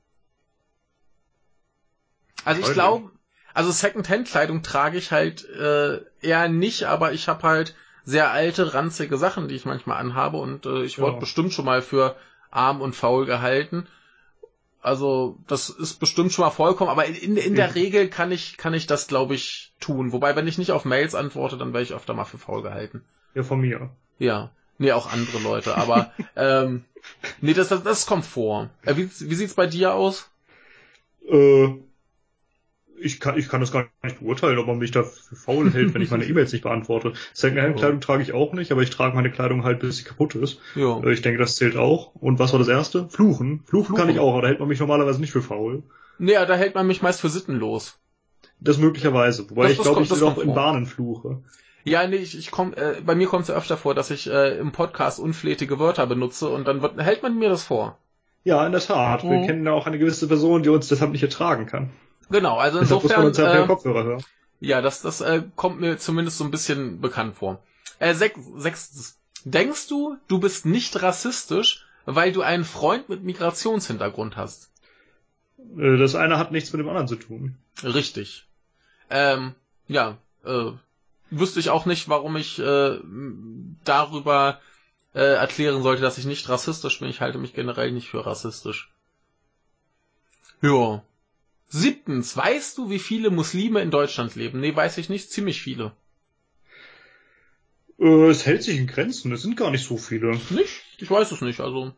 Also ich glaube, also Second-Hand-Kleidung trage ich halt eher nicht, aber ich habe halt sehr alte, ranzige Sachen, die ich manchmal anhabe und ich wurde bestimmt schon mal für arm und faul gehalten. Also das ist bestimmt schon mal vollkommen, aber in der Regel kann ich das, glaube ich, tun. Wobei, wenn ich nicht auf Mails antworte, dann werde ich öfter mal für faul gehalten. Ja, von mir. Ja, nee, auch andere Leute, aber nee, das kommt vor. Wie sieht's bei dir aus? Ich kann das gar nicht beurteilen, ob man mich da für faul hält, wenn ich meine E-Mails nicht beantworte. Secondhand-Kleidung trage ich auch nicht, aber ich trage meine Kleidung halt, bis sie kaputt ist. Ja. Ich denke, das zählt auch. Und was war das erste? Fluchen. Fluchen kann ich auch, aber da hält man mich normalerweise nicht für faul. Nee, da hält man mich meist für sittenlos. Das möglicherweise. Wobei ich glaube, ich auch in Bahnen fluche. Ja, nee, bei mir kommt es ja öfter vor, dass ich im Podcast unflätige Wörter benutze und dann hält man mir das vor. Ja, in der Tat. Wir kennen ja auch eine gewisse Person, die uns deshalb nicht ertragen kann. Genau, also deshalb insofern. Muss man uns ja Kopfhörer hören. Ja, das kommt mir zumindest so ein bisschen bekannt vor. Sechstens. Denkst du, du bist nicht rassistisch, weil du einen Freund mit Migrationshintergrund hast? Das eine hat nichts mit dem anderen zu tun. Richtig. Wüsste ich auch nicht, warum ich darüber erklären sollte, dass ich nicht rassistisch bin. Ich halte mich generell nicht für rassistisch. Ja. Siebtens, weißt du, wie viele Muslime in Deutschland leben? Nee, weiß ich nicht, ziemlich viele. Es hält sich in Grenzen, es sind gar nicht so viele. Nicht? Ich weiß es nicht, also.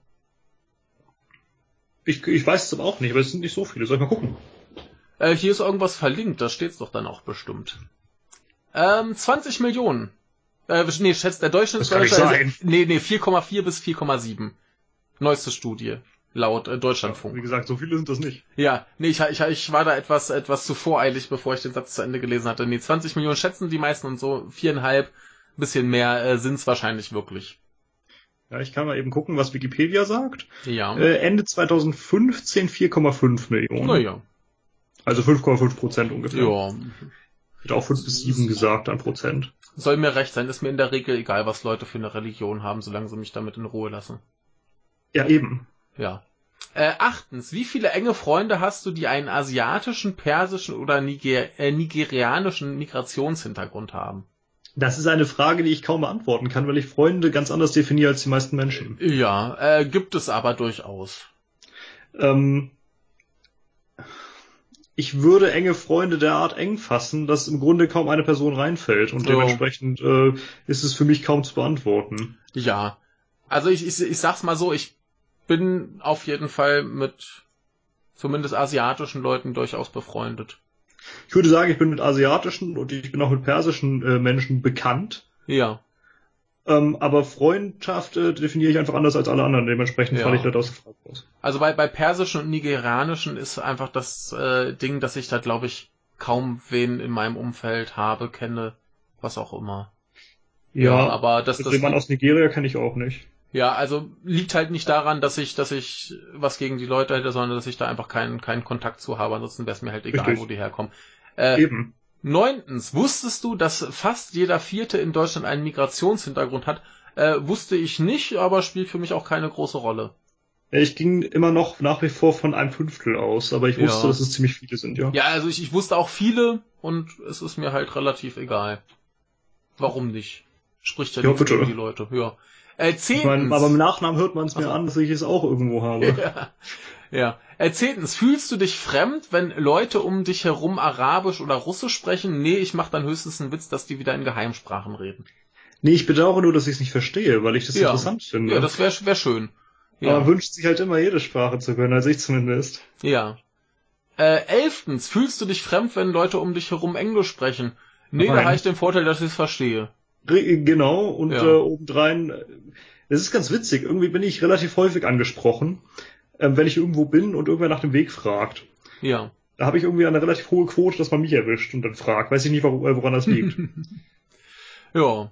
Ich weiß es aber auch nicht, aber es sind nicht so viele. Soll ich mal gucken? Hier ist irgendwas verlinkt, da steht's doch dann auch bestimmt. 20 Millionen. Schätzt der Durchschnittsdeutsche. Nee, 4,4 bis 4,7. Neueste Studie. Laut Deutschlandfunk. Ja, wie gesagt, so viele sind das nicht. Ja, nee, ich war da etwas zu voreilig, bevor ich den Satz zu Ende gelesen hatte. Nee, 20 Millionen schätzen die meisten und so 4,5, bisschen mehr sind's wahrscheinlich wirklich. Ja, ich kann mal eben gucken, was Wikipedia sagt. Ja. Ende 2015 4,5 Millionen. Naja. Also 5,5% ungefähr. Ja. Ich hätte auch 5 bis 7 gesagt an Prozent. Soll mir recht sein, ist mir in der Regel egal, was Leute für eine Religion haben, solange sie mich damit in Ruhe lassen. Ja, eben. Ja. Achtens, wie viele enge Freunde hast du, die einen asiatischen, persischen oder nigerianischen Migrationshintergrund haben? Das ist eine Frage, die ich kaum beantworten kann, weil ich Freunde ganz anders definiere als die meisten Menschen. Ja, gibt es aber durchaus. Ich würde enge Freunde derart eng fassen, dass im Grunde kaum eine Person reinfällt und dementsprechend ist es für mich kaum zu beantworten. Ja, also ich sag's mal so, ich bin auf jeden Fall mit zumindest asiatischen Leuten durchaus befreundet. Ich würde sagen, ich bin mit asiatischen und ich bin auch mit persischen Menschen bekannt. Ja. Aber Freundschaft definiere ich einfach anders als alle anderen. Dementsprechend falle ich da aus der Frage raus. Also bei persischen und nigerianischen ist einfach das Ding, dass ich da, glaube ich, kaum wen in meinem Umfeld kenne, was auch immer. Ja, aber das jemand aus Nigeria kenne ich auch nicht. Ja, also liegt halt nicht daran, dass ich was gegen die Leute hätte, sondern dass ich da einfach keinen Kontakt zu habe. Ansonsten wäre es mir halt egal, Richtig. Wo die herkommen. Eben. 9. Wusstest du, dass fast jeder Vierte in Deutschland einen Migrationshintergrund hat? Wusste ich nicht, aber spielt für mich auch keine große Rolle. Ich ging immer noch nach wie vor von einem Fünftel aus, aber ich wusste, dass es ziemlich viele sind, ja. Ja, also ich wusste auch viele und es ist mir halt relativ egal. Warum nicht? Spricht ja nicht für die Leute. Ja. 10. Ich meine, aber im Nachnamen hört man es mir an, dass ich es auch irgendwo habe. Ja. 10. Fühlst du dich fremd, wenn Leute um dich herum Arabisch oder Russisch sprechen? Nee, ich mache dann höchstens einen Witz, dass die wieder in Geheimsprachen reden. Nee, ich bedauere nur, dass ich es nicht verstehe, weil ich das interessant finde. Ja, das wär schön. Ja. Aber man wünscht sich halt immer jede Sprache zu können, also ich zumindest. Ja. 11. Fühlst du dich fremd, wenn Leute um dich herum Englisch sprechen? Nee, da habe ich den Vorteil, dass ich es verstehe. Genau, und obendrein, das ist ganz witzig, irgendwie bin ich relativ häufig angesprochen, wenn ich irgendwo bin und irgendwer nach dem Weg fragt. Ja. Da habe ich irgendwie eine relativ hohe Quote, dass man mich erwischt und dann fragt. Weiß ich nicht, woran das liegt. Ja.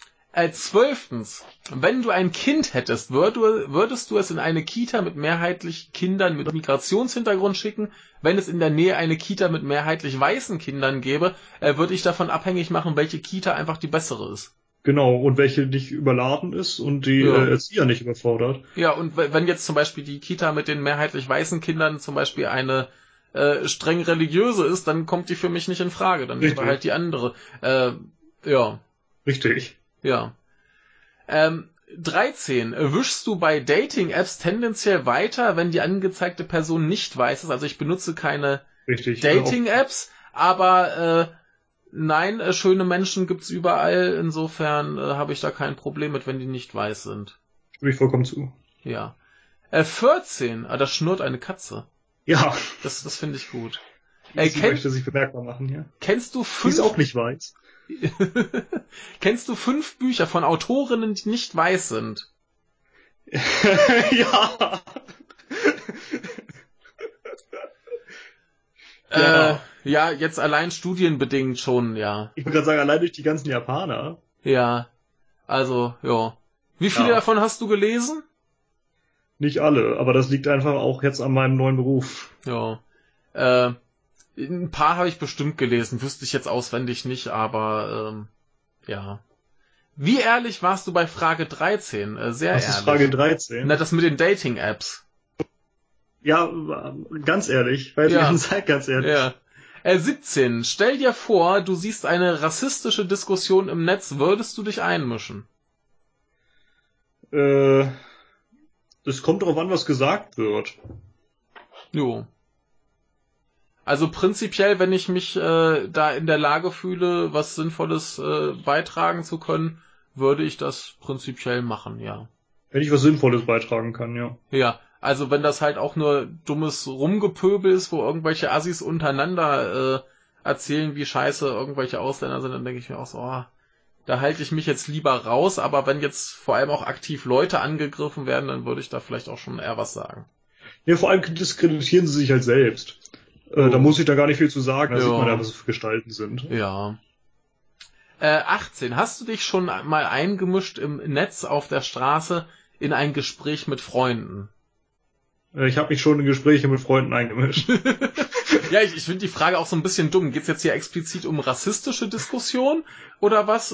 12. Wenn du ein Kind hättest, würdest du es in eine Kita mit mehrheitlich Kindern mit Migrationshintergrund schicken? Wenn es in der Nähe eine Kita mit mehrheitlich weißen Kindern gäbe, würde ich davon abhängig machen, welche Kita einfach die bessere ist. Genau, und welche nicht überladen ist und die Erzieher nicht überfordert. Ja, und wenn jetzt zum Beispiel die Kita mit den mehrheitlich weißen Kindern zum Beispiel eine streng religiöse ist, dann kommt die für mich nicht in Frage. Dann wäre halt die andere. Ja. Richtig. Ja. 13. Wischst du bei Dating-Apps tendenziell weiter, wenn die angezeigte Person nicht weiß es? Also ich benutze keine Dating-Apps, aber nein, schöne Menschen gibt's überall. Insofern habe ich da kein Problem mit, wenn die nicht weiß sind. Stimme ich vollkommen zu. Ja. 14. Da schnurrt eine Katze. Ja. Das finde ich gut. Sie möchte sich bemerkbar machen, ja. Kennst du 5... Die ist auch nicht weiß. Kennst du 5 Bücher von Autorinnen, die nicht weiß sind? Ja. Ja, jetzt allein studienbedingt schon, ja. Ich würde gerade sagen, allein durch die ganzen Japaner. Ja, also, ja. Wie viele davon hast du gelesen? Nicht alle, aber das liegt einfach auch jetzt an meinem neuen Beruf. Ja. Ein paar habe ich bestimmt gelesen, wüsste ich jetzt auswendig nicht, aber ja. Wie ehrlich warst du bei Frage 13? Sehr ehrlich. Was ist Frage 13? Na, das mit den Dating-Apps. Ja, ganz ehrlich, weil die ganze Zeit ganz ehrlich. Ja. 17. Stell dir vor, du siehst eine rassistische Diskussion im Netz, würdest du dich einmischen? Das kommt darauf an, was gesagt wird. Jo. Also prinzipiell, wenn ich mich da in der Lage fühle, was Sinnvolles beitragen zu können, würde ich das prinzipiell machen, ja. Wenn ich was Sinnvolles beitragen kann, ja. Ja, also wenn das halt auch nur dummes Rumgepöbel ist, wo irgendwelche Assis untereinander erzählen, wie scheiße irgendwelche Ausländer sind, dann denke ich mir auch so, da halte ich mich jetzt lieber raus, aber wenn jetzt vor allem auch aktiv Leute angegriffen werden, dann würde ich da vielleicht auch schon eher was sagen. Ja, vor allem diskreditieren sie sich halt selbst. Da muss ich da gar nicht viel zu sagen, da sieht man ja, was es für Gestalten sind. Ja. 18. Hast du dich schon mal eingemischt im Netz auf der Straße in ein Gespräch mit Freunden? Ich habe mich schon in Gespräche mit Freunden eingemischt. Ja, ich finde die Frage auch so ein bisschen dumm. Geht's jetzt hier explizit um rassistische Diskussion oder was?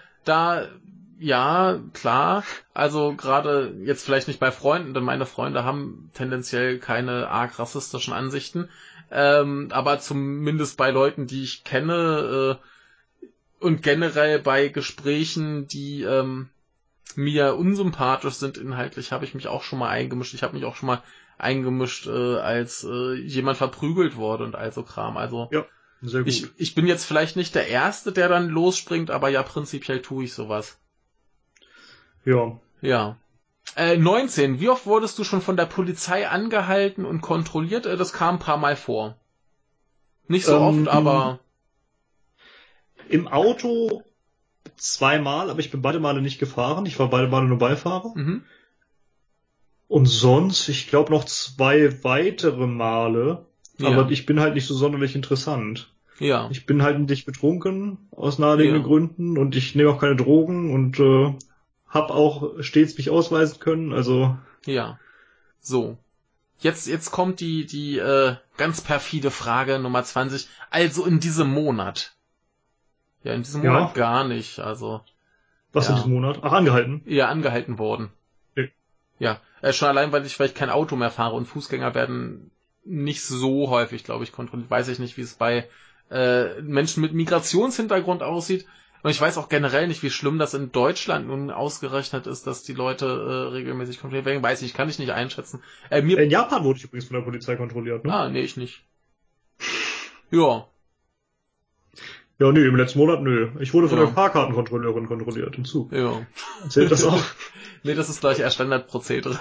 Ja, klar. Also gerade jetzt vielleicht nicht bei Freunden, denn meine Freunde haben tendenziell keine arg rassistischen Ansichten. Aber zumindest bei Leuten, die ich kenne und generell bei Gesprächen, die mir unsympathisch sind inhaltlich, habe ich mich auch schon mal eingemischt. Ich habe mich auch schon mal eingemischt, als jemand verprügelt wurde und all so Kram. Also ja, sehr gut. Ich bin jetzt vielleicht nicht der Erste, der dann losspringt, aber ja, prinzipiell tue ich sowas. Ja. Ja. 19. Wie oft wurdest du schon von der Polizei angehalten und kontrolliert? Das kam ein paar Mal vor. Nicht so oft, aber... Im Auto 2-mal, aber ich bin beide Male nicht gefahren. Ich war beide Male nur Beifahrer. Mhm. Und sonst, ich glaube noch 2 weitere Male. Ja. Aber ich bin halt nicht so sonderlich interessant. Ja. Ich bin halt nicht betrunken, aus naheliegenden Gründen. Und ich nehme auch keine Drogen und hab auch stets mich ausweisen können. Also... Ja. So. Jetzt kommt die ganz perfide Frage Nummer 20. Also in diesem Monat. Ja, in diesem Monat gar nicht, also. Was in diesem Monat? Ach, angehalten? Ja, angehalten worden. Nee. Ja, schon allein, weil ich vielleicht kein Auto mehr fahre und Fußgänger werden nicht so häufig, glaube ich, kontrolliert. Weiß ich nicht, wie es bei Menschen mit Migrationshintergrund aussieht. Und ich weiß auch generell nicht, wie schlimm das in Deutschland nun ausgerechnet ist, dass die Leute regelmäßig kontrolliert werden. Weiß ich, kann ich nicht einschätzen. In Japan wurde ich übrigens von der Polizei kontrolliert, ne? Nee, ich nicht. Ja. Ja, nee, im letzten Monat, nö. Ich wurde von der Fahrkartenkontrolleurin kontrolliert im Zug. Ja. Zählt das auch? Nee, das ist gleich eher Standardprozedere.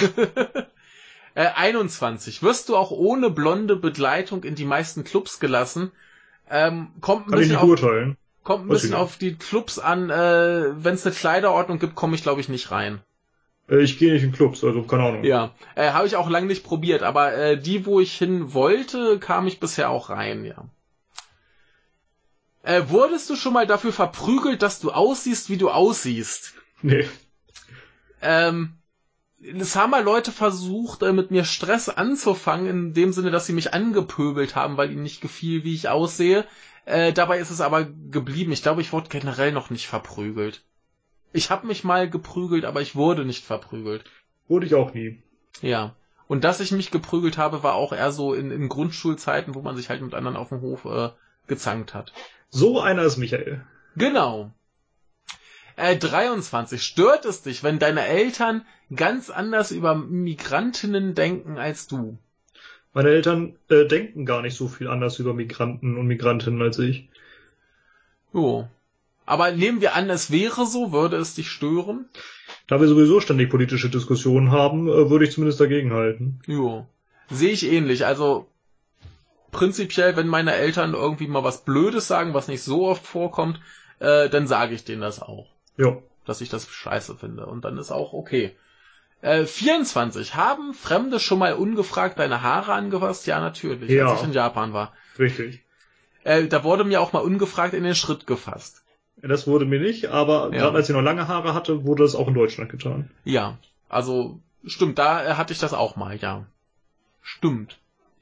21. Wirst du auch ohne blonde Begleitung in die meisten Clubs gelassen? Kommt ein bisschen auf die Clubs an. Wenn es eine Kleiderordnung gibt, komme ich, glaube ich, nicht rein. Ich gehe nicht in Clubs, also keine Ahnung. Ja, habe ich auch lange nicht probiert, aber die, wo ich hin wollte, kam ich bisher auch rein, ja. Wurdest du schon mal dafür verprügelt, dass du aussiehst, wie du aussiehst? Nee. Es haben mal Leute versucht, mit mir Stress anzufangen, in dem Sinne, dass sie mich angepöbelt haben, weil ihnen nicht gefiel, wie ich aussehe. Dabei ist es aber geblieben. Ich glaube, ich wurde generell noch nicht verprügelt. Ich habe mich mal geprügelt, aber ich wurde nicht verprügelt. Wurde ich auch nie. Ja. Und dass ich mich geprügelt habe, war auch eher so in Grundschulzeiten, wo man sich halt mit anderen auf dem Hof gezankt hat. So einer ist Michael. Genau. 23. Stört es dich, wenn deine Eltern ganz anders über Migrantinnen denken als du? Meine Eltern denken gar nicht so viel anders über Migranten und Migrantinnen als ich. Jo. Aber nehmen wir an, es wäre so, würde es dich stören? Da wir sowieso ständig politische Diskussionen haben, würde ich zumindest dagegen halten. Jo. Sehe ich ähnlich. Also prinzipiell, wenn meine Eltern irgendwie mal was Blödes sagen, was nicht so oft vorkommt, dann sage ich denen das auch. Ja. Dass ich das scheiße finde. Und dann ist auch okay. 24. Haben Fremde schon mal ungefragt deine Haare angefasst? Ja, natürlich, Ja. als ich in Japan war. Richtig. Da wurde mir auch mal ungefragt in den Schritt gefasst. Das wurde mir nicht, aber gerade als ich noch lange Haare hatte, wurde das auch in Deutschland getan. Ja, also stimmt, da hatte ich das auch mal, ja. Stimmt.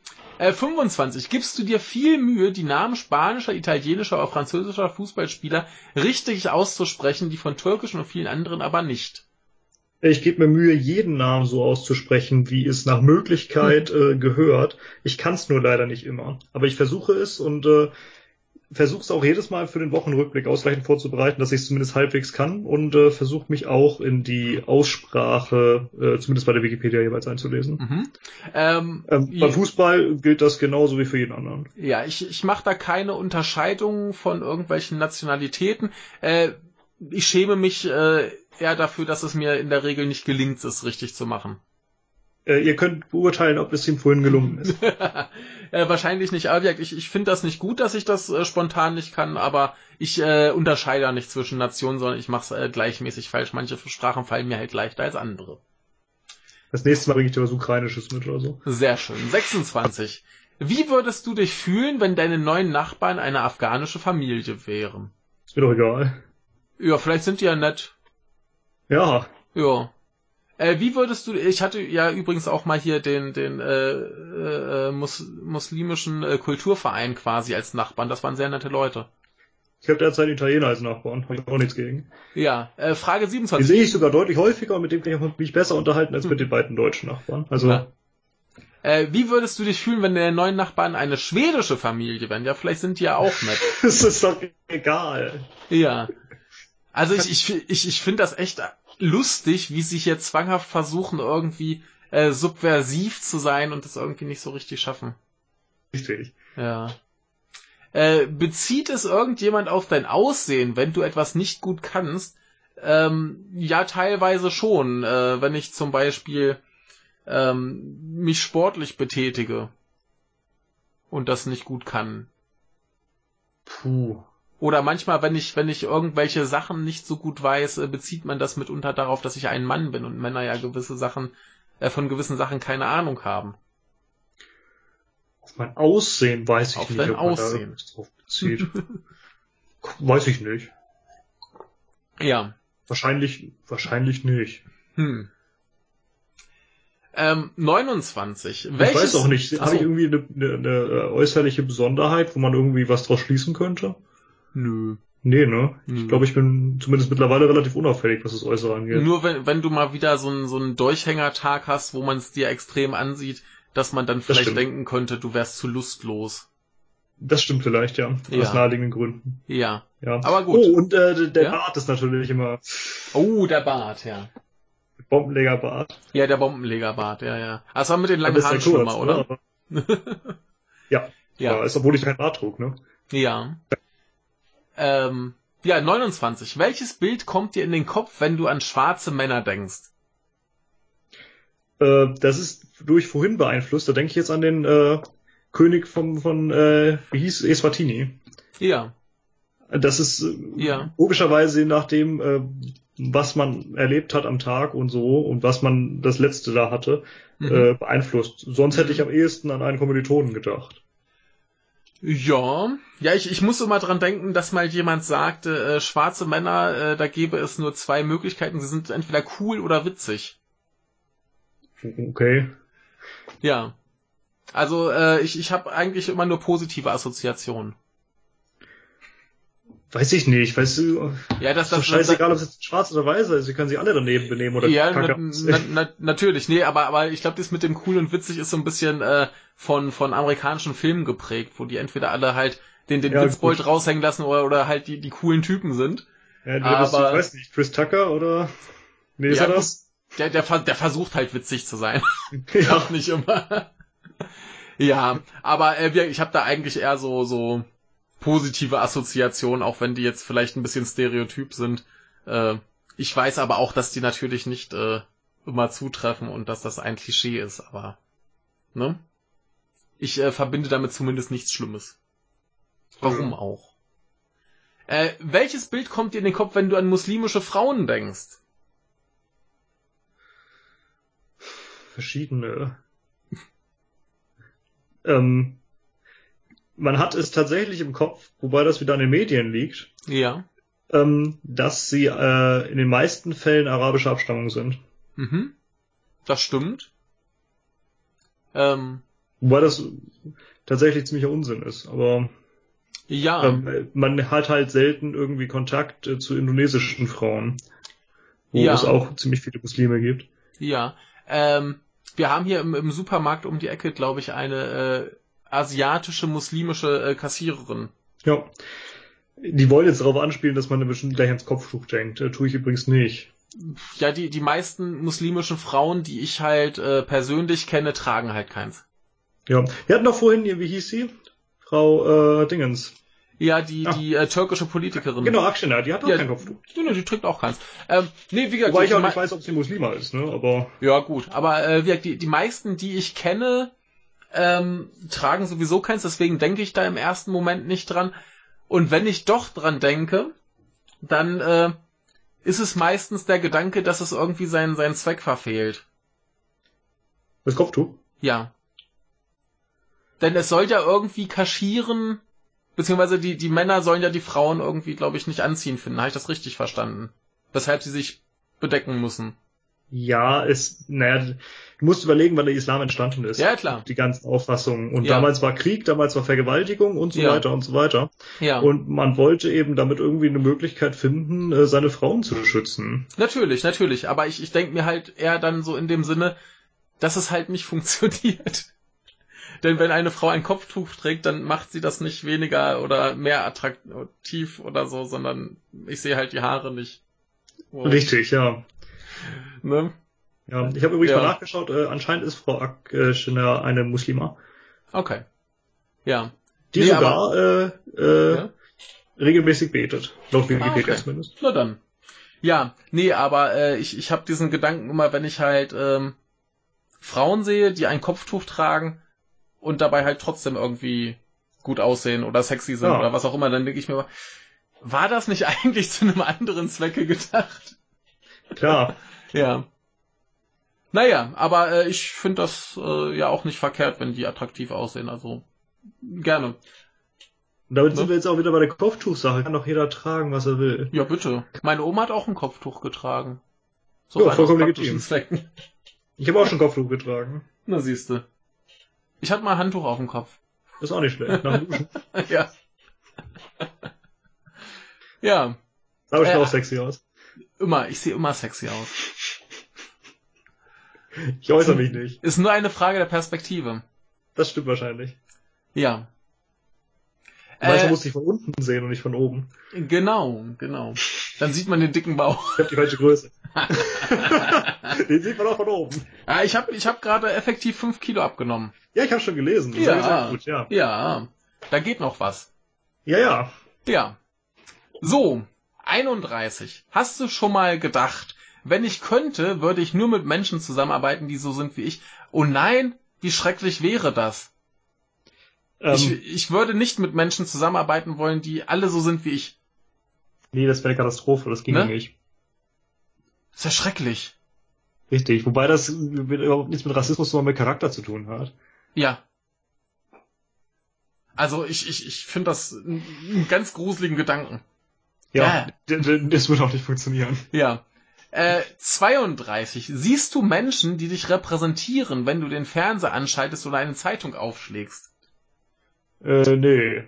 25. Gibst du dir viel Mühe, die Namen spanischer, italienischer oder französischer Fußballspieler richtig auszusprechen, die von türkischen und vielen anderen aber nicht? Ich gebe mir Mühe, jeden Namen so auszusprechen, wie es nach Möglichkeit gehört. Ich kann es nur leider nicht immer. Aber ich versuche es und versuche es auch jedes Mal für den Wochenrückblick ausreichend vorzubereiten, dass ich es zumindest halbwegs kann und versuche mich auch in die Aussprache, zumindest bei der Wikipedia jeweils einzulesen. Beim Fußball gilt das genauso wie für jeden anderen. Ja, ich mache da keine Unterscheidung von irgendwelchen Nationalitäten. Ich schäme mich eher dafür, dass es mir in der Regel nicht gelingt, es richtig zu machen. Ihr könnt beurteilen, ob es ihm vorhin gelungen ist. Wahrscheinlich nicht. Aber ich finde das nicht gut, dass ich das spontan nicht kann, aber ich unterscheide da nicht zwischen Nationen, sondern ich mache es gleichmäßig falsch. Manche Sprachen fallen mir halt leichter als andere. Das nächste Mal bringe ich dir was Ukrainisches mit oder so. Sehr schön. 26. Wie würdest du dich fühlen, wenn deine neuen Nachbarn eine afghanische Familie wären? Ist mir doch egal. Ja, vielleicht sind die ja nett. Ja. Ja. Wie würdest du, ich hatte ja übrigens auch mal hier den muslimischen Kulturverein quasi als Nachbarn. Das waren sehr nette Leute. Ich habe derzeit Italiener als Nachbarn. Habe ich auch nichts gegen. Ja, Frage 27. Die sehe ich sogar deutlich häufiger und mit dem kann ich mich besser unterhalten als mit den beiden deutschen Nachbarn. Also. Wie würdest du dich fühlen, wenn deine neuen Nachbarn eine schwedische Familie wären? Ja, vielleicht sind die ja auch nett. Das ist doch egal. Ja. Also ich finde das echt lustig, wie sie hier zwanghaft versuchen, irgendwie subversiv zu sein und das irgendwie nicht so richtig schaffen. Richtig. Ja. Bezieht es irgendjemand auf dein Aussehen, wenn du etwas nicht gut kannst? Ja, teilweise schon. Wenn ich zum Beispiel mich sportlich betätige und das nicht gut kann. Puh. Oder manchmal, wenn ich irgendwelche Sachen nicht so gut weiß, bezieht man das mitunter darauf, dass ich ein Mann bin und Männer ja gewisse Sachen, von gewissen Sachen keine Ahnung haben. Auf mein Aussehen weiß ich auf nicht, dein ob man Aussehen. da drauf bezieht. Weiß ich nicht. Ja. Wahrscheinlich nicht. 29. Ich weiß auch nicht. Habe ich irgendwie eine äußerliche Besonderheit, wo man irgendwie was draus schließen könnte? Nö. Nee, ne? Ich glaube, ich bin zumindest mittlerweile relativ unauffällig, was das Äußere angeht. Nur wenn du mal wieder so einen Durchhängertag hast, wo man es dir extrem ansieht, dass man dann vielleicht denken könnte, du wärst zu lustlos. Das stimmt vielleicht, ja. Aus naheliegenden Gründen. Ja. Ja. Aber gut. Oh, und der Bart ist natürlich immer... Oh, der Bart, ja. Bombenlegerbart. Ja, der Bombenlegerbart, ja. Das war mit den langen Haaren schon mal, oder? Ja. Ja. Ist, obwohl ich kein Bart trug, ne? Ja. 29. Welches Bild kommt dir in den Kopf, wenn du an schwarze Männer denkst? Das ist durch vorhin beeinflusst. Da denke ich jetzt an den König von wie hieß Eswatini. Ja. Das ist logischerweise nach dem, was man erlebt hat am Tag und so und was man das letzte da hatte, beeinflusst. Sonst hätte ich am ehesten an einen Kommilitonen gedacht. Ja, ich muss immer dran denken, dass mal jemand sagte, schwarze Männer, da gäbe es nur zwei Möglichkeiten, sie sind entweder cool oder witzig. Okay. Ja. Also ich habe eigentlich immer nur positive Assoziationen. Weiß ich nicht, weißt du, ja, das ist doch scheißegal, ob es jetzt schwarz oder weiß ist, sie können sich alle daneben benehmen oder ja, natürlich, nee, aber ich glaube, das mit dem cool und witzig ist so ein bisschen von amerikanischen Filmen geprägt, wo die entweder alle halt den Witzbold raushängen lassen oder halt die coolen Typen sind. Ja, ich weiß nicht, Chris Tucker oder... Nee, ist ja, er das? Der versucht halt witzig zu sein. Ja. Auch nicht immer. Ja, aber ich habe da eigentlich eher so positive Assoziationen, auch wenn die jetzt vielleicht ein bisschen stereotyp sind. Ich weiß aber auch, dass die natürlich nicht immer zutreffen und dass das ein Klischee ist, aber ne? Ich verbinde damit zumindest nichts Schlimmes. Warum auch? Welches Bild kommt dir in den Kopf, wenn du an muslimische Frauen denkst? Verschiedene. Man hat es tatsächlich im Kopf, wobei das wieder an den Medien liegt, Ja. dass sie in den meisten Fällen arabischer Abstammung sind. Mhm. Das stimmt. Wobei das tatsächlich ziemlicher Unsinn ist, aber Ja. man hat halt selten irgendwie Kontakt zu indonesischen Frauen, wo Ja. es auch ziemlich viele Muslime gibt. Ja. Wir haben hier im Supermarkt um die Ecke, glaube ich, eine asiatische muslimische Kassiererin. Ja. Die wollen jetzt darauf anspielen, dass man bestimmt gleich ans Kopftuch denkt. Tue ich übrigens nicht. Ja, die meisten muslimischen Frauen, die ich halt persönlich kenne, tragen halt keins. Ja. Wir hatten doch vorhin, wie hieß sie? Frau Dingens. Ja, die türkische Politikerin. Genau, Akşener, die hat auch kein Kopftuch. Die trägt auch keins. Nee, wie gesagt, wobei ich auch nicht weiß, ob sie Muslima ist, ne? Aber ja, gut. Aber wie gesagt, die meisten, die ich kenne, tragen sowieso keins, deswegen denke ich da im ersten Moment nicht dran. Und wenn ich doch dran denke, dann ist es meistens der Gedanke, dass es irgendwie seinen Zweck verfehlt. das Kopftuch? Ja. Denn es soll ja irgendwie kaschieren, beziehungsweise die Männer sollen ja die Frauen irgendwie, glaube ich, nicht anziehen finden. Habe ich das richtig verstanden? Weshalb sie sich bedecken müssen. Ja, du musst überlegen, wann der Islam entstanden ist. Ja, klar. Die ganzen Auffassungen. Und Ja. damals war Krieg, damals war Vergewaltigung und so Ja. weiter und so weiter. Ja. Und man wollte eben damit irgendwie eine Möglichkeit finden, seine Frauen zu schützen. Natürlich. Aber ich denke mir halt eher dann so in dem Sinne, dass es halt nicht funktioniert. Denn wenn eine Frau ein Kopftuch trägt, dann macht sie das nicht weniger oder mehr attraktiv oder so, sondern ich sehe halt die Haare nicht. Oh. Richtig, ja. Ne? Ja, ich habe übrigens mal nachgeschaut, anscheinend ist Frau Akşener eine Muslima. Okay. Ja. Die sogar regelmäßig betet. Laut Wikipedia okay. zumindest. Na dann. Ja, nee, aber ich habe diesen Gedanken immer, wenn ich halt Frauen sehe, die ein Kopftuch tragen und dabei halt trotzdem irgendwie gut aussehen oder sexy sind oder was auch immer, dann denke ich mir immer, war das nicht eigentlich zu einem anderen Zwecke gedacht? Klar. Ja. Naja, aber ich finde das ja auch nicht verkehrt, wenn die attraktiv aussehen, also gerne. Und damit sind wir jetzt auch wieder bei der Kopftuchsache. Kann doch jeder tragen, was er will. Ja, bitte. Meine Oma hat auch ein Kopftuch getragen. So ja, vollkommen legitim. Zwecken. Ich habe auch schon Kopftuch getragen. Na siehste. Ich hatte mal ein Handtuch auf dem Kopf. Das ist auch nicht schlecht. Nach dem Duschen. Ja. Ja. Sah bestimmt auch sexy aus. Ich sehe immer sexy aus. Ich äußere mich nicht. Ist nur eine Frage der Perspektive. Das stimmt wahrscheinlich. Ja. Manchmal muss ich von unten sehen und nicht von oben. Genau. Dann sieht man den dicken Bauch. Ich habe die falsche Größe. Den sieht man auch von oben. Ah, ich hab gerade effektiv 5 Kilo abgenommen. Ja, ich habe schon gelesen. Das ist sehr gut, ja. Ja, da geht noch was. Ja. Ja. So, 31. Hast du schon mal gedacht, wenn ich könnte, würde ich nur mit Menschen zusammenarbeiten, die so sind wie ich? Oh nein, wie schrecklich wäre das? Ich würde nicht mit Menschen zusammenarbeiten wollen, die alle so sind wie ich. Nee, das wäre eine Katastrophe, das ging nicht. Das ist ja schrecklich. Richtig, wobei das überhaupt nichts mit Rassismus, sondern mit Charakter zu tun hat. Ja. Also ich finde das einen ganz gruseligen Gedanken. Ja, das würde auch nicht funktionieren. Ja. 32. Siehst du Menschen, die dich repräsentieren, wenn du den Fernseher anschaltest oder eine Zeitung aufschlägst? Nee.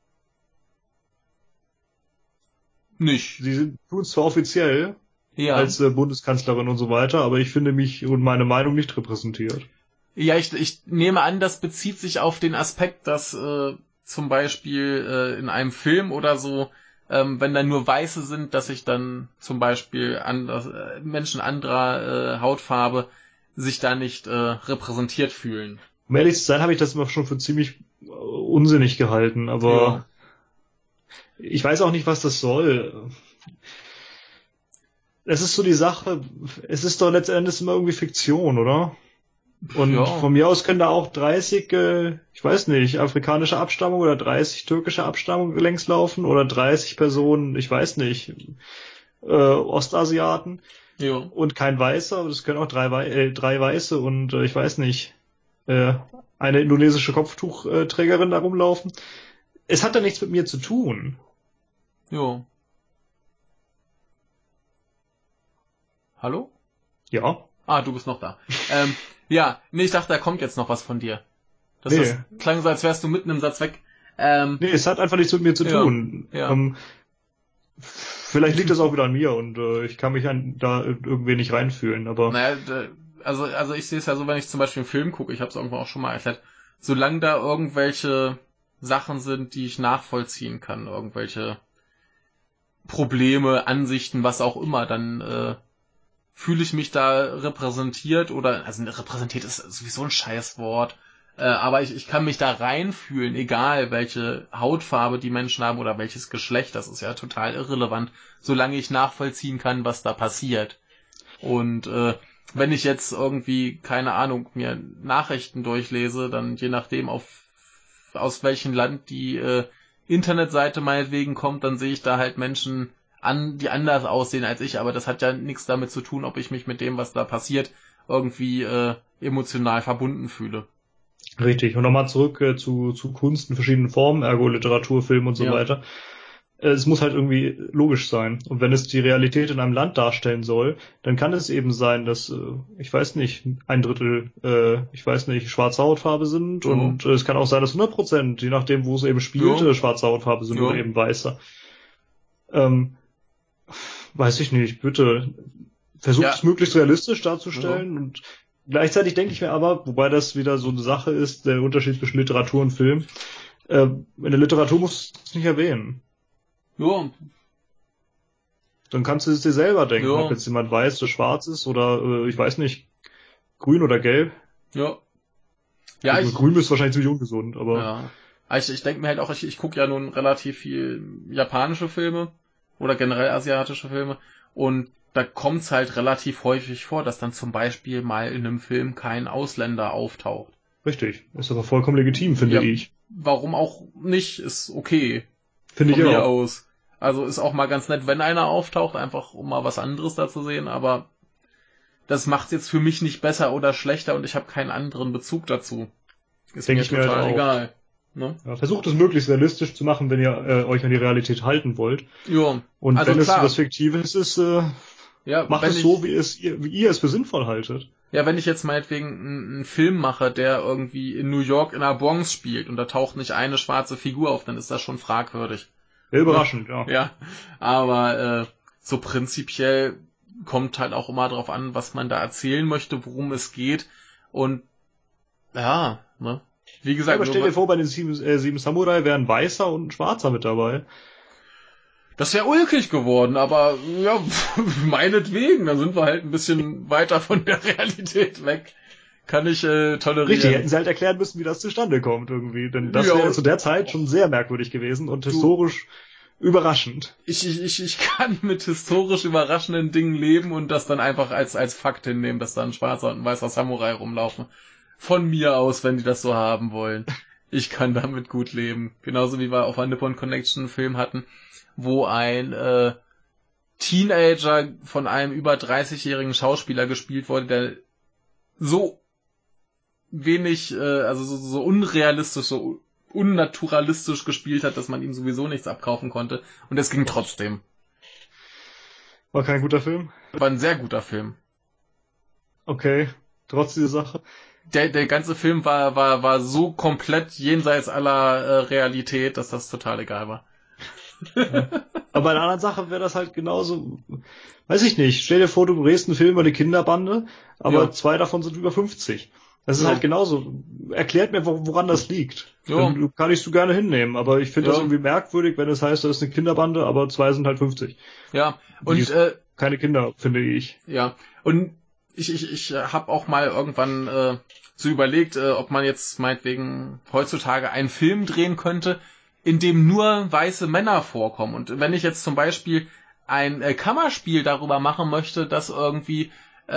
Nicht. Sie tun es zwar offiziell als Bundeskanzlerin und so weiter, aber ich finde mich und meine Meinung nicht repräsentiert. Ja, ich nehme an, das bezieht sich auf den Aspekt, dass zum Beispiel in einem Film oder so wenn dann nur Weiße sind, dass sich dann zum Beispiel Menschen anderer Hautfarbe sich da nicht repräsentiert fühlen. Um ehrlich zu sein, habe ich das immer schon für ziemlich unsinnig gehalten, aber ich weiß auch nicht, was das soll. Es ist so die Sache, es ist doch letztendlich immer irgendwie Fiktion, oder? Und von mir aus können da auch 30, ich weiß nicht, afrikanische Abstammung oder 30 türkische Abstammung längs laufen oder 30 Personen, ich weiß nicht, Ostasiaten. Ja. Und kein Weißer, aber das können auch drei Weiße und ich weiß nicht, eine indonesische Kopftuchträgerin da rumlaufen. Es hat da nichts mit mir zu tun. Jo. Hallo? Ja. Ah, du bist noch da. Ja, nee, ich dachte, da kommt jetzt noch was von dir. Das klang so, als wärst du mitten im Satz weg. Nee, es hat einfach nichts mit mir zu tun. Ja. Vielleicht liegt das auch wieder an mir und ich kann mich da irgendwie nicht reinfühlen, aber... Naja, also ich sehe es ja so, wenn ich zum Beispiel einen Film gucke, ich habe es irgendwann auch schon mal erklärt, solange da irgendwelche Sachen sind, die ich nachvollziehen kann, irgendwelche Probleme, Ansichten, was auch immer, dann fühle ich mich da repräsentiert also repräsentiert ist sowieso ein Scheißwort, aber ich kann mich da reinfühlen, egal welche Hautfarbe die Menschen haben oder welches Geschlecht, das ist ja total irrelevant, solange ich nachvollziehen kann, was da passiert. Und wenn ich jetzt irgendwie, keine Ahnung, mir Nachrichten durchlese, dann je nachdem aus welchem Land die Internetseite meinetwegen kommt, dann sehe ich da halt Menschen die anders aussehen als ich, aber das hat ja nichts damit zu tun, ob ich mich mit dem, was da passiert, irgendwie emotional verbunden fühle. Richtig. Und nochmal zurück zu Kunst in verschiedenen Formen, ergo Literatur, Film und so weiter. Es muss halt irgendwie logisch sein. Und wenn es die Realität in einem Land darstellen soll, dann kann es eben sein, dass, ich weiß nicht, 1/3, ich weiß nicht, schwarze Hautfarbe sind. Und es kann auch sein, dass 100%, je nachdem, wo es eben spielt, schwarze Hautfarbe sind oder eben weißer. Weiß ich nicht, bitte. Versucht es möglichst realistisch darzustellen und gleichzeitig denke ich mir aber, wobei das wieder so eine Sache ist, der Unterschied zwischen Literatur und Film, in der Literatur musst du es nicht erwähnen. Ja. Dann kannst du es dir selber denken, ob jetzt jemand weiß oder schwarz ist oder, ich weiß nicht, grün oder gelb. Ja. Ja, grün ist wahrscheinlich ziemlich ungesund, aber... Ja. Also ich denke mir halt auch, ich gucke ja nun relativ viel japanische Filme oder generell asiatische Filme und da kommt's halt relativ häufig vor, dass dann zum Beispiel mal in einem Film kein Ausländer auftaucht. Richtig. Ist aber vollkommen legitim, finde ich. Warum auch nicht? Ist okay. Finde ich auch. Von mir aus. Also ist auch mal ganz nett, wenn einer auftaucht, einfach um mal was anderes da zu sehen, aber das macht's jetzt für mich nicht besser oder schlechter und ich habe keinen anderen Bezug dazu. Ist mir total egal. Ne? Ja, versucht es möglichst realistisch zu machen, wenn ihr euch an die Realität halten wollt. Ja. Und also wenn es was Fiktives ist, macht es so, wie ihr es für sinnvoll haltet. Ja, wenn ich jetzt meinetwegen einen Film mache, der irgendwie in New York in der Bronx spielt und da taucht nicht eine schwarze Figur auf, dann ist das schon fragwürdig. Sehr überraschend, ja. Ja, aber so prinzipiell kommt halt auch immer drauf an, was man da erzählen möchte, worum es geht. Und ja, ne? Wie gesagt, aber stell dir vor, bei den sieben Samurai wären ein Weißer und ein Schwarzer mit dabei. Das wäre ulkig geworden, aber ja, meinetwegen, dann sind wir halt ein bisschen weiter von der Realität weg. Kann ich tolerieren. Richtig, hätten sie halt erklären müssen, wie das zustande kommt irgendwie. Denn das wäre zu der Zeit schon sehr merkwürdig gewesen und historisch überraschend. Ich kann mit historisch überraschenden Dingen leben und das dann einfach als Fakt hinnehmen, dass da ein schwarzer und ein weißer Samurai rumlaufen. Von mir aus, wenn die das so haben wollen. Ich kann damit gut leben. Genauso wie wir auf einer Nippon Connection einen Film hatten, wo ein Teenager von einem über 30-jährigen Schauspieler gespielt wurde, der so wenig, also so unrealistisch, so unnaturalistisch gespielt hat, dass man ihm sowieso nichts abkaufen konnte. Und es ging trotzdem. War kein guter Film? War ein sehr guter Film. Okay, trotz dieser Sache. Der ganze Film war so komplett jenseits aller Realität, dass das total egal war. Ja. Aber bei einer anderen Sache wäre das halt genauso, weiß ich nicht, stell dir vor, du drehst einen Film über eine Kinderbande, aber 2 davon sind über 50. Das ist halt genauso. Erklärt mir, woran das liegt. Ja. Du kann ich so gerne hinnehmen, aber ich finde das irgendwie merkwürdig, wenn es heißt, das ist eine Kinderbande, aber 2 sind halt 50. Ja, und keine Kinder, finde ich. Ja, und ich habe auch mal irgendwann so überlegt, ob man jetzt meinetwegen heutzutage einen Film drehen könnte, in dem nur weiße Männer vorkommen. Und wenn ich jetzt zum Beispiel ein Kammerspiel darüber machen möchte, dass irgendwie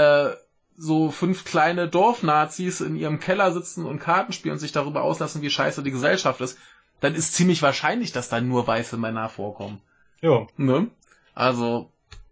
so 5 kleine Dorfnazis in ihrem Keller sitzen und Karten spielen und sich darüber auslassen, wie scheiße die Gesellschaft ist, dann ist ziemlich wahrscheinlich, dass da nur weiße Männer vorkommen. Ja. Ne? Also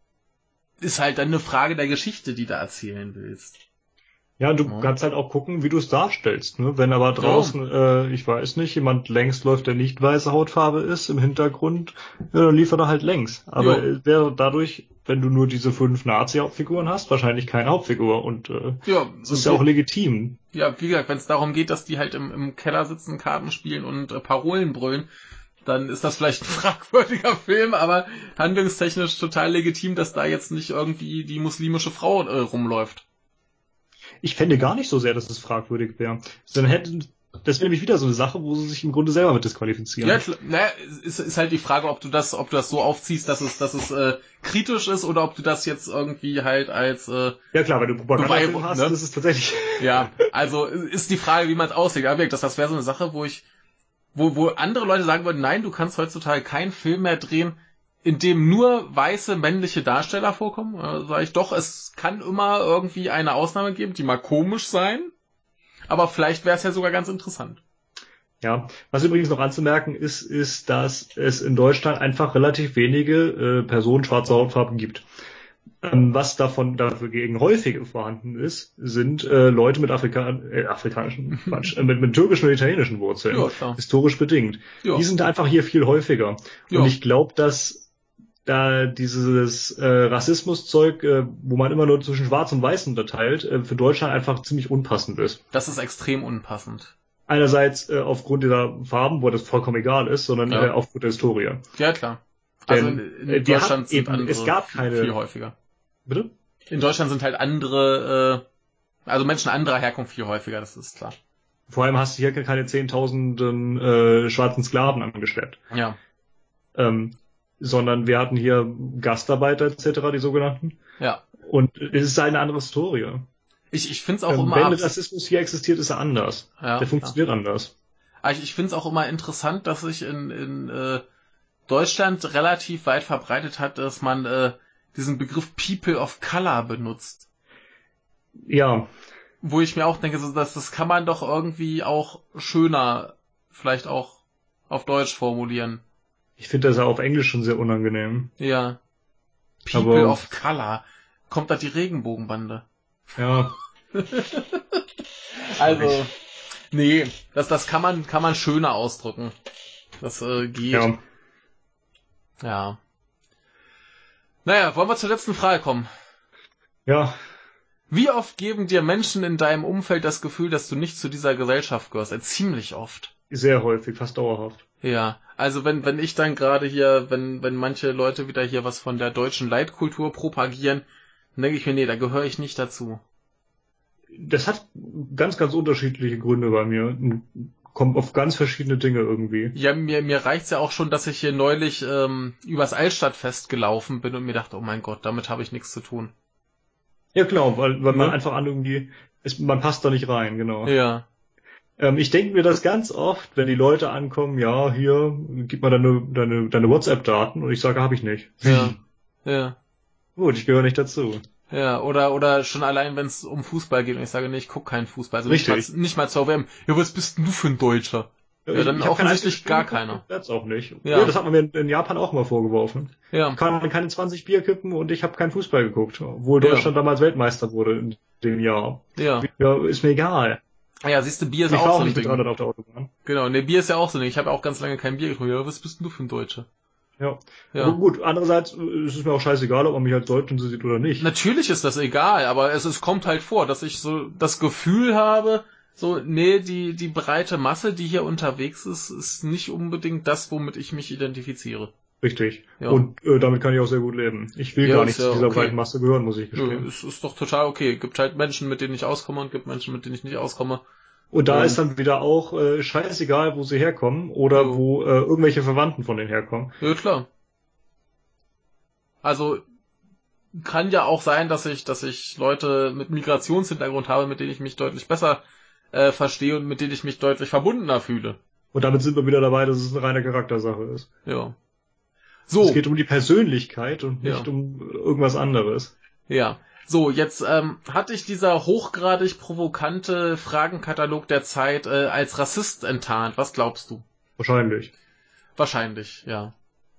ist halt dann eine Frage der Geschichte, die du erzählen willst. Ja, du kannst halt auch gucken, wie du es darstellst, ne? Wenn aber draußen, ich weiß nicht, jemand längs läuft, der nicht weiße Hautfarbe ist, im Hintergrund, dann liefert er halt längs. Aber wäre dadurch, wenn du nur diese 5 Nazi-Hauptfiguren hast, wahrscheinlich keine Hauptfigur. Und das ist ja auch legitim. Ja, wie gesagt, wenn es darum geht, dass die halt im Keller sitzen, Karten spielen und Parolen brüllen, dann ist das vielleicht ein fragwürdiger Film, aber handlungstechnisch total legitim, dass da jetzt nicht irgendwie die muslimische Frau rumläuft. Ich fände gar nicht so sehr, dass es fragwürdig wäre. Das wäre nämlich wieder so eine Sache, wo sie sich im Grunde selber mit disqualifizieren. Ja, naja, ist halt die Frage, ob du das so aufziehst, dass es kritisch ist, oder ob du das jetzt irgendwie halt als ja klar, wenn du Propaganda hast, ne? Das ist tatsächlich. Ja, also ist die Frage, wie man es auslegt. Aber das wäre so eine Sache, wo andere Leute sagen würden, nein, du kannst heutzutage keinen Film mehr drehen, in dem nur weiße männliche Darsteller vorkommen. Sage ich doch, es kann immer irgendwie eine Ausnahme geben, die mal komisch sein, aber vielleicht wäre es ja sogar ganz interessant. Ja, was übrigens noch anzumerken ist, dass es in Deutschland einfach relativ wenige Personen schwarzer Hautfarben gibt. Was dafür gegen häufig vorhanden ist, sind Leute mit afrikanischen, mit türkischen und italienischen Wurzeln, historisch bedingt. Ja. Die sind einfach hier viel häufiger. Ja. Und ich glaube, dass da dieses Rassismuszeug, wo man immer nur zwischen Schwarz und Weiß unterteilt, für Deutschland einfach ziemlich unpassend ist. Das ist extrem unpassend. Einerseits aufgrund dieser Farben, wo das vollkommen egal ist, sondern aufgrund der Historie. Ja, klar. Also in Deutschland sind andere es gab keine, viel häufiger. Bitte? In Deutschland sind halt andere, also Menschen anderer Herkunft viel häufiger, das ist klar. Vor allem hast du hier keine 10.000 schwarzen Sklaven angeschleppt. Ja. Sondern wir hatten hier Gastarbeiter etc., die sogenannten. Ja. Und es ist eine andere Historie. Ich finde es auch immer... Wenn der Rassismus hier existiert, ist er anders. Ja, der funktioniert anders. Aber ich finde es auch immer interessant, dass sich in Deutschland relativ weit verbreitet hat, dass man diesen Begriff People of Color benutzt. Ja. Wo ich mir auch denke, das kann man doch irgendwie auch schöner vielleicht auch auf Deutsch formulieren. Ich finde das ja auf Englisch schon sehr unangenehm. Ja. People of Color. Kommt da die Regenbogenbande? Ja. Also, nee, das kann man schöner ausdrücken. Das geht. Ja. Naja, wollen wir zur letzten Frage kommen? Ja. Wie oft geben dir Menschen in deinem Umfeld das Gefühl, dass du nicht zu dieser Gesellschaft gehörst? Ziemlich oft. Sehr häufig, fast dauerhaft. Ja, also wenn ich dann gerade hier, wenn manche Leute wieder hier was von der deutschen Leitkultur propagieren, dann denke ich mir, nee, da gehöre ich nicht dazu. Das hat ganz, ganz unterschiedliche Gründe bei mir. Kommt auf ganz verschiedene Dinge irgendwie. Ja, mir reicht's ja auch schon, dass ich hier neulich übers Altstadtfest gelaufen bin und mir dachte, oh mein Gott, damit habe ich nichts zu tun. Ja, genau, weil man einfach an irgendwie, man passt da nicht rein, genau. Ja. Ich denke mir das ganz oft, wenn die Leute ankommen, ja, hier, gib mal deine WhatsApp-Daten, und ich sage, habe ich nicht. Ja. Gut, ich gehöre nicht dazu. Ja, oder schon allein, wenn es um Fußball geht und ich sage, nee, ich gucke keinen Fußball. Also nicht mal zur WM. Ja, was bist denn du für ein Deutscher? Ja, dann offensichtlich gar keiner. Das auch nicht. Ja, das hat man mir in Japan auch mal vorgeworfen. Ja. Ich kann keine 20 Bier kippen und ich habe keinen Fußball geguckt, obwohl Deutschland damals Weltmeister wurde in dem Jahr. Ja. Ja, ist mir egal. Ja, siehst du, Bier ist auch so ein Ding. Auf der Autobahn. Genau, ne, Bier ist ja auch so ein Ding. Ich habe auch ganz lange kein Bier getrunken. Ja, was bist denn du für ein Deutscher? Ja. Aber gut, andererseits ist es mir auch scheißegal, ob man mich als Deutschen so sieht oder nicht. Natürlich ist das egal, aber es kommt halt vor, dass ich so das Gefühl habe, so, nee, die breite Masse, die hier unterwegs ist, ist nicht unbedingt das, womit ich mich identifiziere. Richtig. Ja. Und damit kann ich auch sehr gut leben. Ich will Ja, gar ist nicht ja zu dieser okay. breiten Masse gehören, muss ich Nö, gestehen. ist doch total okay. Gibt halt Menschen, mit denen ich auskomme und gibt Menschen, mit denen ich nicht auskomme. Und da ist dann wieder auch scheißegal, wo sie herkommen oder Jo. wo irgendwelche Verwandten von denen herkommen. Ja, klar. Also kann ja auch sein, dass ich Leute mit Migrationshintergrund habe, mit denen ich mich deutlich besser verstehe und mit denen ich mich deutlich verbundener fühle. Und damit sind wir wieder dabei, dass es eine reine Charaktersache ist. Ja. Es So, geht um die Persönlichkeit und Ja. nicht um irgendwas anderes. ja. So, jetzt hatte ich dieser hochgradig provokante Fragenkatalog der Zeit als Rassist enttarnt. Was glaubst du? Wahrscheinlich. Wahrscheinlich, ja.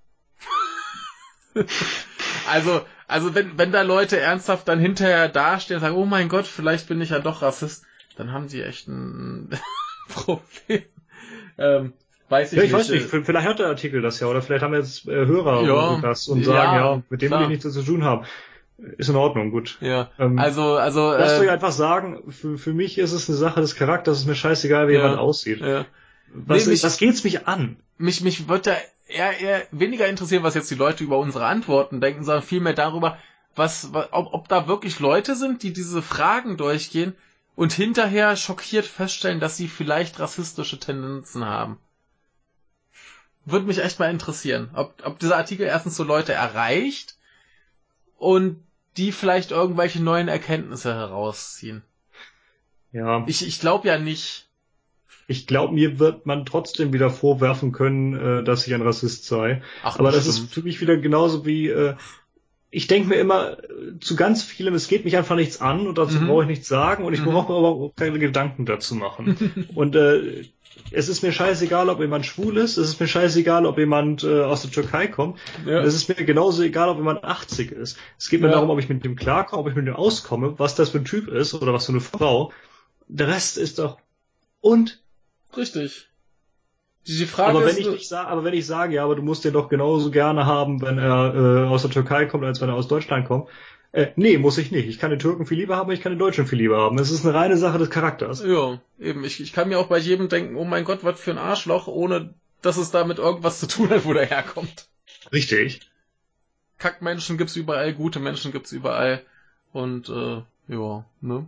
Also wenn da Leute ernsthaft dann hinterher dastehen und sagen, oh mein Gott, vielleicht bin ich ja doch Rassist, dann haben die echt ein Problem. Weiß ich Ja, nicht. ich weiß nicht, vielleicht hat der Artikel das ja, oder vielleicht haben jetzt Hörer Ja, das und sagen, ja, mit dem will klar. ich nichts zu tun haben. Ist in Ordnung, gut. Ja, Lasst also euch einfach sagen, für mich ist es eine Sache des Charakters, es ist mir scheißegal, wie jemand aussieht. Ja. Was geht's mich an? Mich wird da eher weniger interessieren, was jetzt die Leute über unsere Antworten denken, sondern vielmehr darüber, ob da wirklich Leute sind, die diese Fragen durchgehen und hinterher schockiert feststellen, dass sie vielleicht rassistische Tendenzen haben. Würde mich echt mal interessieren, ob dieser Artikel erstens so Leute erreicht und die vielleicht irgendwelche neuen Erkenntnisse herausziehen. Ja. Ich glaube ja nicht. Ich glaube, mir wird man trotzdem wieder vorwerfen können, dass ich ein Rassist sei. Ach, aber bestimmt. das ist für mich wieder genauso wie, ich denke mir immer zu ganz vielem, es geht mich einfach nichts an und dazu brauche ich nichts sagen und ich brauche mir aber auch keine Gedanken dazu machen. Und es ist mir scheißegal, ob jemand schwul ist, es ist mir scheißegal, ob jemand aus der Türkei kommt. Ja. Es ist mir genauso egal, ob jemand 80 ist. Es geht mir darum, ob ich mit dem klarkomme, ob ich mit dem auskomme, was das für ein Typ ist oder was für eine Frau. Der Rest ist doch Richtig. Die Frage aber ist, wenn ich sage, ja, aber du musst den doch genauso gerne haben, wenn er aus der Türkei kommt, als wenn er aus Deutschland kommt. Nee, muss ich nicht. Ich kann den Türken viel lieber haben, ich kann den Deutschen viel lieber haben. Es ist eine reine Sache des Charakters. ja, eben. Ich kann mir auch bei jedem denken, oh mein Gott, was für ein Arschloch, ohne dass es damit irgendwas zu tun hat, wo der herkommt. Richtig. Kackmenschen gibt's überall, gute Menschen gibt's überall. Und, ja, ne?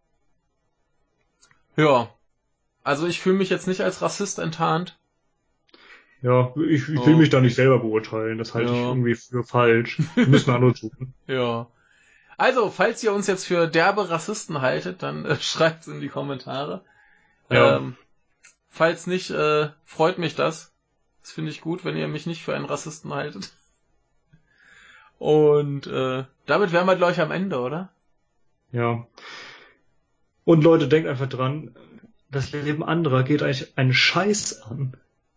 Ja. Also ich fühle mich jetzt nicht als Rassist enttarnt. Ja, ich will mich da nicht selber beurteilen. Das halte ich irgendwie für falsch. Müssen andere tun. Ja. Also, falls ihr uns jetzt für derbe Rassisten haltet, dann schreibt's in die Kommentare. Ja. Falls nicht, freut mich das. Das finde ich gut, wenn ihr mich nicht für einen Rassisten haltet. Und damit wären wir, glaube ich, am Ende, oder? Ja. Und Leute, denkt einfach dran, das Leben anderer geht eigentlich einen Scheiß an.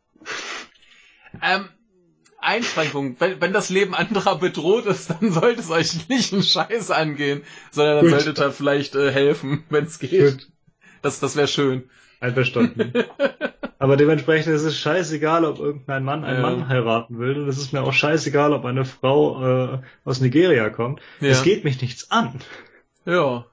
Einschränkung. Wenn das Leben anderer bedroht ist, dann sollte es euch nicht einen Scheiß angehen, sondern dann solltet ihr vielleicht helfen, wenn es geht. Gut. Das wäre schön. Einverstanden. Aber dementsprechend ist es scheißegal, ob irgendein Mann einen Mann heiraten will. Und es ist mir auch scheißegal, ob eine Frau aus Nigeria kommt. Es geht mich nichts an. Ja.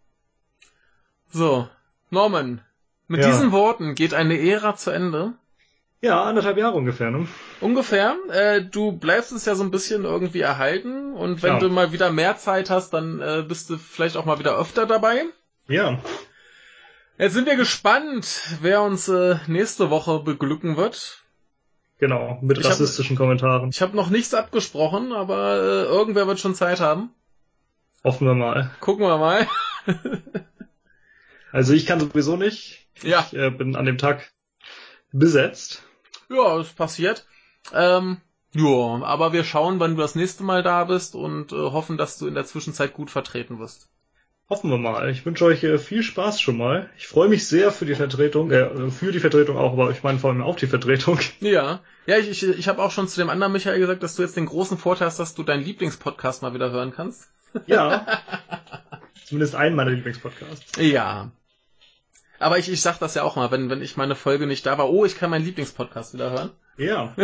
So, Norman, mit diesen Worten geht eine Ära zu Ende. Ja, 1,5 Jahre ungefähr, ne? Ungefähr. Du bleibst uns ja so ein bisschen irgendwie erhalten und wenn du mal wieder mehr Zeit hast, dann bist du vielleicht auch mal wieder öfter dabei. Ja. Jetzt sind wir gespannt, wer uns nächste Woche beglücken wird. Genau, mit rassistischen Kommentaren. Ich habe noch nichts abgesprochen, aber irgendwer wird schon Zeit haben. Hoffen wir mal. Gucken wir mal. Also ich kann sowieso nicht. Ja. Ich bin an dem Tag besetzt. Ja, das passiert. Ja, aber wir schauen, wann du das nächste Mal da bist und hoffen, dass du in der Zwischenzeit gut vertreten wirst. Hoffen wir mal. Ich wünsche euch viel Spaß schon mal. Ich freue mich sehr für die Vertretung, für die Vertretung auch, aber ich meine vor allem auf die Vertretung. Ja, ich habe auch schon zu dem anderen Michael gesagt, dass du jetzt den großen Vorteil hast, dass du deinen Lieblingspodcast mal wieder hören kannst. Ja. Zumindest einen meiner Lieblingspodcasts. Ja. Aber ich sag das ja auch mal, wenn ich meine Folge nicht da war, ich kann meinen Lieblingspodcast wieder hören. Ja.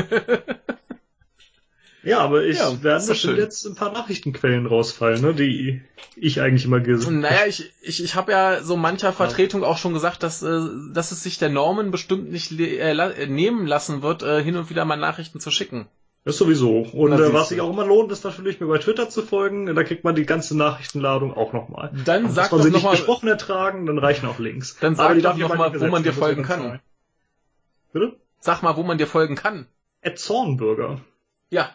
Ja, aber ich werde bestimmt jetzt ein paar Nachrichtenquellen rausfallen, ne, die ich eigentlich immer gesehen habe. Naja, ich habe ja so mancher Vertretung auch schon gesagt, dass es sich der Norman bestimmt nicht nehmen lassen wird, hin und wieder mal Nachrichten zu schicken. Das sowieso. Und Na, siehst was du. sich auch immer lohnt, ist natürlich mir bei Twitter zu folgen. Da kriegt man die ganze Nachrichtenladung auch nochmal. Dann sag Muss man doch sie nicht noch mal, gesprochen ertragen, dann reichen auch Links. dann Aber sag die doch darf ich noch aber mal, nicht wo man dir ersetzen, folgen das wäre kann. dann Bitte? Sag mal, wo man dir folgen kann. @Zornbürger. Ja.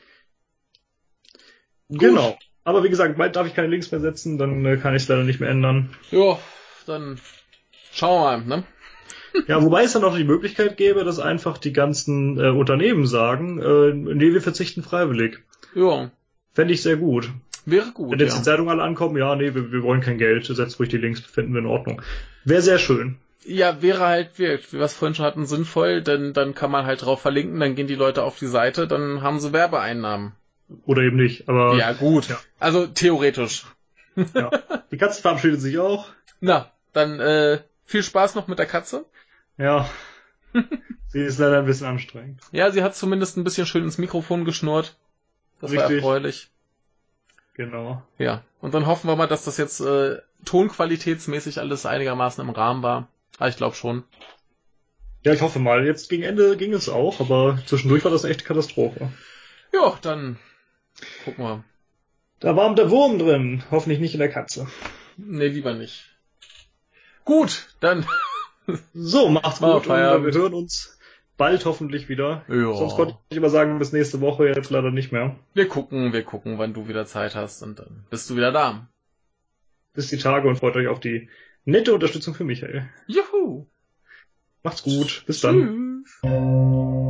Gut. Genau. Aber wie gesagt, bald darf ich keine Links mehr setzen, dann kann ich es leider nicht mehr ändern. Jo, dann schauen wir mal, ne? Ja, wobei es dann auch die Möglichkeit gäbe, dass einfach die ganzen Unternehmen sagen, nee, wir verzichten freiwillig. Jo, Fände ich sehr gut. wäre gut, Wenn jetzt die ja. Zeitungen alle ankommen, ja, nee, wir wollen kein Geld, setzt ruhig die Links, finden wir in Ordnung. Wäre sehr schön. Ja, wäre halt, wie wir es vorhin schon hatten, sinnvoll, denn dann kann man halt drauf verlinken, dann gehen die Leute auf die Seite, dann haben sie Werbeeinnahmen. Oder eben nicht, aber Ja, gut. ja. Also theoretisch. Ja. Die Katze verabschiedet sich auch. Na, dann viel Spaß noch mit der Katze. Ja. Sie ist leider ein bisschen anstrengend. Ja, sie hat zumindest ein bisschen schön ins Mikrofon geschnurrt. Das war Richtig. erfreulich. Genau. Ja, und dann hoffen wir mal, dass das jetzt tonqualitätsmäßig alles einigermaßen im Rahmen war. Ah, ich glaube schon. Ja, ich hoffe mal. Jetzt gegen Ende ging es auch, aber zwischendurch war das eine echte Katastrophe. Ja, dann gucken wir. Da war der Wurm drin. Hoffentlich nicht in der Katze. Nee, lieber nicht. Gut, dann. So, macht's Machen wir gut und Feierabend. wir hören uns bald hoffentlich wieder. Ja. Sonst konnte ich immer sagen, bis nächste Woche, jetzt leider nicht mehr. Wir gucken, wann du wieder Zeit hast und dann bist du wieder da. Bis die Tage und freut euch auf die nette Unterstützung für Michael. Juhu. Macht's gut. Bis dann. Tschüss.